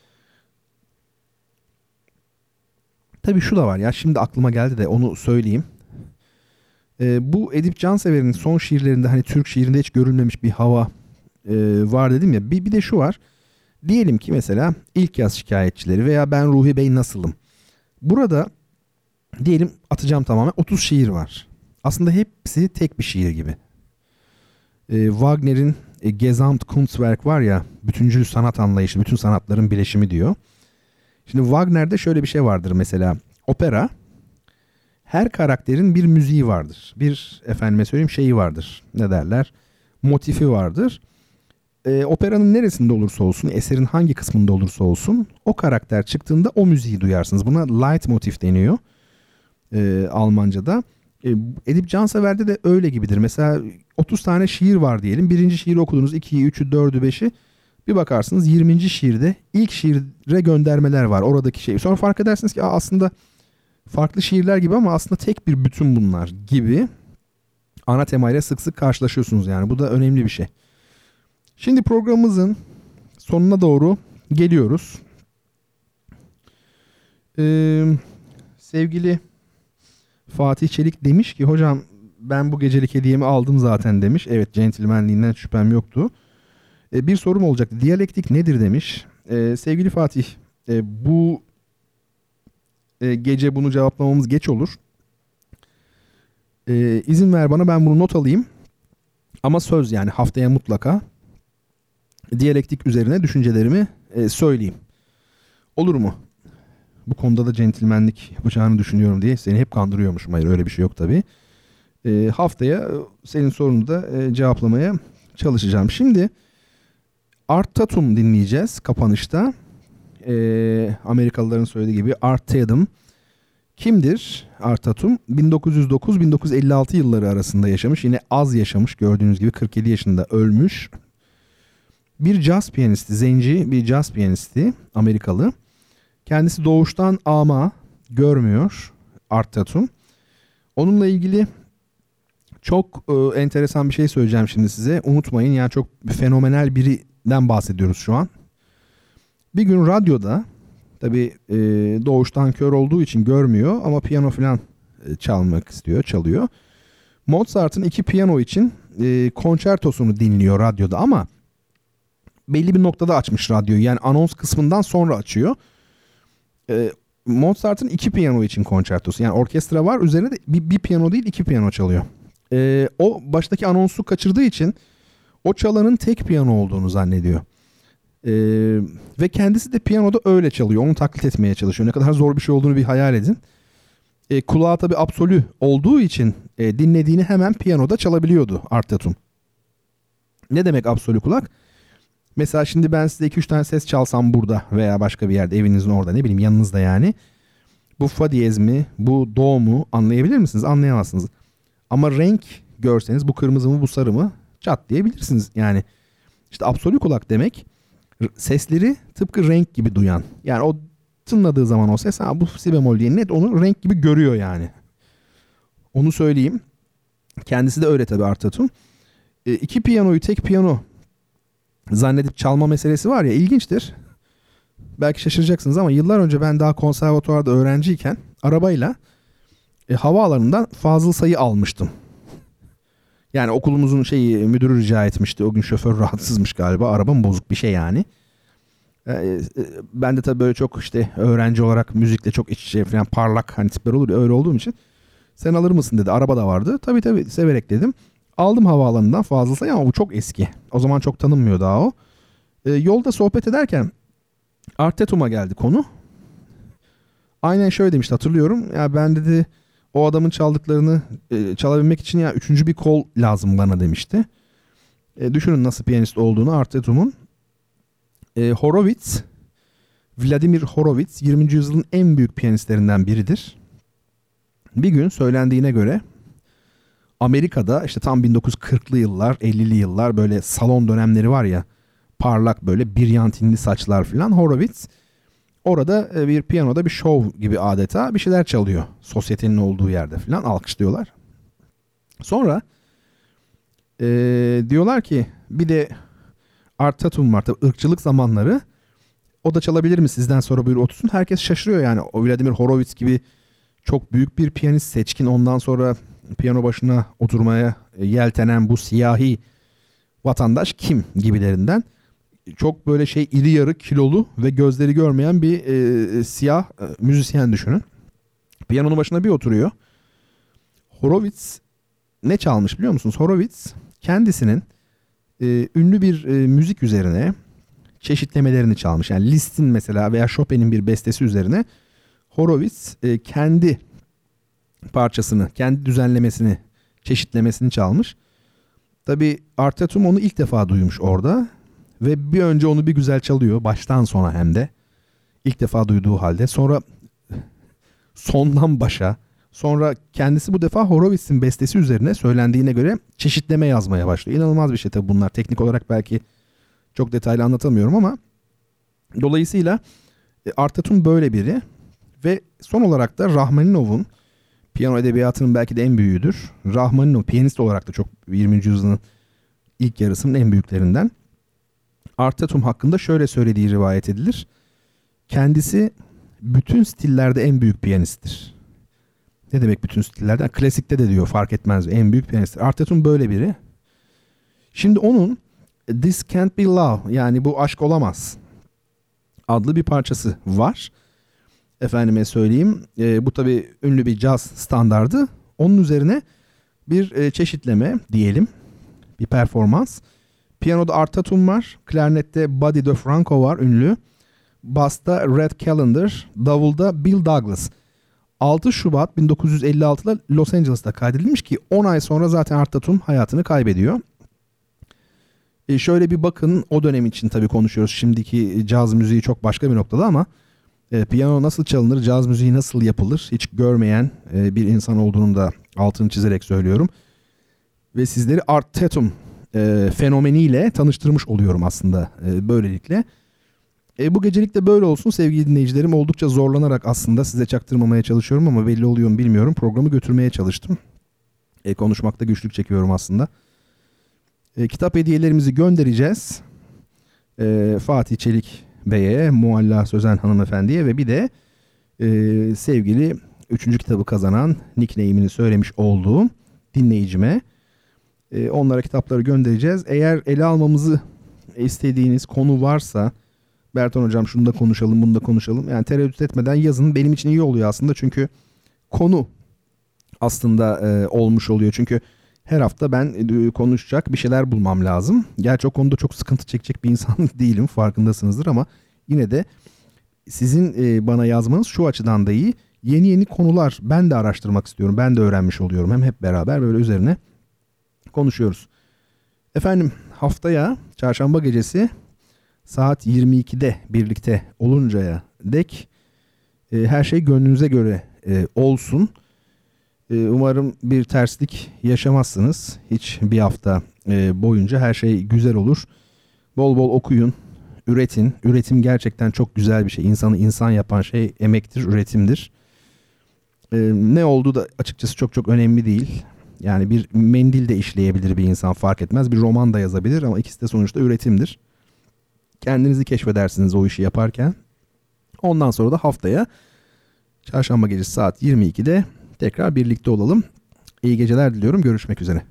tabii şu da var ya, şimdi aklıma geldi de onu söyleyeyim. E, bu Edip Cansever'in son şiirlerinde hani Türk şiirinde hiç görülmemiş bir hava e, var dedim ya. Bir, bir de şu var. Diyelim ki mesela İlk Yaz Şikayetçileri veya Ben Ruhi Bey Nasılım. Burada diyelim atacağım tamamen otuz şiir var. Aslında hepsi tek bir şiir gibi. E, Wagner'in e, Gesamtkunstwerk var ya, bütüncül sanat anlayışı, bütün sanatların bileşimi diyor. Şimdi Wagner'de şöyle bir şey vardır mesela. Opera, her karakterin bir müziği vardır. Bir, efendime söyleyeyim, şeyi vardır. Ne derler? Motifi vardır. E, operanın neresinde olursa olsun, eserin hangi kısmında olursa olsun, o karakter çıktığında o müziği duyarsınız. Buna Leitmotiv deniyor e, Almanca'da. E, Edip Cansever'de de öyle gibidir. Mesela otuz tane şiir var diyelim. Birinci şiiri okudunuz, ikiyi, üçü, dördü, beşi. Bir bakarsınız yirminci şiirde ilk şiire göndermeler var. Oradaki şey. Sonra fark edersiniz ki aslında farklı şiirler gibi ama aslında tek bir bütün bunlar gibi. Ana temayla sık sık karşılaşıyorsunuz yani. Bu da önemli bir şey. Şimdi programımızın sonuna doğru geliyoruz. Ee, sevgili Fatih Çelik demiş ki hocam ben bu gecelik hediyemi aldım zaten demiş. Evet, centilmenliğinden şüphem yoktu. Ee, bir sorum olacaktı. Diyalektik nedir demiş. Ee, sevgili Fatih, e, bu e, gece bunu cevaplamamız geç olur. Ee, izin ver bana, ben bunu not alayım. Ama söz, yani haftaya mutlaka diyalektik üzerine düşüncelerimi e, söyleyeyim. Olur mu? Bu konuda da centilmenlik yapacağını düşünüyorum diye seni hep kandırıyormuşum. Hayır, öyle bir şey yok tabii. E, haftaya senin sorunu da e, cevaplamaya çalışacağım. Şimdi Art Tatum dinleyeceğiz kapanışta. E, Amerikalıların söylediği gibi Art Tatum. Kimdir Art Tatum? bin dokuz yüz dokuz bin dokuz yüz elli altı yılları arasında yaşamış. Yine az yaşamış, gördüğünüz gibi kırk yedi yaşında ölmüş. Bir caz piyanisti, zenci bir caz piyanisti, Amerikalı. Kendisi doğuştan ama, görmüyor Art Tatum. Onunla ilgili çok e, enteresan bir şey söyleyeceğim şimdi size. Unutmayın, yani çok fenomenal birinden bahsediyoruz şu an. Bir gün radyoda, tabii e, doğuştan kör olduğu için görmüyor ama piyano falan e, çalmak istiyor, çalıyor. Mozart'ın iki piyano için e, konçertosunu dinliyor radyoda ama belli bir noktada açmış radyoyu. Yani anons kısmından sonra açıyor. E, Mozart'ın iki piyano için konçertosu. Yani orkestra var, üzerine de bir, bir piyano değil iki piyano çalıyor. E, o baştaki anonsu kaçırdığı için o çalanın tek piyano olduğunu zannediyor. E, ve kendisi de piyanoda öyle çalıyor. Onu taklit etmeye çalışıyor. Ne kadar zor bir şey olduğunu bir hayal edin. E, kulağı tabii absolü olduğu için e, dinlediğini hemen piyanoda çalabiliyordu Artatum. Ne demek absolü kulak? Mesela şimdi ben size iki üç tane ses çalsam burada veya başka bir yerde, evinizin orada, ne bileyim yanınızda yani. Bu fa diyez mi, bu do mu anlayabilir misiniz? Anlayamazsınız. Ama renk görseniz bu kırmızı mı bu sarı mı çat diyebilirsiniz. Yani işte absolü kulak demek sesleri tıpkı renk gibi duyan. Yani o tınladığı zaman o ses ha bu si bemol diye net onu renk gibi görüyor yani. Onu söyleyeyim. Kendisi de öyle tabii Artatum. E, iki piyanoyu tek piyano zannedip çalma meselesi var ya, ilginçtir. Belki şaşıracaksınız ama yıllar önce ben daha konservatuvarda öğrenciyken arabayla e, havaalanından Fazıl Say'ı almıştım. Yani okulumuzun şeyi müdürü rica etmişti. O gün şoför rahatsızmış galiba. Arabam bozuk bir şey yani. E, ben de tabii böyle çok işte öğrenci olarak müzikle çok iç içe falan parlak hani tipler olur ya, öyle olduğum için sen alır mısın dedi. Araba da vardı. Tabii tabii severek dedim. Aldım havaalanından Fazıl Say ama bu çok eski. O zaman çok tanınmıyor daha o. E, yolda sohbet ederken Artatum'a geldi konu. Aynen şöyle demişti, hatırlıyorum. Ya ben dedi o adamın çaldıklarını e, çalabilmek için ya üçüncü bir kol lazım bana demişti. E, düşünün nasıl piyanist olduğunu Artatum'un. E, Horowitz, Vladimir Horowitz yirminci yüzyılın en büyük piyanistlerinden biridir. Bir gün söylendiğine göre Amerika'da işte tam bin dokuz yüz kırklı yıllar, ellili yıllar böyle salon dönemleri var ya, parlak böyle biryantinli saçlar filan. Horowitz orada bir piyanoda bir şov gibi adeta bir şeyler çalıyor. Sosyetenin olduğu yerde filan alkışlıyorlar. Sonra ee, diyorlar ki bir de Artatum var tabii, ırkçılık zamanları. O da çalabilir mi sizden sonra buyur otursun. Herkes şaşırıyor yani, o Vladimir Horowitz gibi çok büyük bir piyanist, seçkin, ondan sonra piyano başına oturmaya yeltenen bu siyahi vatandaş kim gibilerinden. Çok böyle şey iri yarı kilolu ve gözleri görmeyen bir e, siyah e, müzisyen düşünün. Piyanonun başına bir oturuyor. Horowitz ne çalmış biliyor musunuz? Horowitz kendisinin e, ünlü bir e, müzik üzerine çeşitlemelerini çalmış. Yani Liszt'in mesela veya Chopin'in bir bestesi üzerine Horowitz e, kendi parçasını, kendi düzenlemesini, çeşitlemesini çalmış. Tabii Artatum onu ilk defa duymuş orada. Ve bir önce onu bir güzel çalıyor. Baştan sona hem de. İlk defa duyduğu halde. Sonra sondan başa. Sonra kendisi bu defa Horowitz'in bestesi üzerine söylendiğine göre çeşitleme yazmaya başlıyor. İnanılmaz bir şey tabii bunlar. Teknik olarak belki çok detaylı anlatamıyorum ama dolayısıyla Artatum böyle biri. Ve son olarak da Rahmaninov'un, piyano edebiyatının belki de en büyüğüdür. Rahmaninov piyanist olarak da çok yirminci yüzyılın ilk yarısının en büyüklerinden. Artatum hakkında şöyle söylediği rivayet edilir. Kendisi bütün stillerde en büyük piyanisttir. Ne demek bütün stillerde? Klasikte de diyor, fark etmez, en büyük piyanisttir. Artatum böyle biri. Şimdi onun This Can't Be Love, yani bu aşk olamaz adlı bir parçası var. Efendime söyleyeyim. E, bu tabii ünlü bir caz standardı. Onun üzerine bir e, çeşitleme diyelim. Bir performans. Piyanoda Artatum var. Klarnette Buddy DeFranco var, ünlü. Basta Red Callender. Davulda Bill Douglas. altı Şubat bin dokuz yüz elli altıda Los Angeles'ta kaydedilmiş ki on ay sonra zaten Artatum hayatını kaybediyor. E şöyle bir bakın, o dönem için tabii konuşuyoruz. Şimdiki caz müziği çok başka bir noktada ama e, piyano nasıl çalınır, caz müziği nasıl yapılır hiç görmeyen e, bir insan olduğunu da altını çizerek söylüyorum. Ve sizleri Artatum e, fenomeniyle tanıştırmış oluyorum aslında e, böylelikle. E, bu gecelik de böyle olsun sevgili dinleyicilerim. Oldukça zorlanarak aslında size çaktırmamaya çalışıyorum ama belli oluyor mu bilmiyorum. Programı götürmeye çalıştım. E, konuşmakta güçlük çekiyorum aslında. E, kitap hediyelerimizi göndereceğiz. E, Fatih Çelik Bey'e, Mualla Sözen hanımefendiye ve bir de e, sevgili üçüncü kitabı kazanan, nickname'ini söylemiş olduğum dinleyicime. E, onlara kitapları göndereceğiz. Eğer ele almamızı istediğiniz konu varsa, Bertan hocam şunu da konuşalım, bunu da konuşalım. Yani tereddüt etmeden yazın. Benim için iyi oluyor aslında. Çünkü konu aslında e, olmuş oluyor. Çünkü her hafta ben e, konuşacak bir şeyler bulmam lazım. Gerçi o konuda çok sıkıntı çekecek bir insan değilim. Farkındasınızdır ama yine de sizin e, bana yazmanız şu açıdan da iyi. Yeni yeni konular ben de araştırmak istiyorum. Ben de öğrenmiş oluyorum. Hem hep beraber böyle üzerine konuşuyoruz. Efendim haftaya çarşamba gecesi saat yirmi ikide birlikte oluncaya dek e, her şey gönlünüze göre e, olsun. E, umarım bir terslik yaşamazsınız. Hiç bir hafta e, boyunca her şey güzel olur. Bol bol okuyun, üretin. Üretim gerçekten çok güzel bir şey. İnsanı insan yapan şey emektir, üretimdir. E, ne olduğu da açıkçası çok çok önemli değil. Yani bir mendil de işleyebilir bir insan, fark etmez. Bir roman da yazabilir ama ikisi de sonuçta üretimdir. Kendinizi keşfedersiniz o işi yaparken. Ondan sonra da haftaya çarşamba gecesi saat yirmi ikide tekrar birlikte olalım. İyi geceler diliyorum. Görüşmek üzere.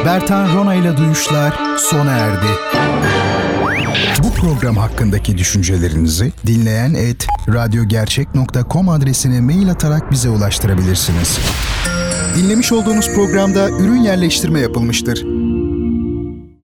Bertan Rona ile Duyuşlar sona erdi. Bu program hakkındaki düşüncelerinizi dinleyen et radyogercek nokta com adresine mail atarak bize ulaştırabilirsiniz. Dinlemiş olduğunuz programda ürün yerleştirme yapılmıştır.